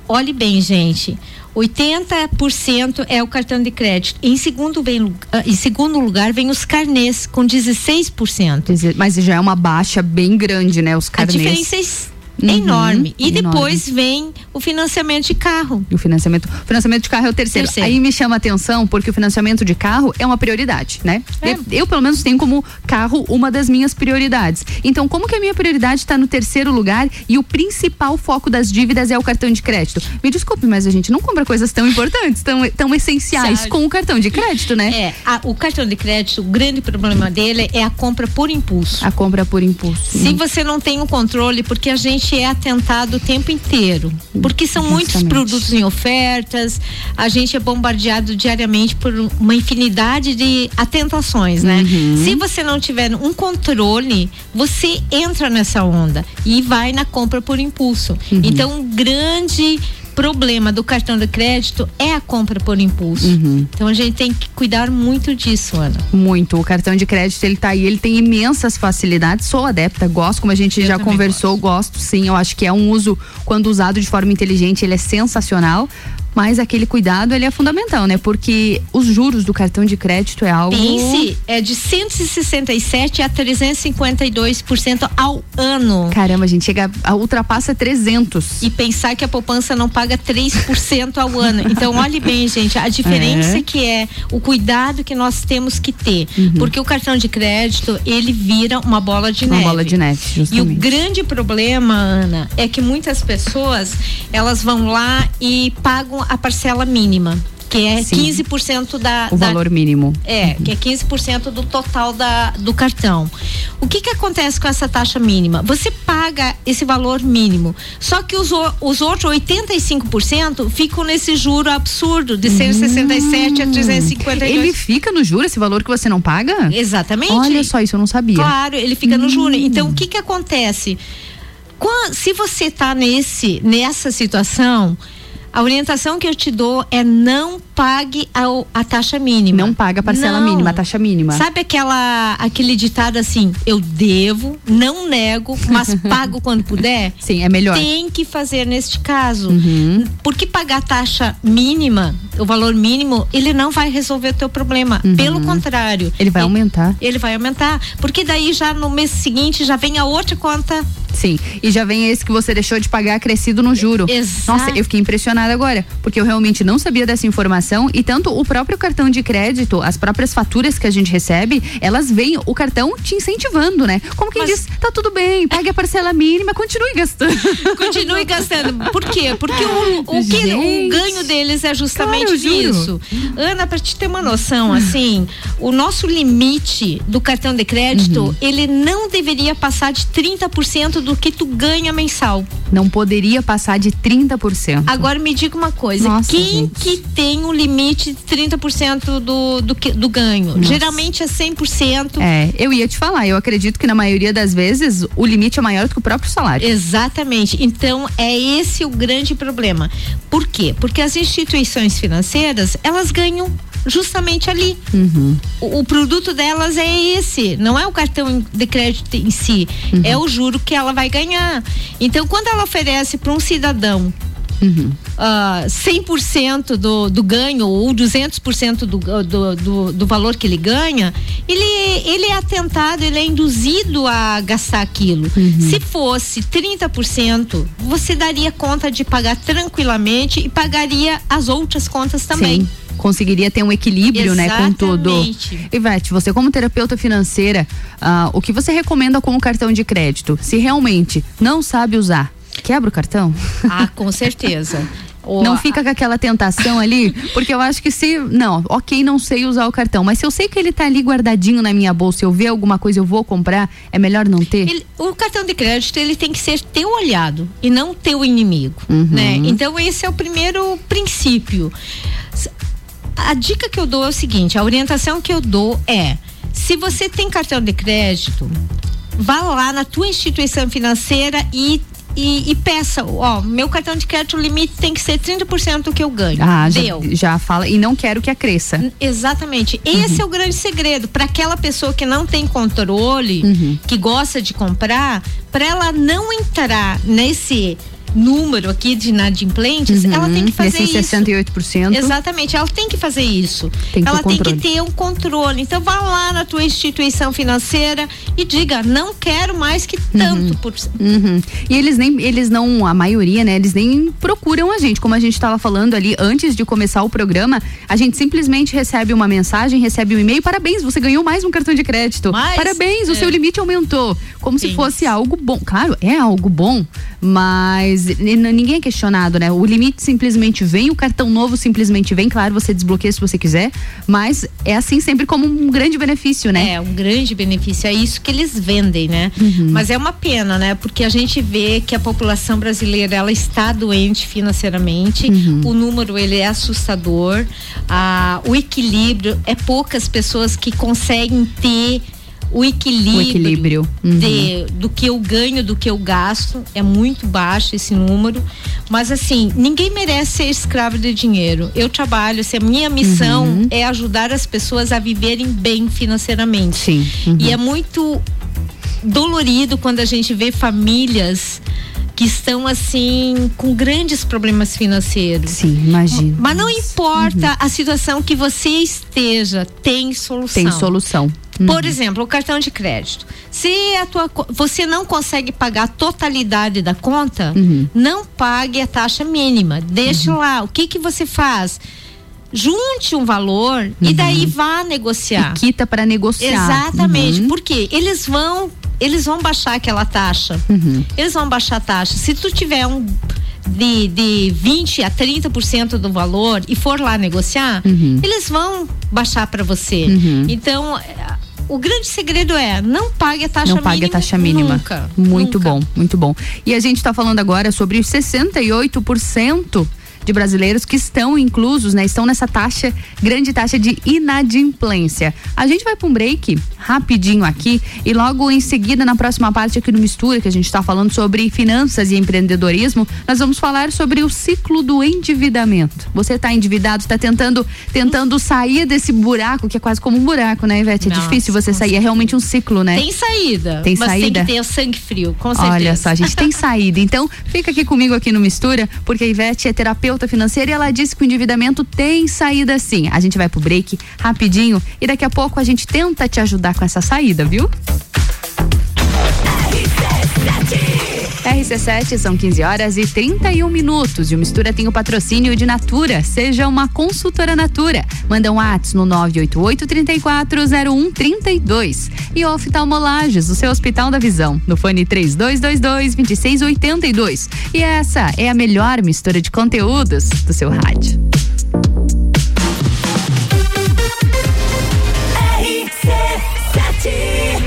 olhe bem, gente. oitenta por cento é o cartão de crédito. Em segundo, vem, em segundo lugar vem os carnês, com dezesseis por cento. Mas já é uma baixa bem grande, né? Os carnês. A diferença é Uhum, enorme. E enorme. Depois vem o financiamento de carro. E o financiamento, o financiamento de carro é o terceiro. terceiro. Aí me chama a atenção porque o financiamento de carro é uma prioridade, né? É. Eu, eu, pelo menos, tenho como carro uma das minhas prioridades. Então, como que a minha prioridade está no terceiro lugar e o principal foco das dívidas é o cartão de crédito? Me desculpe, mas a gente não compra coisas tão importantes, tão, tão essenciais Sabe. com o cartão de crédito, né? É, a, o cartão de crédito, o grande problema dele é a compra por impulso. A compra por impulso. Se hum. você não tem o controle, porque a gente é atentado o tempo inteiro, porque são Justamente. muitos produtos em ofertas, a gente é bombardeado diariamente por uma infinidade de atentações, né? Uhum. Se você não tiver um controle, você entra nessa onda e vai na compra por impulso. Uhum. Então, um grande problema do cartão de crédito é a compra por impulso. Uhum. Então a gente tem que cuidar muito disso, Ana. Muito. O cartão de crédito, ele tá aí, ele tem imensas facilidades. Sou adepta, gosto, como a gente eu já conversou, gosto. gosto sim. Eu acho que é um uso, quando usado de forma inteligente, ele é sensacional. Mas aquele cuidado, ele é fundamental, né? Porque os juros do cartão de crédito é algo... Pense, é de cento e sessenta e sete a trezentos e cinquenta e dois por cento ao ano. Caramba, a gente chega, a, ultrapassa trezentos. E pensar que a poupança não paga três por cento ao ano. Então, olhe bem, gente, a diferença é. que é o cuidado que nós temos que ter. Uhum. Porque o cartão de crédito, ele vira uma bola de uma neve. Uma bola de neve, justamente. E o grande problema, Ana, é que muitas pessoas, elas vão lá e pagam a parcela mínima, que é Sim. quinze por cento da... O da, valor mínimo. É, que é quinze por cento do total da, do cartão. O que que acontece com essa taxa mínima? Você paga esse valor mínimo, só que os, os outros oitenta e cinco por cento ficam nesse juro absurdo de cento e sessenta e sete hum. a trezentos e cinquenta e dois. Ele fica no juro, esse valor que você não paga? Exatamente. Olha só, isso eu não sabia. Claro, ele fica hum. no juro. Então, o que que acontece? Quando, se você está nesse, nessa situação, a orientação que eu te dou é não pague a, a taxa mínima. Não paga a parcela não. mínima, a taxa mínima. Sabe aquela, aquele ditado assim, eu devo, não nego, mas pago quando puder? Sim, é melhor. Tem que fazer neste caso. Uhum. Porque pagar a taxa mínima, o valor mínimo, ele não vai resolver o teu problema. Uhum. Pelo contrário. Ele vai ele, aumentar. Ele vai aumentar. Porque daí já no mês seguinte já vem a outra conta. Sim, e já vem esse que você deixou de pagar acrescido no juro. Exato. Nossa, eu fiquei impressionada agora, porque eu realmente não sabia dessa informação e tanto o próprio cartão de crédito, as próprias faturas que a gente recebe, elas vêm o cartão te incentivando, né? Como quem Mas... diz, tá tudo bem, pague a parcela mínima, continue gastando. Continue gastando. Por quê? Porque o, o, que, o ganho deles é justamente isso. Ana, pra te ter uma noção, assim, o nosso limite do cartão de crédito, uhum. ele não deveria passar de trinta por cento do que tu ganha mensal. Não poderia passar de trinta por cento. Agora me diga uma coisa, Nossa, quem gente. que tem um limite de trinta por cento do, do, do ganho? Nossa. Geralmente é cem por cento. É, eu ia te falar, eu acredito que na maioria das vezes o limite é maior do que o próprio salário. Exatamente, então é esse o grande problema. Por quê? Porque as instituições financeiras, elas ganham justamente ali. Uhum. O, o produto delas é esse, não é o cartão de crédito em si, uhum. é o juro que ela vai ganhar. Então, quando ela oferece para um cidadão Uhum. Uh, cem por cento do, do ganho ou duzentos por cento do, do, do, do valor que ele ganha, ele, ele é atentado, ele é induzido a gastar aquilo. Uhum. Se fosse trinta por cento, você daria conta de pagar tranquilamente e pagaria as outras contas também. Sim. Conseguiria ter um equilíbrio, Exatamente. né, com tudo. Ivete, você como terapeuta financeira, uh, o que você recomenda com o cartão de crédito? Se realmente não sabe usar, quebra o cartão? Ah, com certeza. Não fica com aquela tentação ali, porque eu acho que se, não, ok, não sei usar o cartão, mas se eu sei que ele tá ali guardadinho na minha bolsa, eu ver alguma coisa, eu vou comprar, é melhor não ter? Ele, o cartão de crédito, ele tem que ser teu aliado e não teu inimigo, uhum. né? Então esse é o primeiro princípio. A dica que eu dou é o seguinte, a orientação que eu dou é, se você tem cartão de crédito, vá lá na tua instituição financeira e E, e peça, ó, meu cartão de crédito, o limite tem que ser trinta por cento do que eu ganho. Ah, Deu. Já, já fala, e não quero que acresça. Exatamente. Esse uhum. é o grande segredo, para aquela pessoa que não tem controle, uhum. que gosta de comprar, para ela não entrar nesse número aqui de inadimplentes, uhum. ela tem que fazer Nesses isso. sessenta e oito por cento. Exatamente, ela tem que fazer isso. Tem que ela ter tem controle. que ter um controle. Então vá lá na tua instituição financeira e diga, não quero mais que tanto uhum. por uhum. E eles nem, eles não, a maioria, né, eles nem procuram a gente, como a gente estava falando ali antes de começar o programa, a gente simplesmente recebe uma mensagem, recebe um e-mail, parabéns, você ganhou mais um cartão de crédito. Mas, parabéns, é. o seu limite aumentou. Como Sim. se fosse algo bom. Claro, é algo bom, mas ninguém é questionado, né? O limite simplesmente vem, o cartão novo simplesmente vem, claro, você desbloqueia se você quiser, mas é assim sempre como um grande benefício, né? É, um grande benefício, é isso que eles vendem, né? Uhum. Mas é uma pena, né? Porque a gente vê que a população brasileira, ela está doente financeiramente, uhum. o número, ele é assustador, ah, o equilíbrio, é poucas pessoas que conseguem ter o equilíbrio, o equilíbrio. Uhum. De, do que eu ganho, do que eu gasto, é muito baixo esse número, mas assim, ninguém merece ser escravo de dinheiro. Eu trabalho, assim, a minha missão uhum. é ajudar as pessoas a viverem bem financeiramente. Sim. Uhum. E é muito dolorido quando a gente vê famílias que estão assim com grandes problemas financeiros. Sim, imagino. Mas não importa uhum. a situação que você esteja, tem solução. Tem solução. Uhum. Por exemplo, o cartão de crédito. Se a tua, você não consegue pagar a totalidade da conta, uhum. não pague a taxa mínima. Deixa uhum. lá. O que que você faz? Junte um valor uhum. e daí vá negociar. E quita para negociar. Exatamente. Uhum. Porque eles vão, eles vão baixar aquela taxa. Uhum. Eles vão baixar a taxa. Se tu tiver um de, de vinte a trinta por cento do valor e for lá negociar, uhum. eles vão baixar para você. Uhum. Então, o grande segredo é não pague a taxa mínima. Não pague a taxa mínima. Nunca. Muito nunca. bom, muito bom. E a gente está falando agora sobre os sessenta e oito por cento de brasileiros que estão inclusos, né? Estão nessa taxa, grande taxa de inadimplência. A gente vai para um break rapidinho aqui e logo em seguida, na próxima parte aqui no Mistura, que a gente está falando sobre finanças e empreendedorismo, nós vamos falar sobre o ciclo do endividamento. Você está endividado, está tentando, tentando sair desse buraco, que é quase como um buraco, né, Ivete? É Nossa, difícil você sair, é realmente um ciclo, né? Tem saída. Tem mas saída? Tem que ter o sangue frio, com certeza. Olha só, a gente tem saída. Então, fica aqui comigo aqui no Mistura, porque a Ivete é terapeuta financeira e ela disse que o endividamento tem saída sim. A gente vai pro break rapidinho e daqui a pouco a gente tenta te ajudar com essa saída, viu? R C sete, são quinze horas e trinta e um minutos. E o Mistura tem o patrocínio de Natura. Seja uma consultora Natura. Manda um WhatsApp no nove oito oito, três quatro zero um, três dois. E Oftalmolages, o seu Hospital da Visão. No fone três dois dois dois, dois seis oito dois. E essa é a melhor mistura de conteúdos do seu rádio. R C sete.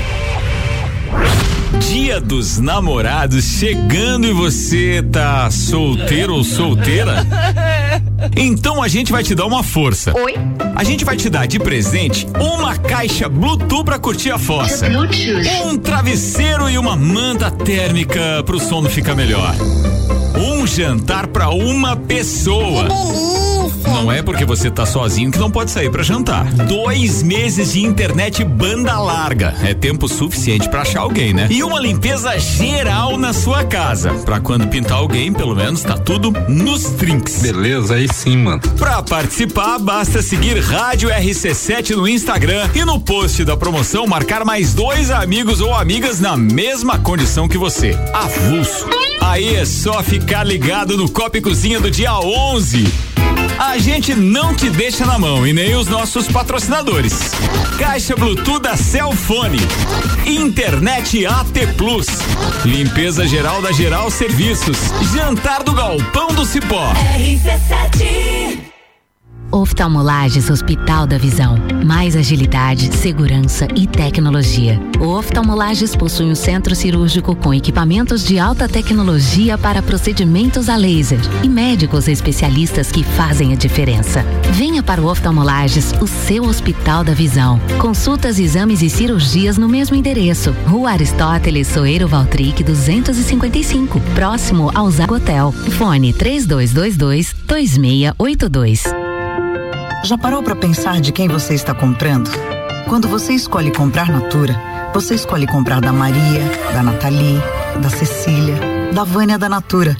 Dia dos Namorados chegando e você tá solteiro ou solteira? Então a gente vai te dar uma força. Oi? A gente vai te dar de presente uma caixa Bluetooth pra curtir a fossa. Um travesseiro e uma manta térmica pro sono ficar melhor. Um jantar pra uma pessoa. Não é porque você tá sozinho que não pode sair pra jantar. Dois meses de internet banda larga. É tempo suficiente pra achar alguém, né? E uma limpeza geral na sua casa. Pra quando pintar alguém, pelo menos tá tudo nos trinks. Beleza, aí sim, mano. Pra participar, basta seguir Rádio R C sete no Instagram e no post da promoção marcar mais dois amigos ou amigas na mesma condição que você. Avulso. Aí é só ficar ligado no Copa e Cozinha do dia onze. A gente não te deixa na mão e nem os nossos patrocinadores. Caixa Bluetooth da Cellfone. Internet A T Plus. Limpeza geral da Geral Serviços. Jantar do Galpão do Cipó. R C sete. Oftalmolages Hospital da Visão. Mais agilidade, segurança e tecnologia. O Oftalmolages possui um centro cirúrgico com equipamentos de alta tecnologia para procedimentos a laser e médicos especialistas que fazem a diferença. Venha para o Oftalmolages, o seu Hospital da Visão. Consultas, exames e cirurgias no mesmo endereço. Rua Aristóteles Soeiro Valtric duzentos e cinquenta e cinco, próximo ao Zago Hotel. Fone três dois dois dois, dois seis oito dois. Já parou para pensar de quem você está comprando? Quando você escolhe comprar Natura, você escolhe comprar da Maria, da Nathalie, da Cecília, da Vânia da Natura.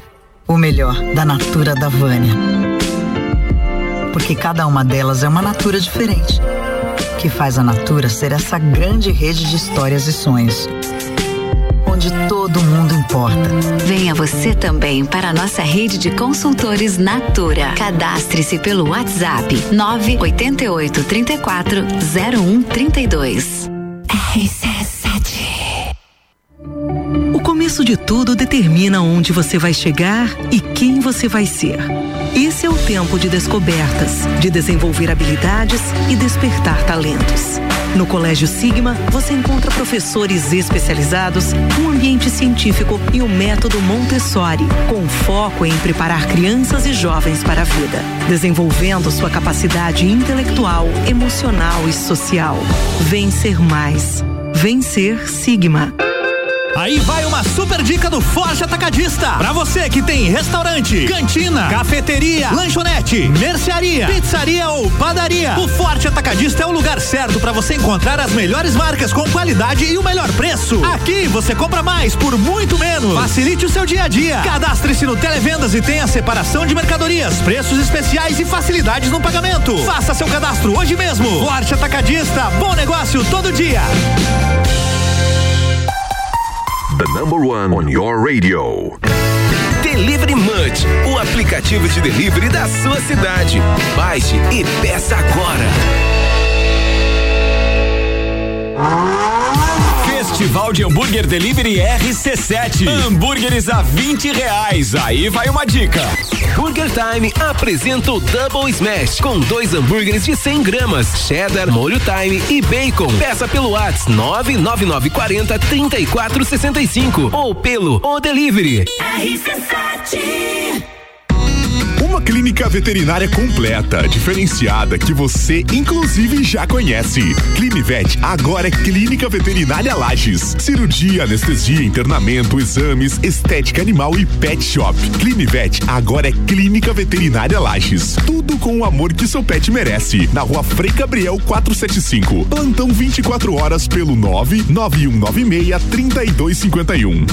O melhor da Natura da Vânia. Porque cada uma delas é uma Natura diferente, que faz a Natura ser essa grande rede de histórias e sonhos, onde todo mundo importa. Venha você também para a nossa rede de consultores Natura. Cadastre-se pelo WhatsApp nove oito oito, três quatro, zero um três dois. R C sete. O começo de tudo determina onde você vai chegar e quem você vai ser. Esse é o tempo de descobertas, de desenvolver habilidades e despertar talentos. No Colégio Sigma, você encontra professores especializados, um ambiente científico e o método Montessori, com foco em preparar crianças e jovens para a vida, desenvolvendo sua capacidade intelectual, emocional e social. Vencer mais. Vencer Sigma. Aí vai uma super dica do Forte Atacadista. Pra você que tem restaurante, cantina, cafeteria, lanchonete, mercearia, pizzaria ou padaria, o Forte Atacadista é o lugar certo pra você encontrar as melhores marcas com qualidade e o melhor preço. Aqui você compra mais por muito menos. Facilite o seu dia a dia. Cadastre-se no Televendas e tenha separação de mercadorias, preços especiais e facilidades no pagamento. Faça seu cadastro hoje mesmo. Forte Atacadista, bom negócio todo dia. The number one on your radio. Delivery Munch, o aplicativo de delivery da sua cidade. Baixe e peça agora. Festival de Hambúrguer Delivery R C sete. Hambúrgueres a vinte reais. Aí vai uma dica. Burger Time apresenta o Double Smash com dois hambúrgueres de cem gramas, cheddar, molho time e bacon. Peça pelo WhatsApp nove nove nove quatro zero, três quatro seis cinco ou pelo O Delivery. R C sete. Uma clínica veterinária completa, diferenciada, que você inclusive já conhece. Clinivet agora é Clínica Veterinária Lages. Cirurgia, anestesia, internamento, exames, estética animal e pet shop. Clinivet agora é Clínica Veterinária Lages. Tudo com o amor que seu pet merece. Na Rua Frei Gabriel quatrocentos e setenta e cinco. Plantão vinte e quatro horas pelo nove nove um nove seis, três dois cinco um.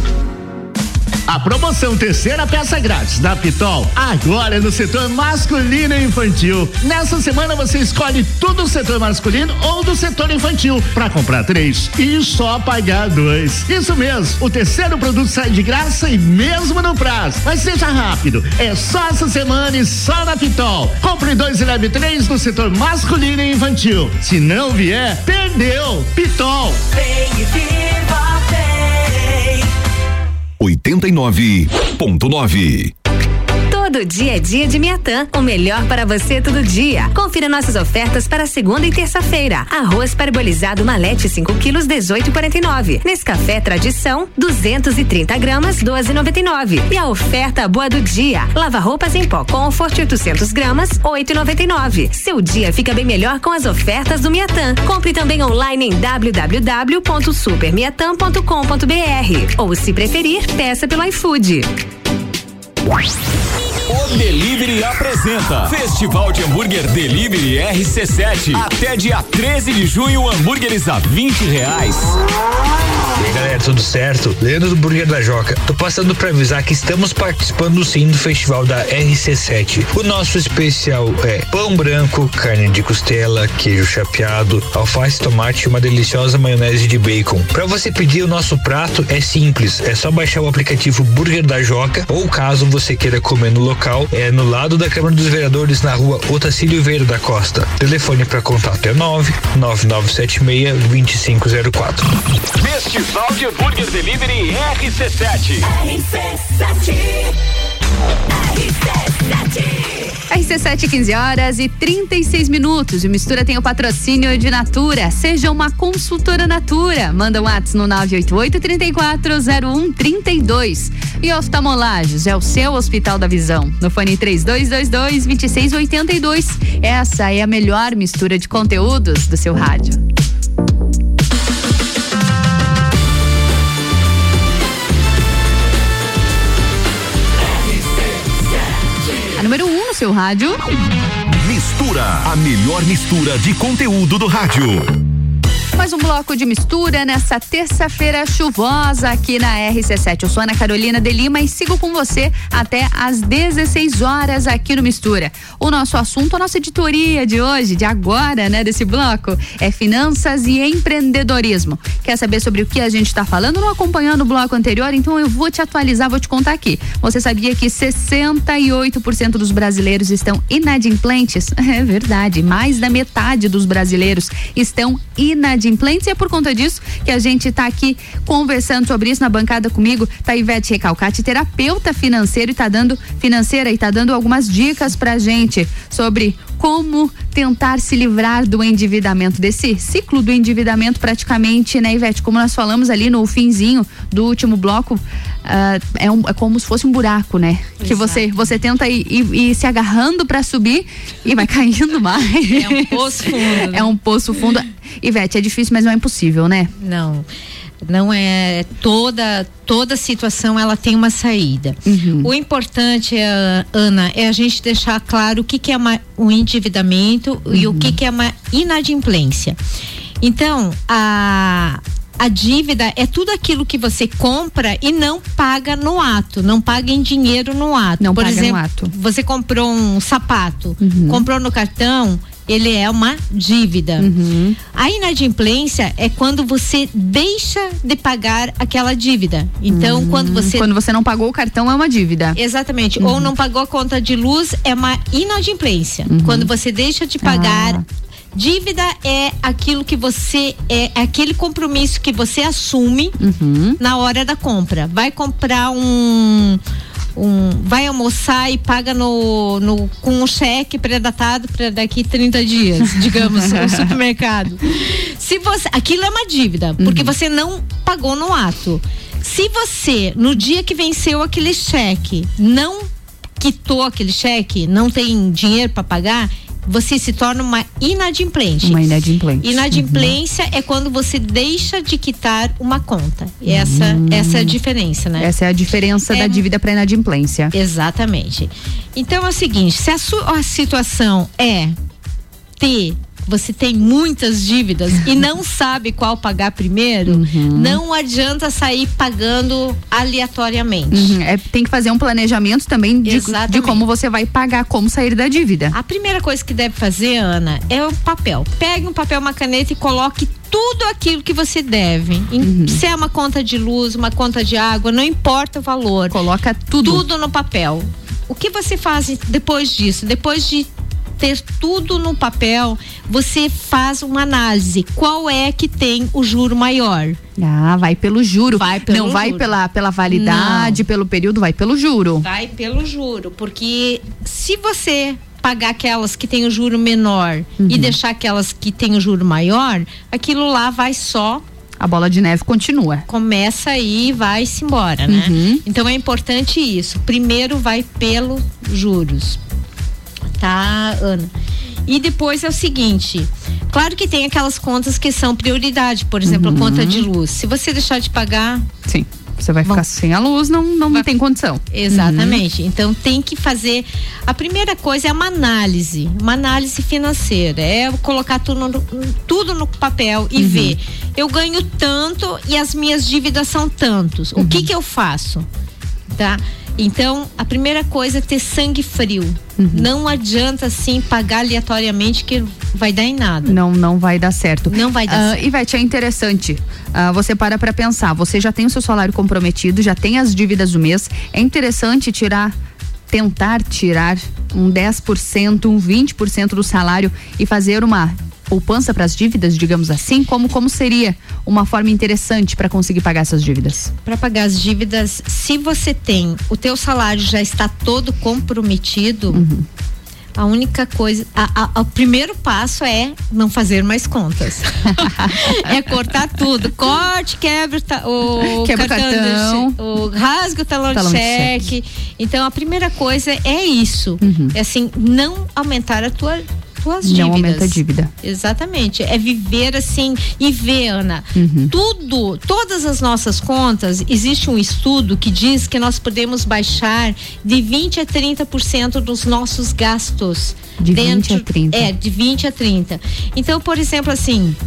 A promoção Terceira Peça Grátis da Pitol agora é no setor masculino e infantil. Nessa semana você escolhe tudo do setor masculino ou do setor infantil para comprar três e só pagar dois. Isso mesmo, o terceiro produto sai de graça e mesmo no prazo. Mas seja rápido, é só essa semana e só na Pitol. Compre dois e leve três no setor masculino e infantil. Se não vier, perdeu. Pitol. Vem e viva, vem. oitenta e nove ponto nove. Todo dia é dia de Miatã, o melhor para você todo dia. Confira nossas ofertas para segunda e terça-feira. Arroz parbolizado Malete cinco quilos, dezoito e quarenta e nove. Nescafé Tradição, duzentos e trinta gramas, doze e noventa e nove. E a oferta boa do dia: lava roupas em pó Comfort oitocentos gramas, oito e noventa e nove. Seu dia fica bem melhor com as ofertas do Miatã. Compre também online em w w w ponto super miatã ponto com ponto b r ou, se preferir, peça pelo iFood. O Delivery apresenta Festival de Hambúrguer Delivery R C sete. Até dia treze de junho, hambúrgueres a vinte reais. E aí, galera, tudo certo? Leandro do Burger da Joca. Tô passando pra avisar que estamos participando sim do festival da R C sete. O nosso especial é pão branco, carne de costela, queijo chapeado, alface, tomate e uma deliciosa maionese de bacon. Pra você pedir o nosso prato é simples, é só baixar o aplicativo Burger da Joca, ou caso você queira comer no local, é no lado da Câmara dos Vereadores, na rua Otacílio Vieira da Costa. Telefone para contato é nove nove nove sete seis, dois cinco zero quatro. Festival de Hambúrguer Delivery R C sete. R C sete. R C sete. R C sete, quinze horas e trinta e seis minutos. O Mistura tem o patrocínio de Natura. Seja uma consultora Natura. Manda um WhatsApp no nove oito oito, três quatro zero um três dois. E Oftalmolages é o seu Hospital da Visão. No fone três dois dois dois, dois seis oito dois. Essa é a melhor mistura de conteúdos do seu rádio. A número um no seu rádio. Mistura, a melhor mistura de conteúdo do rádio. Mais um bloco de mistura nessa terça-feira chuvosa aqui na R C sete. Eu sou Ana Carolina de Lima e sigo com você até às dezesseis horas aqui no Mistura. O nosso assunto, a nossa editoria de hoje, de agora, né, desse bloco, é finanças e empreendedorismo. Quer saber sobre o que a gente está falando? Não acompanhando o bloco anterior, então eu vou te atualizar, vou te contar aqui. Você sabia que sessenta e oito por cento dos brasileiros estão inadimplentes? É verdade, mais da metade dos brasileiros estão inadimplentes. E é por conta disso que a gente está aqui conversando sobre isso. Na bancada comigo tá Ivete Recalcati, terapeuta financeiro e tá dando financeira e tá dando algumas dicas pra gente sobre como tentar se livrar do endividamento, desse ciclo do endividamento praticamente, né, Ivete? Como nós falamos ali no finzinho do último bloco, uh, é, um, é como se fosse um buraco, né? Exato. Que você, você tenta ir, ir, ir se agarrando pra subir e vai caindo mais. É um poço fundo. É um poço fundo. Ivete, é difícil, mas não é impossível, né? Não. Não é toda toda situação, ela tem uma saída. Uhum. O importante, é, Ana, é a gente deixar claro o que que é uma, um endividamento uhum. e o que que é uma inadimplência. Então, a a dívida é tudo aquilo que você compra e não paga no ato, não paga em dinheiro no ato. Não Por paga exemplo, no ato. Você comprou um sapato, uhum. comprou no cartão, ele é uma dívida. Uhum. A inadimplência é quando você deixa de pagar aquela dívida. Então, uhum. quando você... Quando você não pagou o cartão, é uma dívida. Exatamente. Uhum. Ou não pagou a conta de luz, é uma inadimplência. Uhum. Quando você deixa de pagar... Ah. Dívida é aquilo que você, é aquele compromisso que você assume uhum. na hora da compra. Vai comprar um... Um, vai almoçar e paga no, no, com um cheque pré-datado para daqui trinta dias, digamos, no supermercado. Se você, aquilo é uma dívida, porque uhum. você não pagou no ato. Se você, no dia que venceu aquele cheque, não quitou aquele cheque, não tem dinheiro para pagar, você se torna uma inadimplente. Uma inadimplente. Inadimplência uhum. é quando você deixa de quitar uma conta. Essa, hum. essa é a diferença, né? Essa é a diferença é, da dívida para inadimplência. Exatamente. Então é o seguinte, se a sua situação é ter, você tem muitas dívidas e não sabe qual pagar primeiro, uhum. não adianta sair pagando aleatoriamente. Uhum. É, tem que fazer um planejamento também de, de como você vai pagar, como sair da dívida. A primeira coisa que deve fazer, Ana, é o papel. Pegue um papel, uma caneta e coloque tudo aquilo que você deve. Uhum. Se é uma conta de luz, uma conta de água, não importa o valor. Coloca tudo. Tudo no papel. O que você faz depois disso? Depois de ter tudo no papel, você faz uma análise. Qual é que tem o juro maior? Ah, vai pelo juro. Vai pelo Não juro. vai pela, pela validade, Não. pelo período, vai pelo juro. Vai pelo juro, porque se você pagar aquelas que tem o juro menor uhum. e deixar aquelas que tem o juro maior, aquilo lá vai só... A bola de neve continua. Começa aí e vai-se embora, né? Uhum. Então é importante isso. Primeiro vai pelos juros. Tá, Ana? E depois é o seguinte, claro que tem aquelas contas que são prioridade, por exemplo, uhum. a conta de luz. Se você deixar de pagar... Sim, você vai ficar Bom, sem a luz, não, não vai, tem condição. Exatamente. Uhum. Então tem que fazer... A primeira coisa é uma análise, uma análise financeira. É colocar tudo no, tudo no papel e uhum. ver. Eu ganho tanto e as minhas dívidas são tantos. Uhum. O que que eu faço? Tá? Então, a primeira coisa é ter sangue frio. Uhum. Não adianta, assim, pagar aleatoriamente que vai dar em nada. Não, não vai dar certo. Não vai dar uh, certo. Ivete, é interessante. Uh, você para pra pensar. Você já tem o seu salário comprometido, já tem as dívidas do mês. É interessante tirar, tentar tirar um dez por cento, um vinte por cento do salário e fazer uma poupança para as dívidas, digamos assim, como como seria uma forma interessante para conseguir pagar essas dívidas? Para pagar as dívidas, se você tem, o teu salário já está todo comprometido, uhum. a única coisa, a, a, o primeiro passo é não fazer mais contas. É cortar tudo, corte, quebra o, quebra o cartão, cartão. De, o rasga o talão, talão de, cheque. de cheque. Então a primeira coisa é isso, uhum. é assim, não aumentar a tua tuas dívidas. Não aumenta a dívida. Exatamente. É viver assim e ver, Ana, uhum. tudo, todas as nossas contas, existe um estudo que diz que nós podemos baixar de vinte a trinta por cento dos nossos gastos. De dentro, vinte a trinta. É, de vinte a trinta. Então, por exemplo, assim,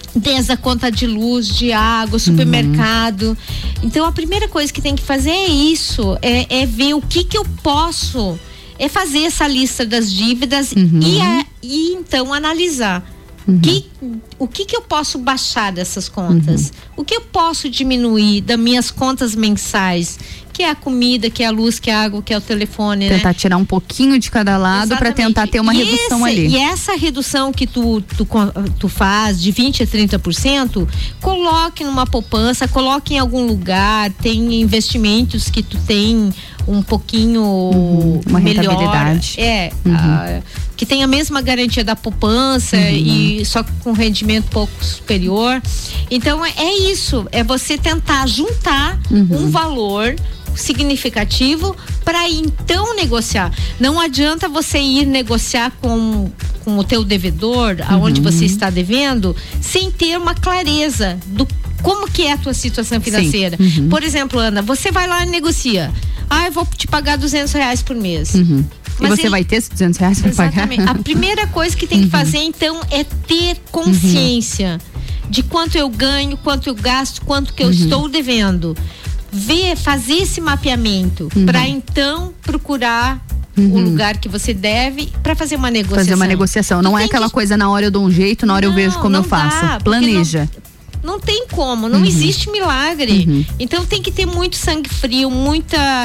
desde a conta de luz, de água, supermercado. Uhum. Então a primeira coisa que tem que fazer é isso, é, é ver o que que eu posso, é fazer essa lista das dívidas uhum. e, a, e então analisar. Uhum. Que, o que que eu posso baixar dessas contas? Uhum. O que eu posso diminuir das minhas contas mensais? Que é a comida, que é a luz, que é a água, que é o telefone, tentar né? tirar um pouquinho de cada lado para tentar ter uma e redução esse, ali. E essa redução que tu, tu, tu faz de vinte a trinta por cento, coloque numa poupança, coloque em algum lugar, tem investimentos que tu tem um pouquinho uhum, uma melhor. Rentabilidade. É, uhum. a, que tem a mesma garantia da poupança uhum. e só com rendimento pouco superior. Então é isso, é você tentar juntar uhum. um valor significativo para então negociar. Não adianta você ir negociar com, com o teu devedor, uhum. aonde você está devendo, sem ter uma clareza do como que é a tua situação financeira. Uhum. Por exemplo, Ana, você vai lá e negocia. Ah, eu vou te pagar duzentos reais por mês. Uhum. E você ele... vai ter esses duzentos reais para pagar? A primeira coisa que tem que fazer, então, é ter consciência uhum. de quanto eu ganho, quanto eu gasto, quanto que eu uhum. estou devendo. Ver, fazer esse mapeamento uhum. para então procurar uhum. o lugar que você deve para fazer uma negociação. Fazer uma negociação. Não é aquela que... coisa na hora eu dou um jeito, na hora não, eu vejo como eu faço. Dá, Planeja. Não, não tem como, não uhum. existe milagre. Uhum. Então tem que ter muito sangue frio, muita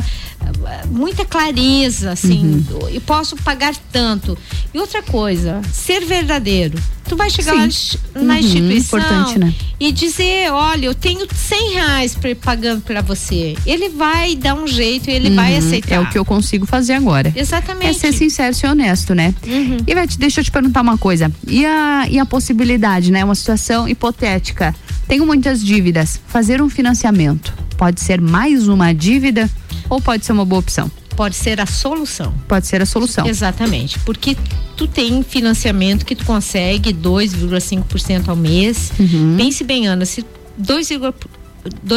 muita clareza, assim, uhum. eu posso pagar tanto. E outra coisa, ser verdadeiro. Tu vai chegar Sim. lá na uhum, instituição importante, né? E dizer, olha, eu tenho cem reais pra, pagando pra você. Ele vai dar um jeito, ele uhum, vai aceitar. É o que eu consigo fazer agora. Exatamente. É ser sincero e ser honesto, né? Uhum. E Ivete, deixa eu te perguntar uma coisa. E a, e a possibilidade, né? Uma situação hipotética. Tenho muitas dívidas. Fazer um financiamento pode ser mais uma dívida ou pode ser uma boa opção? Pode ser a solução. Pode ser a solução. Exatamente, porque tu tem financiamento que tu consegue dois vírgula cinco por cento ao mês. Uhum. Pense bem, Ana, se dois vírgula cinco por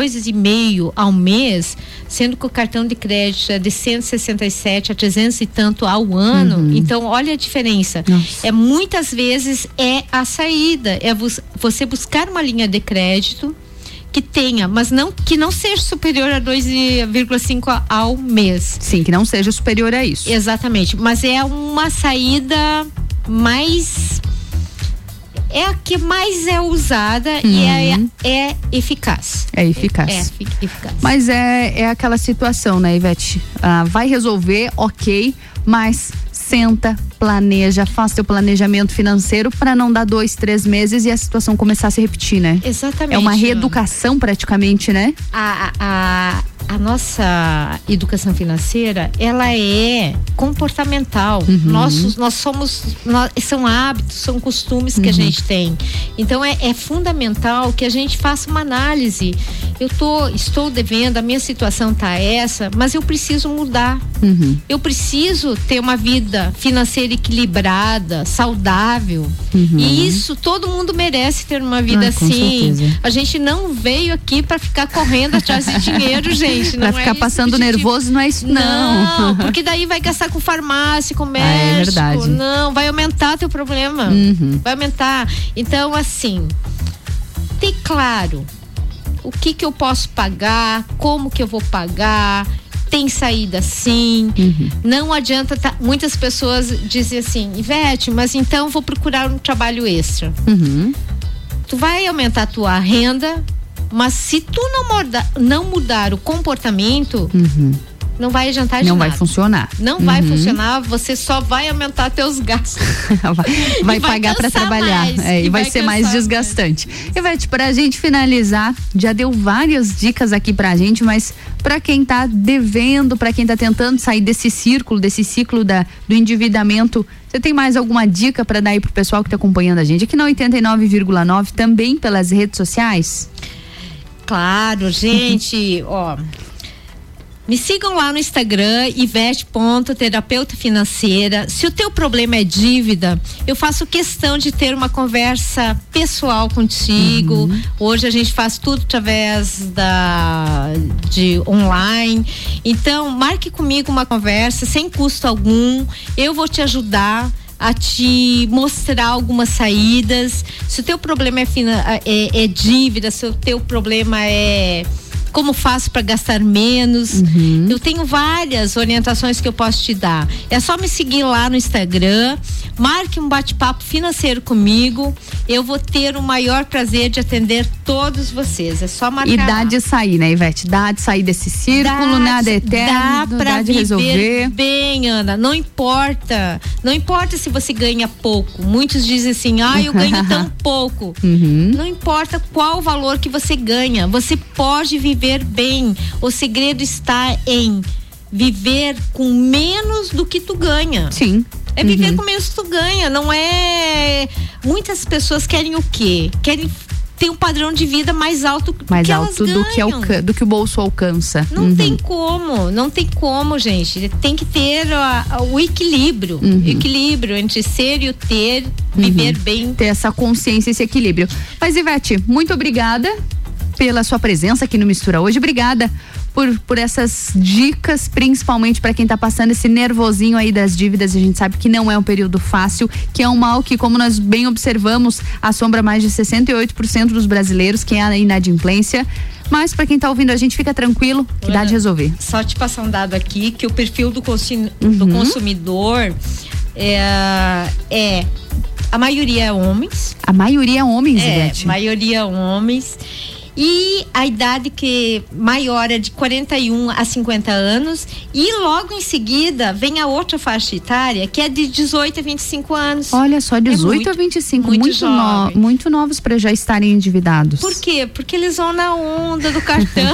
cento ao mês, sendo que o cartão de crédito é de cento e sessenta e sete a trezentos e tanto ao ano, uhum. então olha a diferença. Nossa. É muitas vezes é a saída, é você buscar uma linha de crédito que tenha, mas não que não seja superior a dois vírgula cinco ao mês. Sim, que não seja superior a isso. Exatamente, mas é uma saída mais é a que mais é usada uhum. e é, é eficaz. É eficaz. É, é eficaz. Mas é, é aquela situação, né, Ivete? Ah, vai resolver, ok, mas senta, planeja, faz teu planejamento financeiro para não dar dois, três meses e a situação começar a se repetir, né? Exatamente. É uma reeducação praticamente, né? A, a, a nossa educação financeira, ela é comportamental. Uhum. Nossos, nós somos, nós, são hábitos, são costumes que uhum. a gente tem. Então é, é fundamental que a gente faça uma análise. Eu tô, estou devendo, a minha situação tá essa, mas eu preciso mudar. Uhum. Eu preciso ter uma vida financeira equilibrada, saudável. Uhum. E isso todo mundo merece ter uma vida ah, assim. Certeza. A gente não veio aqui para ficar correndo atrás de dinheiro, gente. Não pra ficar é passando nervoso não é isso, não. Não, porque daí vai gastar com farmácia, com médico. Ah, é verdade. Não, vai aumentar teu problema. Uhum. Vai aumentar. Então, assim, ter claro o que que eu posso pagar, como que eu vou pagar. Tem saída sim, uhum. não adianta, tá, muitas pessoas dizem assim, Ivete, mas então vou procurar um trabalho extra. Uhum. Tu vai aumentar a tua renda, mas se tu não mudar, não mudar o comportamento, uhum. não vai adiantar de não nada. Vai funcionar. Não uhum. vai funcionar, você só vai aumentar teus gastos. vai vai pagar para trabalhar mais, é, e, e vai, vai ser mais desgastante. Ivete, pra gente finalizar, já deu várias dicas aqui pra gente, mas para quem tá devendo, para quem tá tentando sair desse círculo, desse ciclo da, do endividamento, você tem mais alguma dica para dar aí pro pessoal que tá acompanhando a gente aqui na oitenta e nove vírgula nove, também pelas redes sociais? Claro, gente, ó, me sigam lá no Instagram, ivete ponto terapeuta financeira. Se o teu problema é dívida, eu faço questão de ter uma conversa pessoal contigo. Uhum. Hoje a gente faz tudo através da de online. Então, marque comigo uma conversa sem custo algum. Eu vou te ajudar. a te mostrar algumas saídas. Se o teu problema é, é, é dívida, se o teu problema é como faço para gastar menos, uhum. eu tenho várias orientações que eu posso te dar. É só me seguir lá no Instagram, marque um bate-papo financeiro comigo, eu vou ter o maior prazer de atender todos vocês. É só marcar. E dá de sair, né, Ivete? Dá de sair desse círculo, dá, nada eterno, dá pra dá de resolver bem, Ana. Não importa, não importa se você ganha pouco. Muitos dizem assim, ah, eu ganho tão pouco. Uhum. Não importa qual o valor que você ganha, você pode viver bem. O segredo está em viver com menos do que tu ganha. Sim. É viver uhum. com menos que tu ganha, não é... Muitas pessoas querem o quê? Querem ter um padrão de vida mais alto mais que alto elas do que, alca- do que o bolso alcança. Não uhum. tem como, não tem como, gente. Tem que ter a, a, o equilíbrio. Uhum. Equilíbrio entre ser e o ter, viver uhum. bem. Ter essa consciência, esse equilíbrio. Mas, Ivete, muito obrigada pela sua presença aqui no Mistura hoje. Obrigada por, por essas dicas, principalmente para quem tá passando esse nervosinho aí das dívidas. A gente sabe que não é um período fácil, que é um mal que, como nós bem observamos, assombra mais de sessenta e oito por cento dos brasileiros, que é a inadimplência. Mas para quem tá ouvindo a gente, fica tranquilo que Olha, dá de resolver. Só te passar um dado aqui, que o perfil do, consi- uhum. do consumidor é, é a maioria é homens. A maioria é homens, é, Ivete? maioria homens. E a idade que maior é de quarenta e um a cinquenta anos, e logo em seguida vem a outra faixa etária, que é de dezoito a vinte e cinco anos. Olha só, dezoito é muito, a vinte e cinco, muito, muito, no, muito novos para já estarem endividados. Por quê? Porque eles vão na onda do cartão.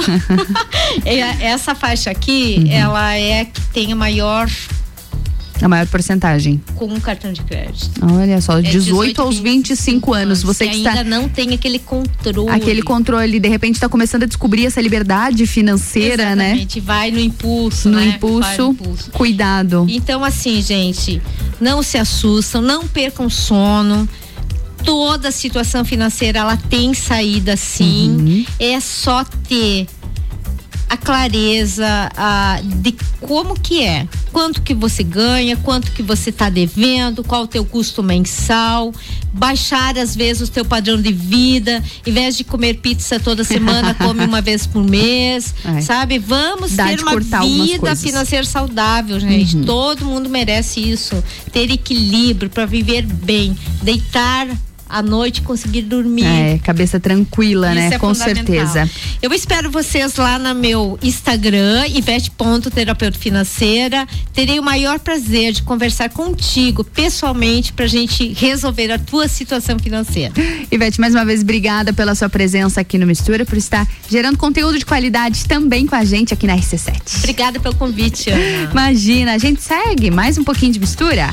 Essa faixa aqui, uhum. ela é a que tem a maior a maior porcentagem. Com um cartão de crédito. Olha só, é dezoito aos vinte e cinco anos. Você que ainda está... não tem aquele controle. Aquele controle, de repente está começando a descobrir essa liberdade financeira, Exatamente, né? Exatamente, vai no impulso, no né? Impulso, vai no impulso. Cuidado. Então, assim, gente, não se assustam, não percam sono. Toda situação financeira, ela tem saída sim. Uhum. É só ter a clareza a, de como que é, quanto que você ganha, quanto que você está devendo, qual o teu custo mensal, baixar às vezes o teu padrão de vida, em vez de comer pizza toda semana, come uma vez por mês, é. sabe? Vamos Dá ter uma vida financeira saudável, gente. Uhum. Todo mundo merece isso, ter equilíbrio para viver bem, deitar à noite, conseguir dormir. É, cabeça tranquila, Isso né? É Com certeza. Eu espero vocês lá no meu Instagram, ivete ponto terapeuta financeira. Terei o maior prazer de conversar contigo pessoalmente pra gente resolver a tua situação financeira. Ivete, mais uma vez, obrigada pela sua presença aqui no Mistura, por estar gerando conteúdo de qualidade também com a gente aqui na R C sete. Obrigada pelo convite, Ana. Imagina, a gente segue mais um pouquinho de Mistura.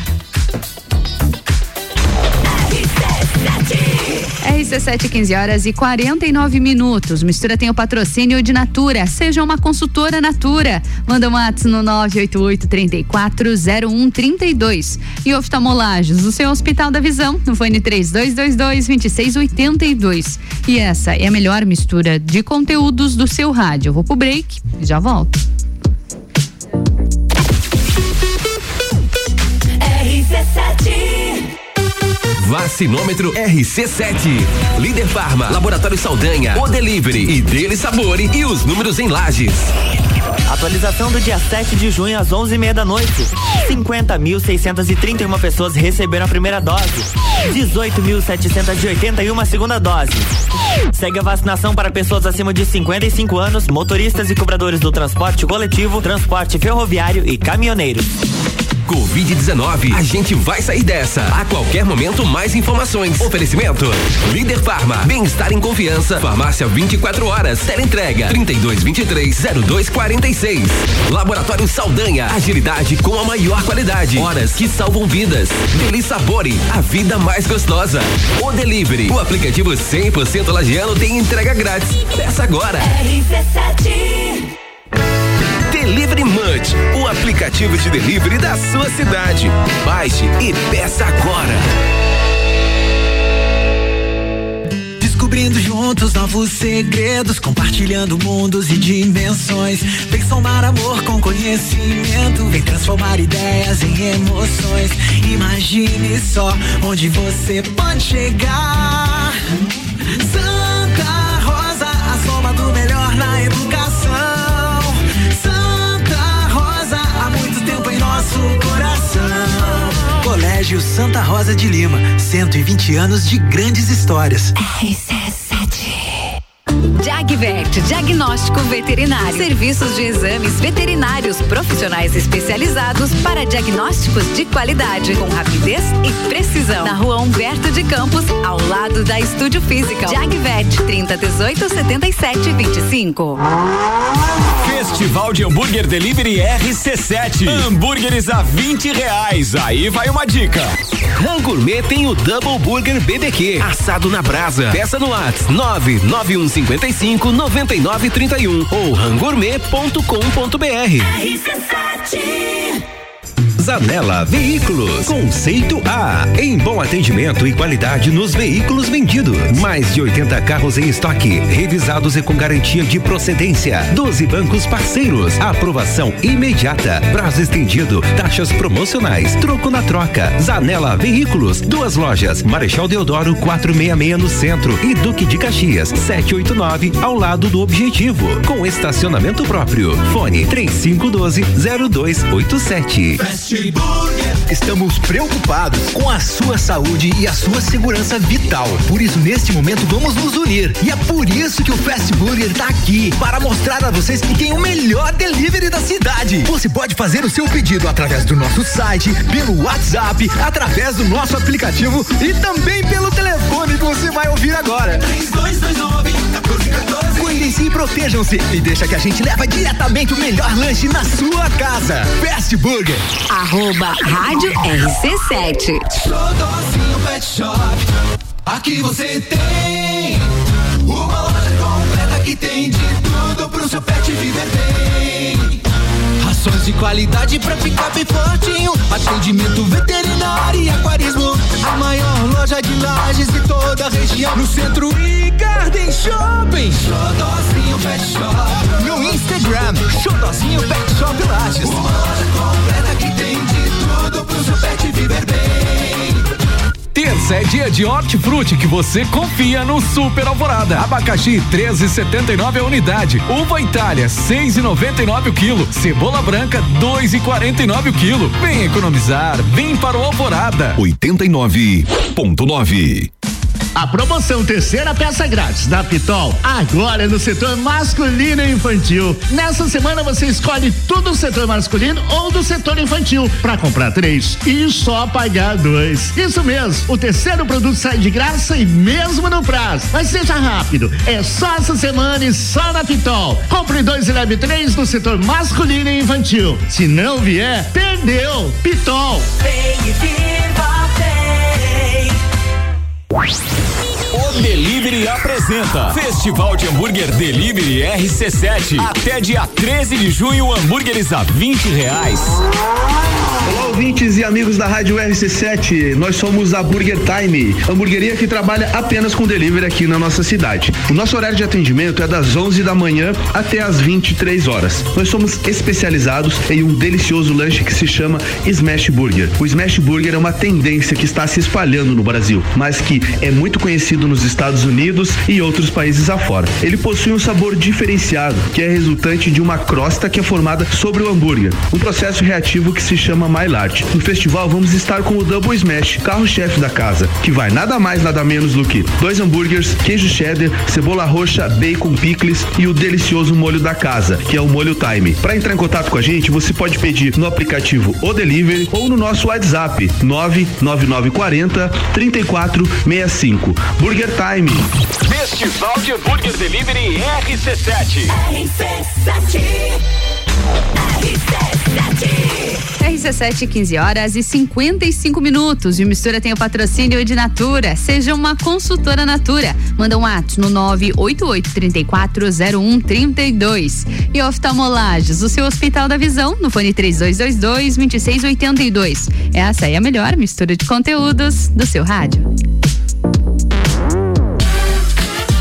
R C sete, quinze horas e quarenta e nove minutos. Mistura tem o patrocínio de Natura. Seja uma consultora Natura. Manda um WhatsApp no nove oito oito, três quatro zero um três dois. E oftalmolagens, o seu Hospital da Visão, no fone três dois dois dois, dois seis oito dois. E essa é a melhor mistura de conteúdos do seu rádio. Eu vou pro break e já volto. R C sete Vacinômetro R C sete. Líder Farma, Laboratório Saldanha, O Delivery e Dele Sabore e os números em Lages. Atualização do dia sete de junho às onze e meia da noite. cinquenta mil seiscentas e trinta e uma pessoas receberam a primeira dose. dezoito mil setecentas e oitenta e uma a segunda dose. Segue a vacinação para pessoas acima de cinquenta e cinco anos, motoristas e cobradores do transporte coletivo, transporte ferroviário e caminhoneiros. covid dezenove, a gente vai sair dessa. A qualquer momento, mais informações. Oferecimento: Líder Farma, bem-estar em confiança. Farmácia vinte e quatro horas. Teleentrega trinta e dois, vinte e três, zero dois quarenta e seis. Laboratório Saldanha, agilidade com a maior qualidade. Horas que salvam vidas. Deli Sabore, a vida mais gostosa. O Delivery, o aplicativo cem por cento lagiano, tem entrega grátis. Peça agora. R C sete Delivery Munch, o aplicativo de delivery da sua cidade. Baixe e peça agora. descobrindo juntos novos segredos, compartilhando mundos e dimensões. Vem somar amor com conhecimento, vem transformar ideias em emoções. Imagine só onde você pode chegar. Santa Rosa, a soma do melhor na educação. Santa Rosa, há muito tempo em nosso coração. Colégio Santa Rosa de Lima, cento e vinte anos de grandes histórias. R C sete. Jagvet, diagnóstico veterinário. Serviços de exames veterinários profissionais especializados para diagnósticos de qualidade, com rapidez e precisão. Na rua Humberto de Campos, ao lado da Estúdio Física. Jagvet, trinta, dezoito, setenta e sete, vinte e cinco. Festival de Hambúrguer Delivery R C sete. Hambúrgueres a vinte reais. Aí vai uma dica. Rangourmet tem o Double Burger B B Q, assado na brasa. Peça no WhatsApp nove nove um cinco cinco, nove nove três um ou rangourmet ponto com ponto br. R C sete. Zanela Veículos, conceito A, em bom atendimento e qualidade nos veículos vendidos. Mais de oitenta carros em estoque, revisados e com garantia de procedência. doze bancos parceiros, aprovação imediata, prazo estendido, taxas promocionais, troco na troca. Zanela Veículos, duas lojas, Marechal Deodoro quatrocentos e sessenta e seis no centro e Duque de Caxias setecentos e oitenta e nove ao lado do Objetivo, com estacionamento próprio. Fone três cinco um dois, zero dois oito sete. Estamos preocupados com a sua saúde e a sua segurança vital. Por isso, neste momento, vamos nos unir. E é por isso que o Fast Burger está aqui, para mostrar a vocês que tem o melhor delivery da cidade. Você pode fazer o seu pedido através do nosso site, pelo WhatsApp, através do nosso aplicativo e também pelo telefone que você vai ouvir agora. três dois dois nove, um quatro um quatro. Cuidem-se e protejam-se e deixa que a gente leva diretamente o melhor lanche na sua casa. Fast Burger. Arroba Rádio R C sete. Xodózinho Pet Shop, aqui você tem uma loja completa que tem de tudo pro seu pet viver bem. Rações de qualidade pra ficar bem fortinho, atendimento veterinário e aquarismo. A maior loja de lajes de toda a região, no centro e Garden Shopping. Xodózinho Pet Shop, no Instagram, Xodózinho Pet Shop Lages. Uma loja completa que tem de tudo pro seu pet viver bem. Terça é dia de hortifruti que você confia no Super Alvorada. Abacaxi treze e setenta e nove a unidade. Uva Itália seis e noventa e nove o quilo. Cebola branca dois e quarenta e nove o quilo. Vem economizar, vem para o Alvorada. oitenta e nove ponto nove. A promoção terceira peça grátis da Pitol agora é no setor masculino e infantil. Nessa semana você escolhe tudo do setor masculino ou do setor infantil para comprar três e só pagar dois. Isso mesmo, o terceiro produto sai de graça e mesmo no prazo. Mas seja rápido, é só essa semana e só na Pitol. Compre dois e leve três no setor masculino e infantil. Se não vier, perdeu. Pitol. Vem e viva, vem. O Delivery apresenta Festival de Hambúrguer Delivery R C sete. Até dia treze de junho, hambúrgueres a vinte reais. Olá, ouvintes e amigos da Rádio R C sete. Nós somos a Burger Time, hamburgueria que trabalha apenas com delivery aqui na nossa cidade. O nosso horário de atendimento é das onze da manhã até as vinte e três horas. Nós somos especializados em um delicioso lanche que se chama Smash Burger. O Smash Burger é uma tendência que está se espalhando no Brasil, mas que é muito conhecido nos Estados Unidos e outros países afora. Ele possui um sabor diferenciado, que é resultante de uma crosta que é formada sobre o hambúrguer, um processo reativo que se chama Maillard. No festival vamos estar com o Double Smash, carro-chefe da casa, que vai nada mais nada menos do que dois hambúrgueres, queijo cheddar, cebola roxa, bacon, picles e o delicioso molho da casa, que é o molho Time. Para entrar em contato com a gente, você pode pedir no aplicativo O Delivery ou no nosso WhatsApp nove nove nove quatro zero, três quatro seis cinco. Burger Time. Festival de Hambúrguer Delivery R C sete. R C sete. R C sete. R C sete, quinze horas e cinquenta e cinco minutos. E o Mistura tem o patrocínio de Natura. Seja uma consultora Natura. Manda um WhatsApp no nove oito oito, três quatro zero um, três dois. E Oftalmolages, o seu Hospital da Visão, no fone três dois dois dois, dois seis oito dois. Essa é a melhor mistura de conteúdos do seu rádio.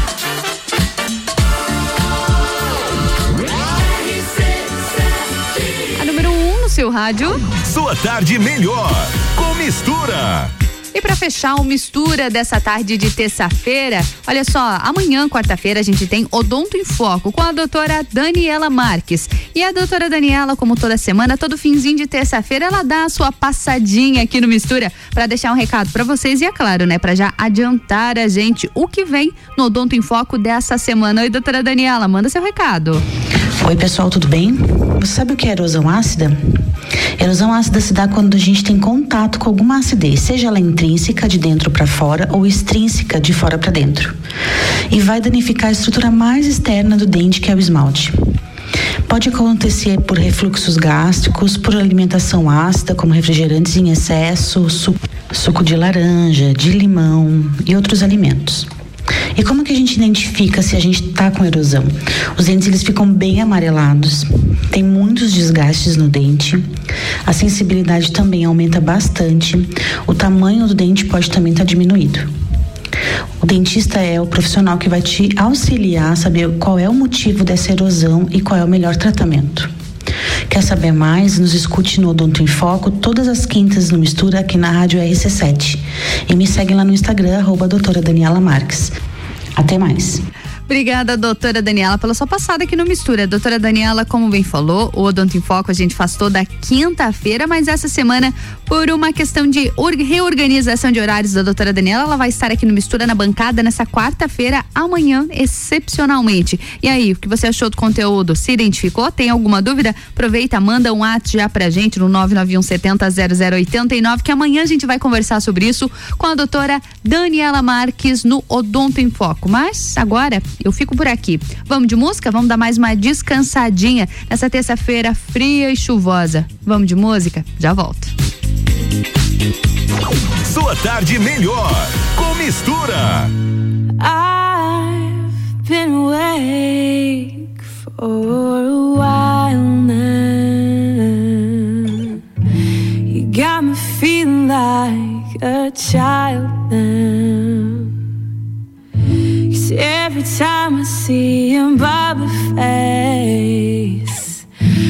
seu rádio. Sua tarde melhor com Mistura. E para fechar o Mistura dessa tarde de terça-feira, olha só, amanhã, quarta-feira, a gente tem Odonto em Foco com a doutora Daniela Marques. E a doutora Daniela, como toda semana, todo finzinho de terça-feira, ela dá a sua passadinha aqui no Mistura para deixar um recado para vocês e, é claro, né, para já adiantar a gente o que vem no Odonto em Foco dessa semana. Oi, doutora Daniela, manda seu recado. Oi, pessoal, tudo bem? Você sabe o que é erosão ácida? Erosão ácida se dá quando a gente tem contato com alguma acidez, seja ela intrínseca, de dentro para fora, ou extrínseca, de fora para dentro. E vai danificar a estrutura mais externa do dente, que é o esmalte. Pode acontecer por refluxos gástricos, por alimentação ácida, como refrigerantes em excesso, suco, suco de laranja, de limão e outros alimentos. E como que a gente identifica se a gente está com erosão? Os dentes, eles ficam bem amarelados, tem muitos desgastes no dente, a sensibilidade também aumenta bastante, o tamanho do dente pode também estar diminuído. O dentista é o profissional que vai te auxiliar a saber qual é o motivo dessa erosão e qual é o melhor tratamento. Quer saber mais? Nos escute no Odonto em Foco todas as quintas no Mistura aqui na Rádio R C sete. E me segue lá no Instagram, arroba doutora Daniela Marques. Até mais. Obrigada, doutora Daniela, pela sua passada aqui no Mistura. Doutora Daniela, como bem falou, o Odonto em Foco a gente faz toda quinta-feira, mas essa semana, por uma questão de reorganização de horários da doutora Daniela, ela vai estar aqui no Mistura na bancada nessa quarta-feira, amanhã, excepcionalmente. E aí, o que você achou do conteúdo? Se identificou? Tem alguma dúvida? Aproveita, manda um WhatsApp já pra gente no nove nove um sete zero zero zero oito nove, que amanhã a gente vai conversar sobre isso com a doutora Daniela Marques no Odonto em Foco. Mas agora eu fico por aqui. Vamos de música? Vamos dar mais uma descansadinha nessa terça-feira fria e chuvosa. Vamos de música? Já volto. Sua tarde melhor com Mistura. I've been awake for a while now. You got me feeling like a child now. Every time I see your bubbly face,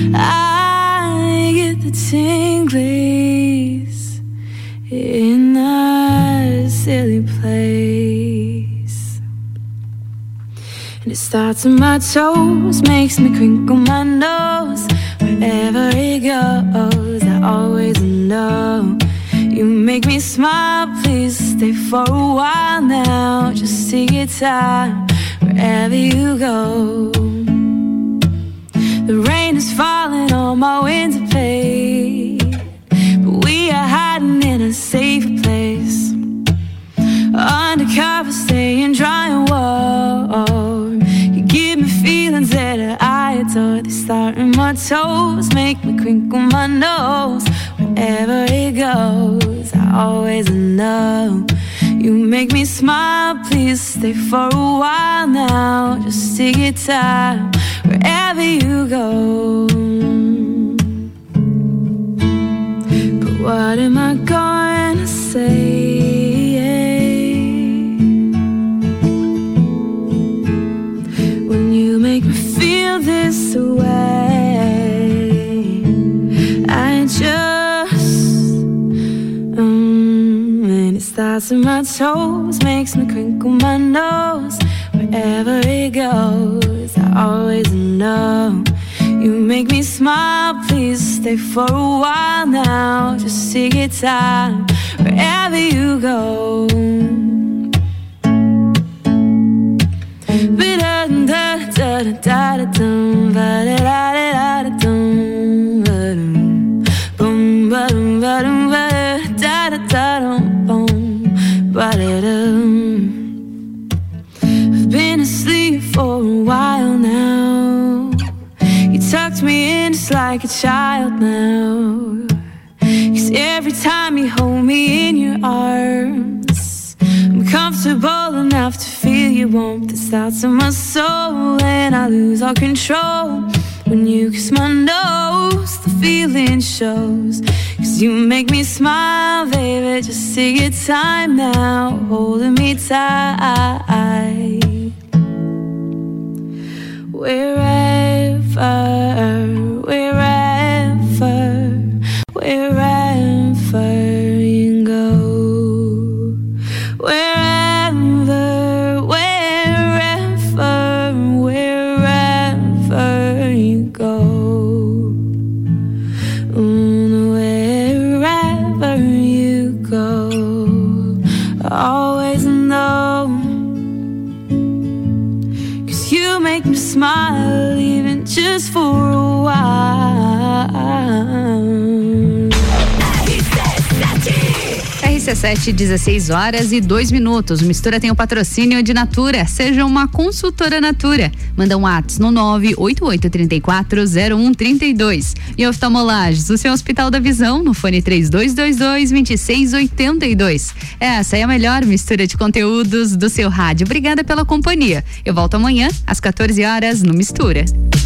I get the tinglies in a silly place. And it starts in my toes, makes me crinkle my nose. Wherever it goes, I always know. You make me smile, please stay for a while now. Just take your time, wherever you go. The rain is falling on my window pane, but we are hiding in a safe place. Undercover, staying dry and warm. You give me feelings that I adore. They start in my toes, make me crinkle my nose. Wherever it goes, I always know. You make me smile, please stay for a while now. Just take your time, wherever you go. But what am I going to say? When you make me feel this way, I just starts in my toes, makes me crinkle my nose. Wherever it goes, I always know. You make me smile, please stay for a while now. Just take your time, wherever you go. I've been asleep for a while now. You tucked me in just like a child now. 'Cause every time you hold me in your arms, I'm comfortable enough to feel your warmth. It starts in my soul and I lose all control. When you kiss my nose, the feeling shows. 'Cause you make me smile, baby. Just take your time now, holding me tight. Wherever, wherever make me smile, even just for a while. R C sete, dezesseis horas e dois minutos. Mistura tem o patrocínio de Natura. Seja uma consultora Natura. Manda um WhatsApp no nove oito oito três quatro zero um três dois. E Oftalmolages, o seu Hospital da Visão, no fone três dois dois dois, dois seis oito dois. Essa é a melhor mistura de conteúdos do seu rádio. Obrigada pela companhia. Eu volto amanhã às quatorze horas no Mistura.